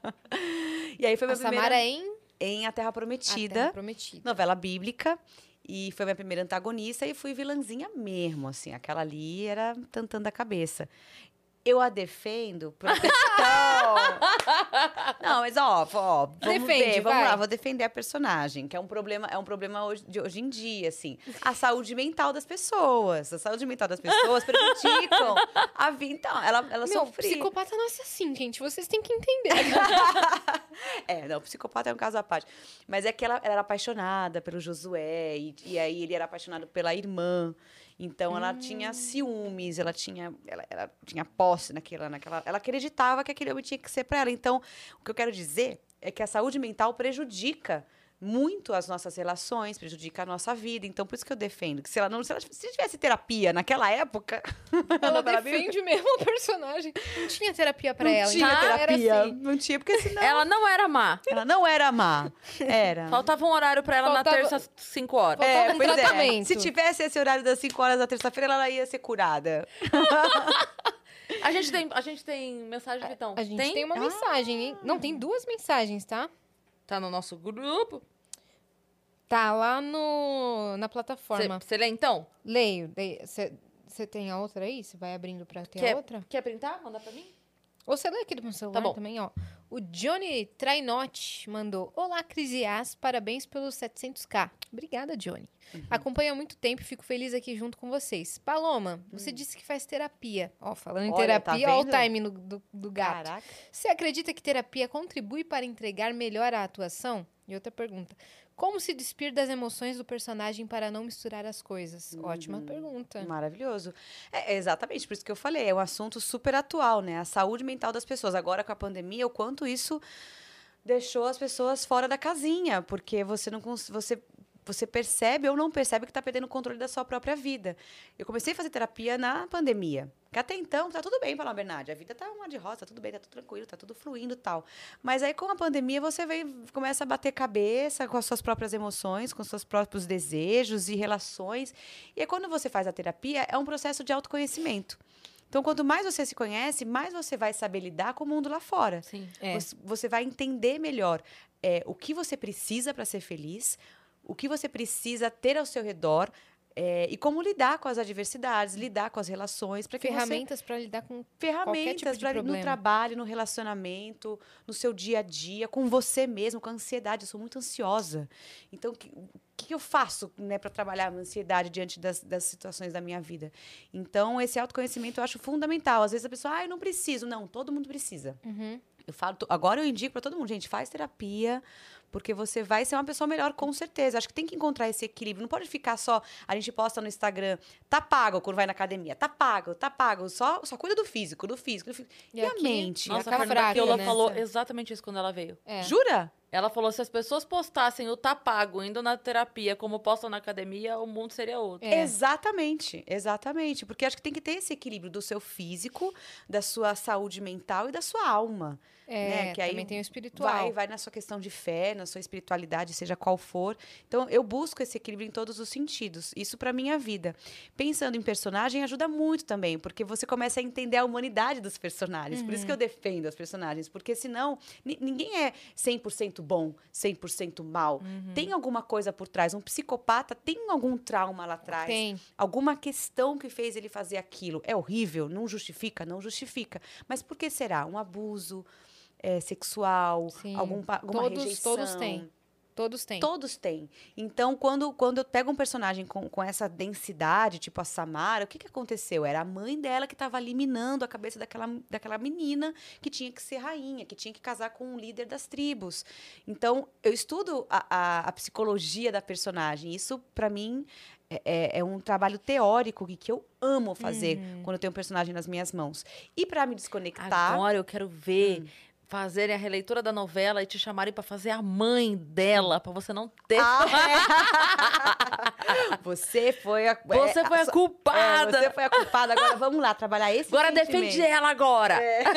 E aí foi a A minha primeira... Samara em Em A Terra A Prometida. Terra Prometida. Novela bíblica. E foi minha primeira antagonista e fui vilãzinha mesmo, assim. Aquela ali era tantando a cabeça. Eu a defendo por uma questão... Não, mas ó, ó vamos Defende, ver, vamos vai. lá, vou defender a personagem, que é um problema, é um problema hoje, de hoje em dia, assim. A saúde mental das pessoas. A saúde mental das pessoas prejudicam a vida. Então, ela, ela Meu, sofria. psicopata nasce assim, gente. Vocês têm que entender. É, não, psicopata é um caso à parte. Mas é que ela, ela era apaixonada pelo Josué, e, e aí ele era apaixonado pela irmã. Então ela tinha ciúmes, ela tinha, ela, ela tinha posse naquela, naquela. Ela acreditava que aquele homem tinha que ser para ela. Então, o que eu quero dizer é que a saúde mental prejudica muito as nossas relações, prejudica a nossa vida. Então, por isso que eu defendo. Que se ela não. Se, ela, se tivesse terapia naquela época. Ela novela bíblica, defende mesmo o personagem. Não tinha terapia pra não ela. tinha então terapia. Era assim. Não tinha, porque senão. ela não era má. Ela não era má. Era. Faltava um horário pra ela Faltava- na terça, cinco horas. Faltava um pois tratamento. Se tivesse esse horário das cinco horas da terça-feira, ela ia ser curada. A gente tem, a gente tem mensagem, Vitão? A gente tem, uma Ah. mensagem, hein? Não, tem duas mensagens, tá? Tá no nosso grupo. Tá lá no, na plataforma. Você lê, então? Leio. Você tem a outra aí? Você vai abrindo pra ter a Quer, outra? quer printar? Manda pra mim? Ou você lê aqui do meu celular Tá bom. também, ó. O Johnny Trainotti mandou: Olá, Cris e As, parabéns pelos setecentos k. Obrigada, Johnny. Uhum. Acompanho há muito tempo e fico feliz aqui junto com vocês. Paloma, hum. você disse que faz terapia. Ó, falando em Olha, terapia, tá olha o time no, do, do gato. Caraca. Você acredita que terapia contribui para entregar melhor a atuação? E outra pergunta: como se despir das emoções do personagem para não misturar as coisas? Uhum. Ótima pergunta. Maravilhoso. É, é exatamente por isso que eu falei. É um assunto super atual, né? A saúde mental das pessoas. Agora, com a pandemia, o quanto isso deixou as pessoas fora da casinha. Porque você não você Você percebe ou não percebe que está perdendo o controle da sua própria vida. Eu comecei a fazer terapia na pandemia. Porque até então, tá tudo bem, Paloma Bernardi. A vida tá uma de rosa, tá tudo bem, tá tudo tranquilo, tá tudo fluindo e tal. Mas aí, com a pandemia, você vem, começa a bater cabeça com as suas próprias emoções, com os seus próprios desejos e relações. E aí, quando você faz a terapia, é um processo de autoconhecimento. Então, quanto mais você se conhece, mais você vai saber lidar com o mundo lá fora. Sim. É. Você, você vai entender melhor é, o que você precisa para ser feliz, o que você precisa ter ao seu redor é, e como lidar com as adversidades, lidar com as relações. Para que ferramentas para lidar com ferramentas tipo para no trabalho, no relacionamento, no seu dia a dia, com você mesmo, com a ansiedade. Eu sou muito ansiosa. Então, o que, que eu faço, né, para trabalhar a ansiedade diante das, das situações da minha vida? Então, esse autoconhecimento eu acho fundamental. Às vezes a pessoa, ah, eu não preciso. Não, todo mundo precisa. Uhum. Eu falo, agora eu indico para todo mundo, gente, faz terapia, porque você vai ser uma pessoa melhor, com certeza. Acho que tem que encontrar esse equilíbrio. Não pode ficar só, a gente posta no Instagram, tá pago quando vai na academia, tá pago, tá pago. Só, só cuida do físico, do físico, do físico. E, E a aqui- mente? Nossa, Fica a Fernanda fraca, Paola né? falou exatamente isso quando ela veio. É. Jura? Ela falou, se as pessoas postassem o tá pago indo na terapia como postam na academia, o mundo seria outro. É. Exatamente, exatamente. Porque acho que tem que ter esse equilíbrio do seu físico, da sua saúde mental e da sua alma. É, né? Que aí também tem o espiritual. Vai, vai na sua questão de fé, na sua espiritualidade, seja qual for. Então, eu busco esse equilíbrio em todos os sentidos. Isso para minha vida. Pensando em personagem ajuda muito também, porque você começa a entender a humanidade dos personagens. Uhum. Por isso que eu defendo os personagens, porque senão ni- ninguém é cem por cento bom, cem por cento mal. Uhum. Tem alguma coisa por trás. Um psicopata tem algum trauma lá atrás. Tem. Alguma questão que fez ele fazer aquilo. É horrível? Não justifica? Não justifica. Mas por que será? Um abuso é, sexual, Sim. algum, pa- alguma Todos- rejeição. todos têm. Todos têm. Todos têm. Então, quando, quando eu pego um personagem com, com essa densidade, tipo a Samara, o que, que aconteceu? Era a mãe dela que estava eliminando a cabeça daquela, daquela menina que tinha que ser rainha, que tinha que casar com um líder das tribos. Então, eu estudo a, a, a psicologia da personagem. Isso, para mim, é, é- é um trabalho teórico que, que eu amo fazer quando eu tenho um personagem nas minhas mãos. E para me desconectar... Agora eu quero ver fazerem a releitura da novela e te chamarem pra fazer a mãe dela, pra você não ter... Ah, é. Você foi a... Você é, foi a só- culpada! É, você foi a culpada. Agora vamos lá, trabalhar esse Agora sentimento. defende ela agora!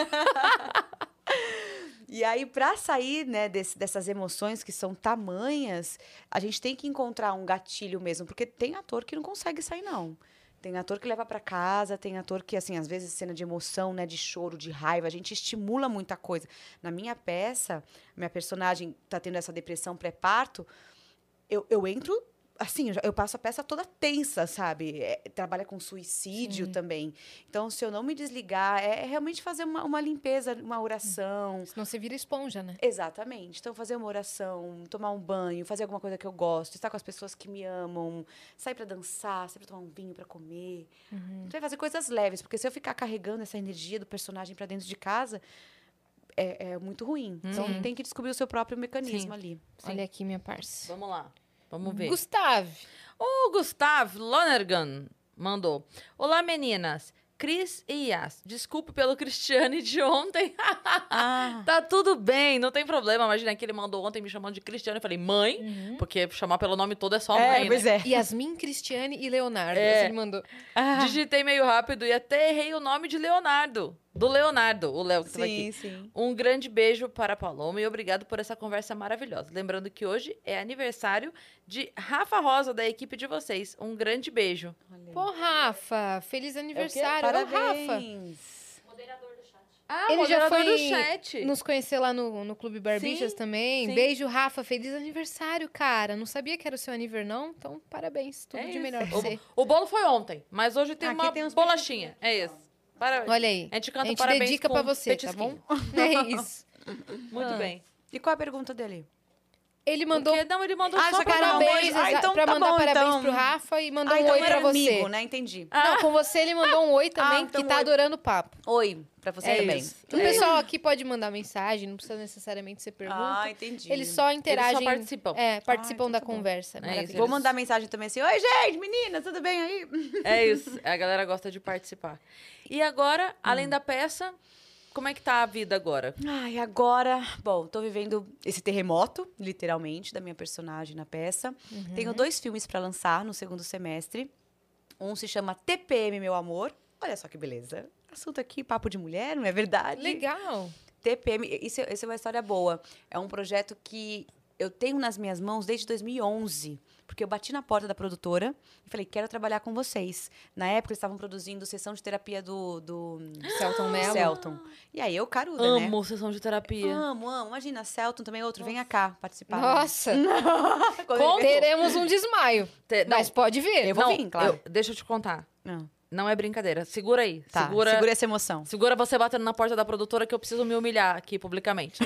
E aí, para sair, né, desse- dessas emoções que são tamanhas, a gente tem que encontrar um gatilho mesmo, porque tem ator que não consegue sair, não. Tem ator que leva para casa, tem ator que, assim, às vezes, cena de emoção, né, de choro, de raiva, a gente estimula muita coisa. Na minha peça, minha personagem tá tendo essa depressão pré-parto, eu, eu entro, assim, eu já- eu passo a peça toda tensa, sabe? É, trabalha com suicídio também. Então, se eu não me desligar, é, é realmente fazer uma, uma limpeza, uma oração. Senão você vira esponja, né? Exatamente. Então, fazer uma oração, tomar um banho, fazer alguma coisa que eu gosto, estar com as pessoas que me amam, sair para dançar, sair para tomar um vinho para comer. Então, é fazer coisas leves, porque se eu ficar carregando essa energia do personagem para dentro de casa, é, é muito ruim. Então, Sim. tem que descobrir o seu próprio mecanismo Sim. ali. Olha aqui, minha parça. Vamos lá, vamos ver. Gustavo. O Gustavo Lonergan mandou. Olá, meninas. Cris e Yas, desculpe pelo Cristiane de ontem. Tá tudo bem, não tem problema. Imagina que ele mandou ontem me chamando de Cristiane. Eu falei, mãe, porque chamar pelo nome todo é só mãe, né? é. Yasmin, Cristiane e Leonardo. É. Assim ele mandou. Digitei meio rápido e até errei o nome de Leonardo. Do Leonardo, o Léo que estava Sim, aqui. sim. Um grande beijo para a Paloma e obrigado por essa conversa maravilhosa. Lembrando que hoje é aniversário de Rafa Rosa, da equipe de vocês. Um grande beijo. Pô, Rafa, feliz aniversário. Ô, Rafa. Parabéns. Ah, Ele já moderador foi do chat. nos conhecer lá no, no Clube Barbixas Sim, também. sim. Beijo, Rafa. Feliz aniversário, cara. Não sabia que era o seu aniversário, não? Então, parabéns. Tudo É de isso. melhor pra você. O, o bolo foi ontem, mas hoje tem Aqui uma tem uns bolachinha. É isso. Parabéns. Olha aí. A gente canta a gente parabéns dedica com pra você, tá petisquinho. bom? É isso. Muito Ah. bem. E qual é a pergunta dele? Ele mandou Porque, não, ele mandou Ah, só só pra quer dar um parabéns, beijo. Ah, exa- então pra tá mandar bom, parabéns então. pro Rafa e mandou Ah, um então oi era pra você. amigo, né? Entendi. Não, com você ele mandou um oi também, então que tá oi. adorando o papo. Oi, pra você É também. isso. O pessoal aqui pode mandar mensagem, não precisa necessariamente ser pergunta. Ah, entendi. Eles só interagem. participam. É, participam então da tá bom. conversa. É Maravilhoso. isso. Vou mandar mensagem também assim, oi, gente, meninas, tudo bem aí? É isso. A galera gosta de participar. E agora, além da peça, como é que tá a vida agora? Ai, agora, bom, tô vivendo esse terremoto, literalmente, da minha personagem na peça. Tenho dois filmes pra lançar no segundo semestre. Um se chama T P M, Meu Amor. Olha só que beleza. Assunto aqui, papo de mulher, não é verdade? Legal. T P M, isso, é- isso é uma história boa. É um projeto que eu tenho nas minhas mãos desde dois mil e onze. Porque eu bati na porta da produtora e falei, quero trabalhar com vocês. Na época, eles estavam produzindo sessão de terapia do, do Celton Mello. Celton. E aí, eu caruda, né? Amo sessão de terapia. Amo, amo. Imagina, Celton também outro. Venha cá participar. Nossa, Quando ele- teremos um desmaio. Te- não, Mas pode vir. Eu vou não, vir, claro. eu- deixa eu te contar. Não. Não é brincadeira. Segura aí. Tá, segura, segura essa emoção. segura você batendo na porta da produtora que eu preciso me humilhar aqui publicamente.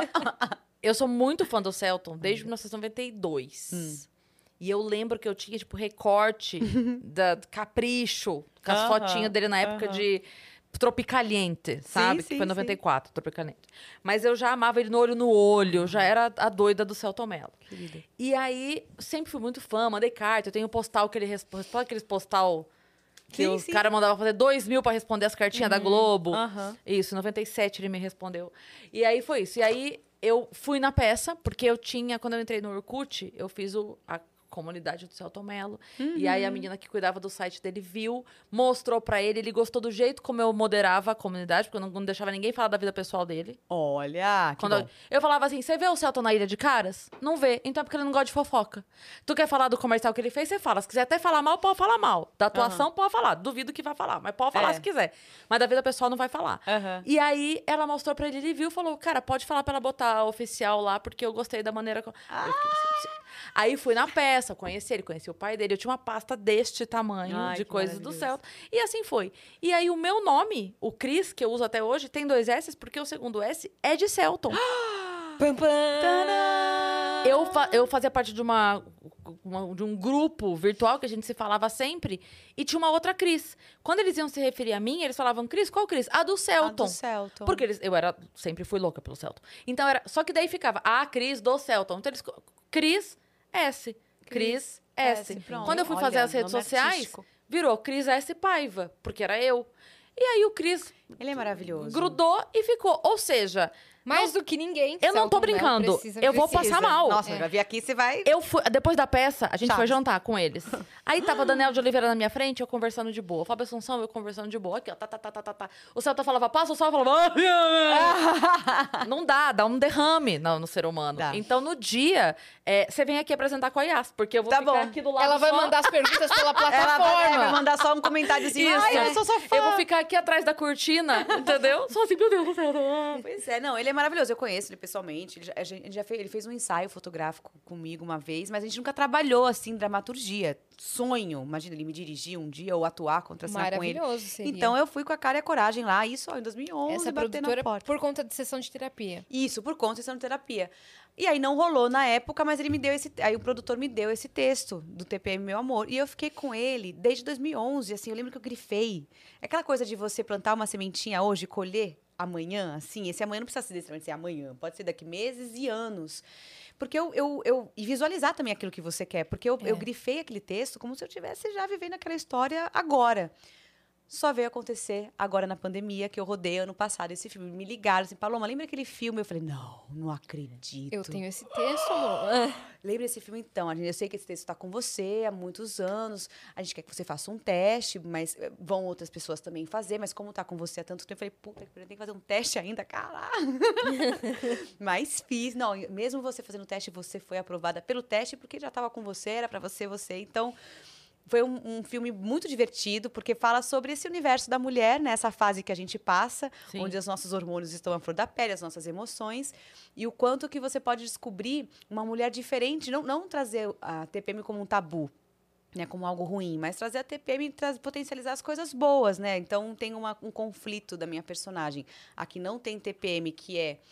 Eu sou muito fã do Celton desde mil novecentos e noventa e dois. E eu lembro que eu tinha, tipo, recorte da Capricho, com as Aham, fotinhas dele na época aham. de Tropicaliente, sabe? sim, que foi sim. noventa e quatro, Tropicaliente. Mas eu já amava ele no olho no olho, já era a doida do Celton Mello. Querida. E aí, sempre fui muito fã, mandei carta, eu tenho um postal que ele responde, aqueles postal que Sim, os sim. caras mandavam fazer dois mil pra responder as cartinhas da Globo. Aham. Isso, em noventa e sete ele me respondeu. E aí foi isso. E aí eu fui na peça, porque eu tinha, quando eu entrei no Orkut, eu fiz o, a comunidade do Celton Mello. E aí a menina que cuidava do site dele viu, mostrou pra ele, ele gostou do jeito como eu moderava a comunidade, porque eu não, não deixava ninguém falar da vida pessoal dele. Olha, que Quando bom. eu, eu falava assim, você vê o Celton na Ilha de Caras? Não vê. Então é porque ele não gosta de fofoca. Tu quer falar do comercial que ele fez? Você fala. Se quiser até falar mal, pode falar mal. Da atuação, pode falar. Duvido que vai falar, mas pode falar É. se quiser. Mas da vida pessoal não vai falar. Aham. E aí ela mostrou pra ele, ele viu e falou, cara, pode falar pra ela botar a oficial lá, porque eu gostei da maneira que... eu fiquei assim, sim. Aí fui na peça, conheci ele, conheci o pai dele. Eu tinha uma pasta deste tamanho Ai, de que coisas do maravilhoso. Celton. E assim foi. E aí o meu nome, o Cris, que eu uso até hoje, tem dois S, porque o segundo S é de Celton. Pam, pam. Tadã! Eu, fa- eu fazia parte de uma, uma- de um grupo virtual que a gente se falava sempre e tinha uma outra Cris. Quando eles iam se referir a mim, eles falavam, Cris, qual Cris? A do A Celton. do Celton. Porque eles, eu era, sempre fui louca pelo Celton. Então era, só que daí ficava a Cris do Celton. Então eles, Cris S, Cris S. S, pronto. Quando eu fui fazer Olha, as redes nome sociais, artístico. virou Cris S Paiva, porque era eu. E aí o Cris Ele é maravilhoso. grudou e ficou. Ou seja, Mais do que ninguém. eu não tô Celton Mello brincando. precisa- Eu vou precisa. passar mal. Nossa, É. vai vir aqui, você vai... Eu fui, depois da peça, a gente Chaves. foi jantar com eles. Aí tava Daniel de Oliveira na minha frente, eu conversando de boa. Fábio Assunção, eu conversando de boa. Aqui, ó, tá, tá, tá, tá, tá, tá. O Celton falava, passa, o Sol falava... "Ah, não dá, dá um derrame no, no ser humano. Dá. Então, no dia, é, você vem aqui apresentar com a Yas, porque eu vou Tá ficar bom. aqui do lado Ela vai só. mandar as perguntas pela Ela vai, plataforma. é, vai mandar só um comentáriozinho. Isso. Ai, eu sou sua fã. Eu vou ficar aqui atrás da cortina, entendeu? Só assim, meu Deus do céu. Pois é, não, ele é maravilhoso. Eu conheço ele pessoalmente. Ele já, a gente já fez, ele fez um ensaio fotográfico comigo uma vez, mas a gente nunca trabalhou assim, dramaturgia. Sonho. Imagina ele me dirigir um dia ou atuar, contracenar com ele. Maravilhoso seria. Então eu fui com a cara e a coragem lá, isso ó, em dois mil e onze, Essa bater na produtora porta. por conta de sessão de terapia. Isso, por conta de sessão de terapia. E aí não rolou na época, mas ele me deu esse. Aí o produtor me deu esse texto do T P M Meu Amor. E eu fiquei com ele desde dois mil e onze, assim, eu lembro que eu grifei. É aquela coisa de você plantar uma sementinha hoje e colher amanhã, assim. Esse amanhã não precisa ser necessariamente ser amanhã, pode ser daqui meses e anos. Porque eu, eu, eu. E visualizar também aquilo que você quer. Porque eu, É. eu grifei aquele texto como se eu estivesse já vivendo aquela história agora. Só veio acontecer agora na pandemia, que eu rodei ano passado esse filme. Me ligaram assim, Paloma, lembra aquele filme? Eu falei, não, não acredito. Eu tenho esse texto, amor. Ah, Lembra esse filme então? Eu sei que esse texto está com você há muitos anos. A gente quer que você faça um teste, mas eh, vão outras pessoas também fazer. Mas como está com você há tanto tempo, eu falei, puta, eu tenho que fazer um teste ainda, caralho. Mas fiz. Não, mesmo você fazendo o teste, você foi aprovada pelo teste, porque já estava com você, era para você, você. Então, foi um, um filme muito divertido, porque fala sobre esse universo da mulher, né? Essa fase que a gente passa, Sim. onde os nossos hormônios estão à flor da pele, as nossas emoções, e o quanto que você pode descobrir uma mulher diferente, não, não trazer a T P M como um tabu, né, como algo ruim, mas trazer a T P M e tra- potencializar as coisas boas, né? Então tem uma- um conflito da minha personagem. Aqui não tem T P M, que é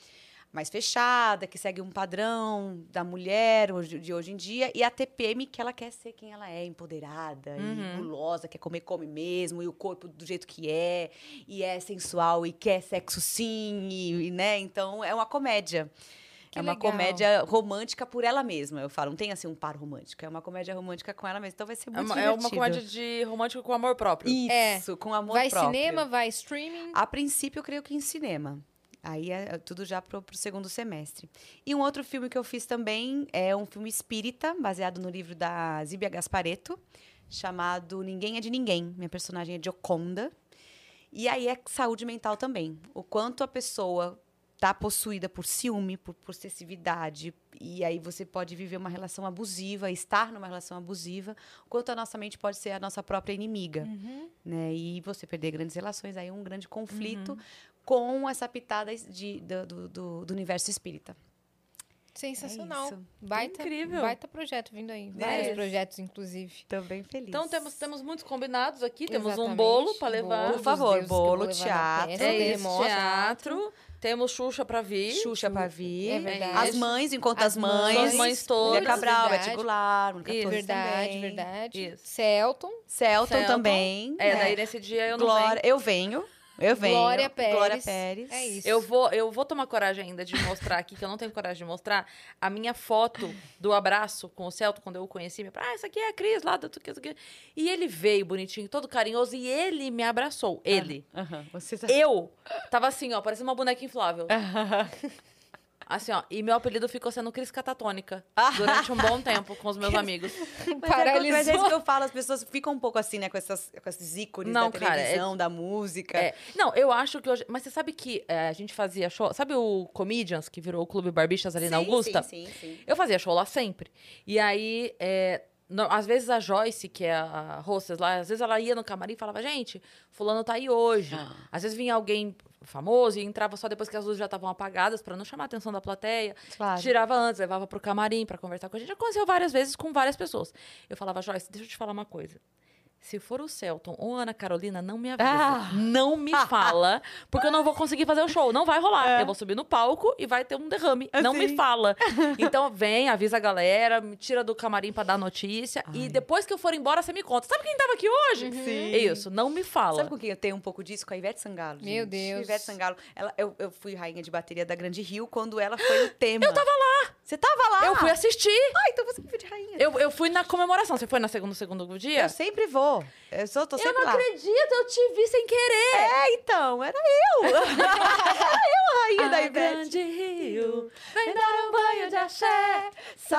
mais fechada, que segue um padrão da mulher hoje- de hoje em dia, e a T P M, que ela quer ser quem ela é, empoderada e gulosa, quer comer, come mesmo, e o corpo do jeito que é, e é sensual, e quer sexo sim, e, e, né? Então, é uma comédia. Que é uma legal. comédia romântica por ela mesma, eu falo. Não tem, assim, um par romântico. É uma comédia romântica com ela mesma. Então, vai ser É muito uma, é uma divertido. comédia de romântico com amor próprio. Isso, com amor Vai próprio. cinema, vai streaming. A princípio, eu creio que em cinema. Aí é tudo já pro, pro segundo semestre. E um outro filme que eu fiz também é um filme espírita, baseado no livro da Zíbia Gasparetto, chamado Ninguém é de Ninguém. Minha personagem é Gioconda. E aí é saúde mental também. O quanto a pessoa tá possuída por ciúme, por possessividade, e aí você pode viver uma relação abusiva, estar numa relação abusiva, o quanto a nossa mente pode ser a nossa própria inimiga, Uhum. né? E você perder grandes relações, aí é um grande conflito com essa pitada de, do, do- do, do universo espírita. Sensacional. É isso. Baita, Incrível. baita projeto vindo aí. Vários isso. projetos, inclusive. Tô bem feliz. Então temos, temos muitos combinados aqui. Temos um Exatamente. bolo para levar. Bolo Por favor, dos deuses que eu vou bolo, levar na teatro. peça, É terremoto, isso, teatro. Temos Xuxa pra vir. Xuxa pra vir. É verdade. As mães, enquanto As as mães. As mães todas. Lia Cabral, Verdade. Bete Goulart, Mônica Isso. Torres Verdade, também. verdade. Isso. Celton. Celton, Celton. também. É, né? daí nesse dia eu não Glória, venho. eu venho. Eu venho. Glória Pérez. Glória Pérez. É isso. Eu vou, eu vou tomar coragem ainda de mostrar aqui, que eu não tenho coragem de mostrar, a minha foto do abraço com o Celto, quando eu o conheci. Me falou, ah, essa aqui é a Cris, lá do... E ele veio bonitinho, todo carinhoso, e ele me abraçou. Ele. Aham, você tá... Eu tava assim, ó, parecendo uma boneca inflável. Assim, ó. E meu apelido ficou sendo Cris Catatônica durante um bom tempo com os meus amigos. Mas é, Paralisou. mas é isso que eu falo, as pessoas ficam um pouco assim, né, com, essas, com esses ícones Não, da cara, é- televisão, da música. É, não, eu acho que hoje... Mas você sabe que é, a gente fazia show... Sabe o Comedians, que virou o Clube Barbixas ali na Sim, Augusta? Sim, sim, sim. Eu fazia show lá sempre. E aí, é, no- às vezes a Joyce, que é a hostess lá, às vezes ela ia no camarim e falava, gente, fulano tá aí hoje. Ah. Às vezes vinha alguém famoso e entrava só depois que as luzes já estavam apagadas, pra não chamar a atenção da plateia. Claro. Tirava antes, levava pro camarim pra conversar com a gente. Já aconteceu várias vezes com várias pessoas. Eu falava, Joyce, deixa eu te falar uma coisa. Se for o Celton ou a Ana Carolina, não me avisa. Ah. Não me fala, porque eu não vou conseguir fazer o show. Não vai rolar. É. Eu vou subir no palco e vai ter um derrame. Não me Assim. fala. Então, vem, avisa a galera, me tira do camarim pra dar notícia. E depois que eu for embora, você me conta. Sabe quem tava aqui hoje? Sim. Isso, não me fala. Sabe com quem eu tenho um pouco disso? Com a Ivete Sangalo. Meu gente. Deus. Ivete Sangalo. Ela, eu, eu fui rainha de bateria da Grande Rio quando ela foi o tema. Eu tava lá! Você tava lá? Eu fui assistir. Ah, então você foi de rainha. Eu, eu fui na comemoração. Você foi na segunda, segundo dia? Eu sempre vou. Eu sou, tô Eu sempre não lá. acredito, eu te vi sem querer. É, então, era eu. era eu a rainha da A Ivete. Grande Rio, vem dar um banho de axé.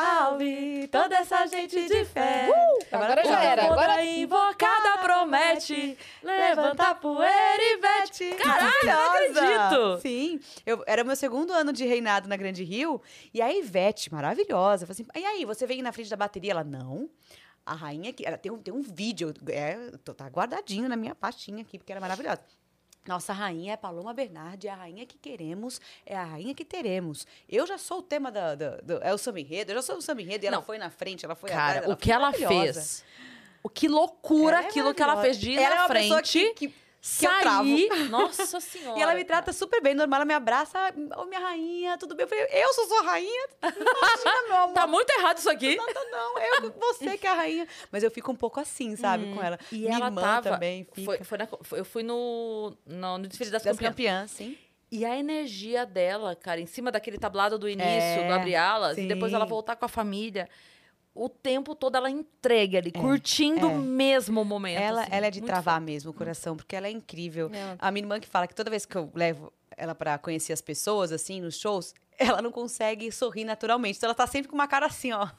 Salve toda essa gente de fé. Agora já já era. Toda Agora invocada promete, levanta a poeira e vete. Caralho, não acredito. Sim, eu, era meu segundo ano de reinado na Grande Rio. E a Ivete, maravilhosa, falou assim, e aí, você vem na frente da bateria? Ela, não. A rainha aqui, ela tem um, tem um vídeo, é, tô- tá guardadinho na minha pastinha aqui, porque era maravilhosa. Nossa rainha é Paloma Bernardi, é a rainha que queremos, é a rainha que teremos. Eu já sou o tema da, da- do, é o samba enredo, eu já sou o samba enredo, e ela Não. foi na frente, ela foi Cara, atrás, o que ela foi maravilhosa. fez. O que loucura Ela é aquilo que ela fez de ir Ela é na uma pessoa frente. que, que, que eu travo. sair. Nossa senhora. E ela me cara. trata super bem, normal, ela me abraça, ô minha rainha, tudo bem? Eu falei, eu sou sua rainha? Imagina, meu amor. Tá muito errado isso aqui. Não, não, não, eu, você que é a rainha. Mas eu fico um pouco assim, sabe, com ela. E Minha ela irmã tava. também fica. Foi, foi na- foi- eu fui no, no, no desfile das, das campeãs. campeãs, sim. E a energia dela, cara, em cima daquele tablado do início, É, do Abre Alas, sim. e depois ela voltar com a família. O tempo todo ela entrega ali, curtindo é. o mesmo momento. Ela, assim, ela é de muito travar mesmo o coração, porque ela é incrível. Ela- A minha irmã que fala que toda vez que eu levo ela pra conhecer as pessoas, assim, nos shows, ela não consegue sorrir naturalmente. Então ela tá sempre com uma cara assim, ó.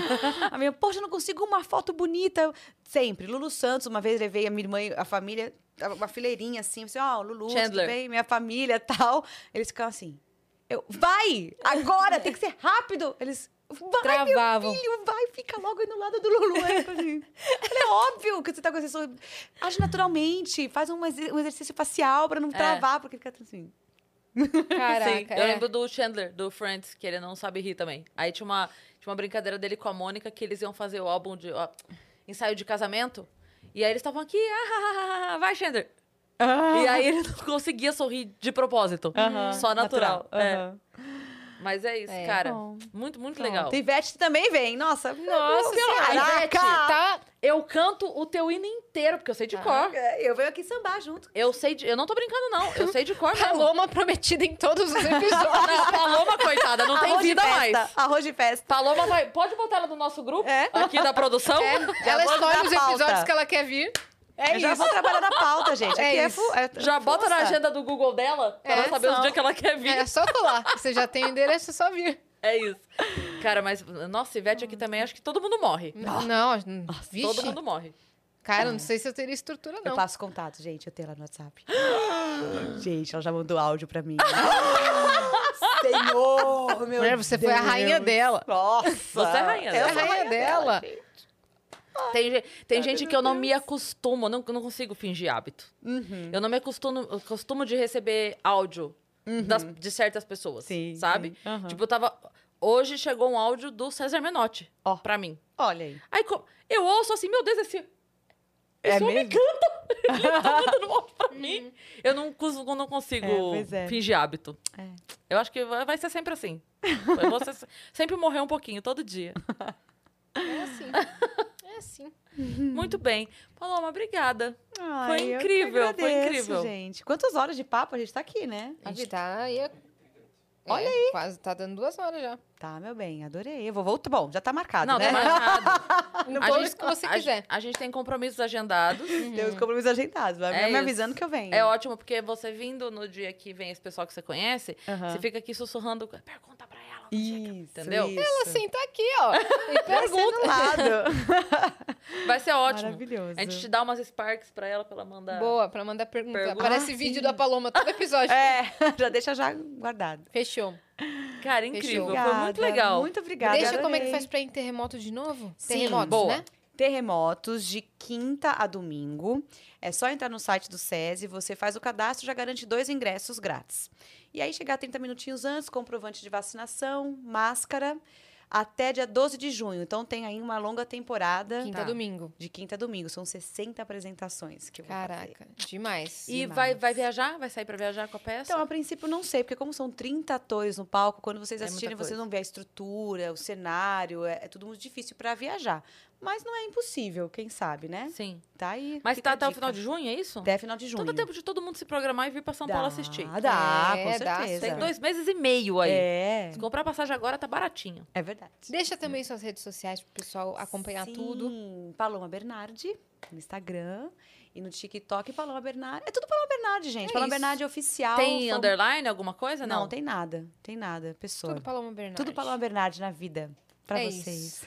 A minha, poxa, eu não consigo uma foto bonita. Sempre. Lulu Santos, uma vez levei a minha irmã e a família, uma fileirinha assim, assim, ó, Lulu, Chandler. tudo bem? Minha família e tal. Eles ficam assim, eu, vai! Agora, tem que ser rápido! Eles, vai, Travavam. meu filho, vai, fica logo aí no lado do Lulu. Aí, eu falei assim, é óbvio que você tá com esse sorriso. Age naturalmente, faz um, exer- um exercício facial pra não travar, porque fica assim. Caraca, Sim, eu é. lembro do Chandler, do Friends, que ele não sabe rir também. Aí tinha uma, tinha uma brincadeira dele com a Mônica, que eles iam fazer o álbum de... ó, ensaio de casamento. E aí eles estavam aqui, ah, ah, ah, ah, vai, Chandler. E aí ele não conseguia sorrir de propósito. Só natural. É. Aham. Mas é isso, É. cara. Bom. Muito, muito Pronto. legal. Ivete também vem. Nossa. Nossa senhora, Ivete, Caraca! tá? Eu canto o teu hino inteiro, porque eu sei de Tá. cor. Eu venho aqui sambar junto. Eu sei de... Eu não tô brincando, não. Eu sei de cor mesmo. Paloma prometida em todos os episódios. Não, a Paloma, coitada, não tem Arroz de vida mais. festa. Arroz de festa. Paloma vai... Pode botar ela no nosso grupo? É. Aqui da produção? É, ela vou escolhe dar os pauta. episódios que ela quer vir. É Eu já isso. vou trabalhar na pauta, gente. É Aqui é, isso. fu- é Já bota na força. agenda do Google dela, pra É, ela saber os são. dias que ela quer vir. É só colar. Você já tem o endereço, é só vir. É isso. Cara, mas, nossa, Ivete aqui também, acho que todo mundo morre. Não, vixe. Todo mundo morre. Cara, não sei se eu teria estrutura, Eu não. passo contato, gente. Eu tenho ela no WhatsApp. Gente, ela já mandou áudio pra mim. Senhor, meu Mulher, você foi a Deus. rainha dela. Nossa. Você é a rainha Eu dela. sou É a rainha dela. gente. Tem, ge- tem gente meu que eu não Deus. me acostumo, eu não, eu não consigo fingir hábito. Uhum. Eu não me acostumo, eu costumo de receber áudio das- de certas pessoas, Sim, sabe? sim. Aham. Tipo, eu tava... Hoje chegou um áudio do César Menotti Ó. pra mim. Olha aí. Aí co- eu ouço assim, meu Deus, esse... É Esse homem mesmo? canta! Ele tá mandando áudio pra mim. Eu não, cons- não consigo É, pois é. fingir hábito. É. Eu acho que vai vai ser sempre assim. Eu vou ser- sempre morrer um pouquinho, todo dia. É assim. É assim. Muito bem. Paloma, obrigada. Ai, eu que incrível, foi agradeço, incrível. gente. Quantas horas de papo a gente tá aqui, né? A gente tá aí. é- Olha é, quase tá dando duas horas já. Tá, meu bem, adorei. Eu vou voltar. Bom, já tá marcado, Não, né? tá marcado. No A ponto gente- que você a- quiser. A, gente tem compromissos agendados. Tem os compromissos agendados. Vai É me isso. avisando que eu venho. É ótimo, porque você vindo no dia que vem esse pessoal que você conhece, Aham. você fica aqui sussurrando, pergunta pra ela. no dia que- Isso, Entendeu? Isso. Ela senta aqui, ó. E Vai ser pergunta. do lado. Vai ser ótimo. Maravilhoso. A gente te dá umas Sparks pra ela, pra ela mandar. Boa, pra mandar pergunta. Pergunta. Aparece Ah, vídeo sim. da Paloma todo episódio. É, já deixa já guardado. Fechou. Cara, incrível. Fechou. Foi muito legal. Muito obrigada. Deixa como é que adorei. faz pra ir em terremoto de novo? Sim, Terremotos, boa. né? Terremotos de quinta a domingo. É só entrar no site do SESI, você faz o cadastro, já garante dois ingressos grátis. E aí chegar trinta minutinhos antes, comprovante de vacinação, máscara, até dia doze de junho. Então tem aí uma longa temporada. Quinta Tá. domingo. De quinta a domingo. São sessenta apresentações que eu vou fazer. Caraca, demais. E Demais. vai, vai viajar? Vai sair pra viajar com a peça? Então, a princípio, não sei, porque como são trinta atores no palco, quando vocês É muita assistirem, vocês coisa. vão ver a estrutura, o cenário, é, é tudo muito difícil para viajar. Mas não é impossível, quem sabe, né? Sim. Tá aí. Mas fica tá a até o dica. final de junho, é isso? Até final de junho. Então dá tempo de todo mundo se programar e vir pra São Paulo assistir. Dá, dá, É, com dá, certeza. Tem dois meses e meio aí. É, Se comprar passagem agora, tá baratinho. é verdade. Deixa também suas redes sociais pro pessoal acompanhar Sim, tudo. Paloma Bernardi, no Instagram. E no TikTok, Paloma Bernardi. É tudo Paloma Bernardi, gente. É Paloma isso. Bernardi oficial. Tem fam- underline, alguma coisa? Não, Não, tem nada. Tem nada, pessoa. Tudo Paloma Bernardi. Tudo Paloma Bernardi na vida. Pra É vocês.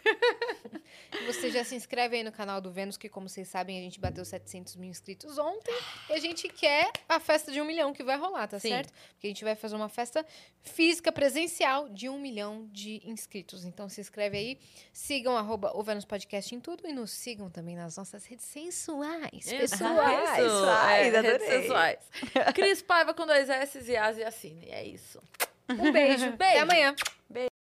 Você já se inscreve aí no canal do Vênus, que como vocês sabem, a gente bateu setecentos mil inscritos ontem. E a gente quer a festa de um milhão que vai rolar, tá Sim. certo? Porque a gente vai fazer uma festa física, presencial, de um milhão de inscritos. Então se inscreve aí, sigam arroba o Vênus Podcast em tudo e nos sigam também nas nossas redes sensuais. Isso, Pessoais. isso, Sensuais, é, adorei. redes sensuais. Cris Paiva com dois S e As e Assine. É isso. Um beijo. Beijo. Até amanhã.